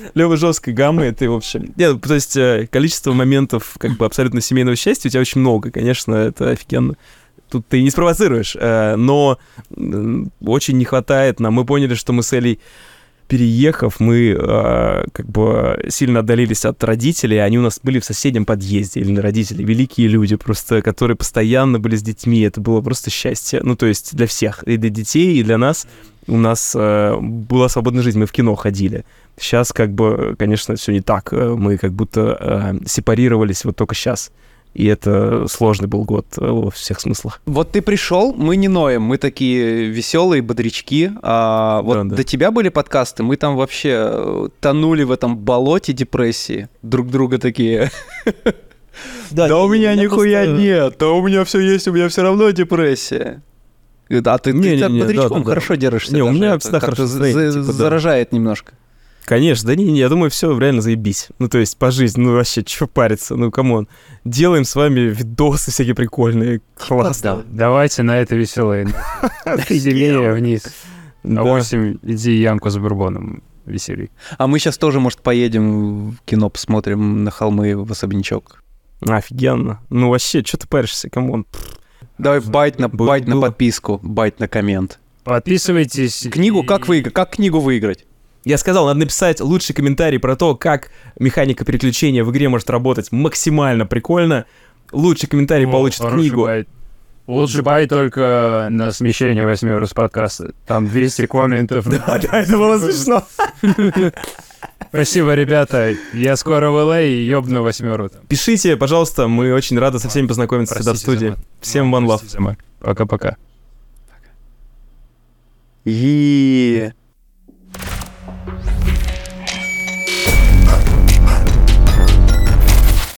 Лёва жесткой гаммы, ты, в общем... Нет, то есть э, количество моментов как бы абсолютно семейного счастья у тебя очень много, конечно, это офигенно. Тут ты не спровоцируешь, э, но э, очень не хватает нам. Мы поняли, что мы с Элей, переехав, мы э, как бы сильно отдалились от родителей, они у нас были в соседнем подъезде, или родители, великие люди просто, которые постоянно были с детьми, это было просто счастье, ну, то есть для всех, и для детей, и для нас. У нас э, была свободная жизнь, мы в кино ходили. Сейчас, как бы, конечно, все не так, мы как будто э, сепарировались вот только сейчас. И это сложный был год во всех смыслах. Вот ты пришел, мы не ноем, мы такие веселые бодрячки. А вот Да, да. до тебя были подкасты, мы там вообще тонули в этом болоте депрессии. Друг друга такие. Да у меня нихуя нет, да у меня все есть, у меня все равно депрессия. А ты бодрячком хорошо держишься. Не, у меня всегда хорошо заражает немножко. Конечно, да не, не, я думаю, все реально заебись. Ну, то есть, по жизни, ну, вообще, чё париться, ну, камон. Делаем с вами видосы всякие прикольные, классно. Давайте на это веселое. Веселее вниз. А восемь иди ямку с бурбоном весели. А мы сейчас тоже, может, поедем в кино, посмотрим на холмы в особнячок. Офигенно. Ну, вообще, что ты паришься, камон. Давай байт на, байт на подписку, байт на коммент. Подписывайтесь. Книгу как выиграть? Как книгу выиграть? Я сказал, надо написать лучший комментарий про то, как механика переключения в игре может работать максимально прикольно. Лучший комментарий О, получит книгу. Байт. Лучший байт только на смещение восьмеру с подкаста. Там двести комментов. Да, да, это было смешно. Спасибо, ребята. Я скоро в эл эй и ёбну восьмеру. Пишите, пожалуйста, мы очень рады со всеми познакомиться всегда в студии. Всем one love. Пока-пока. И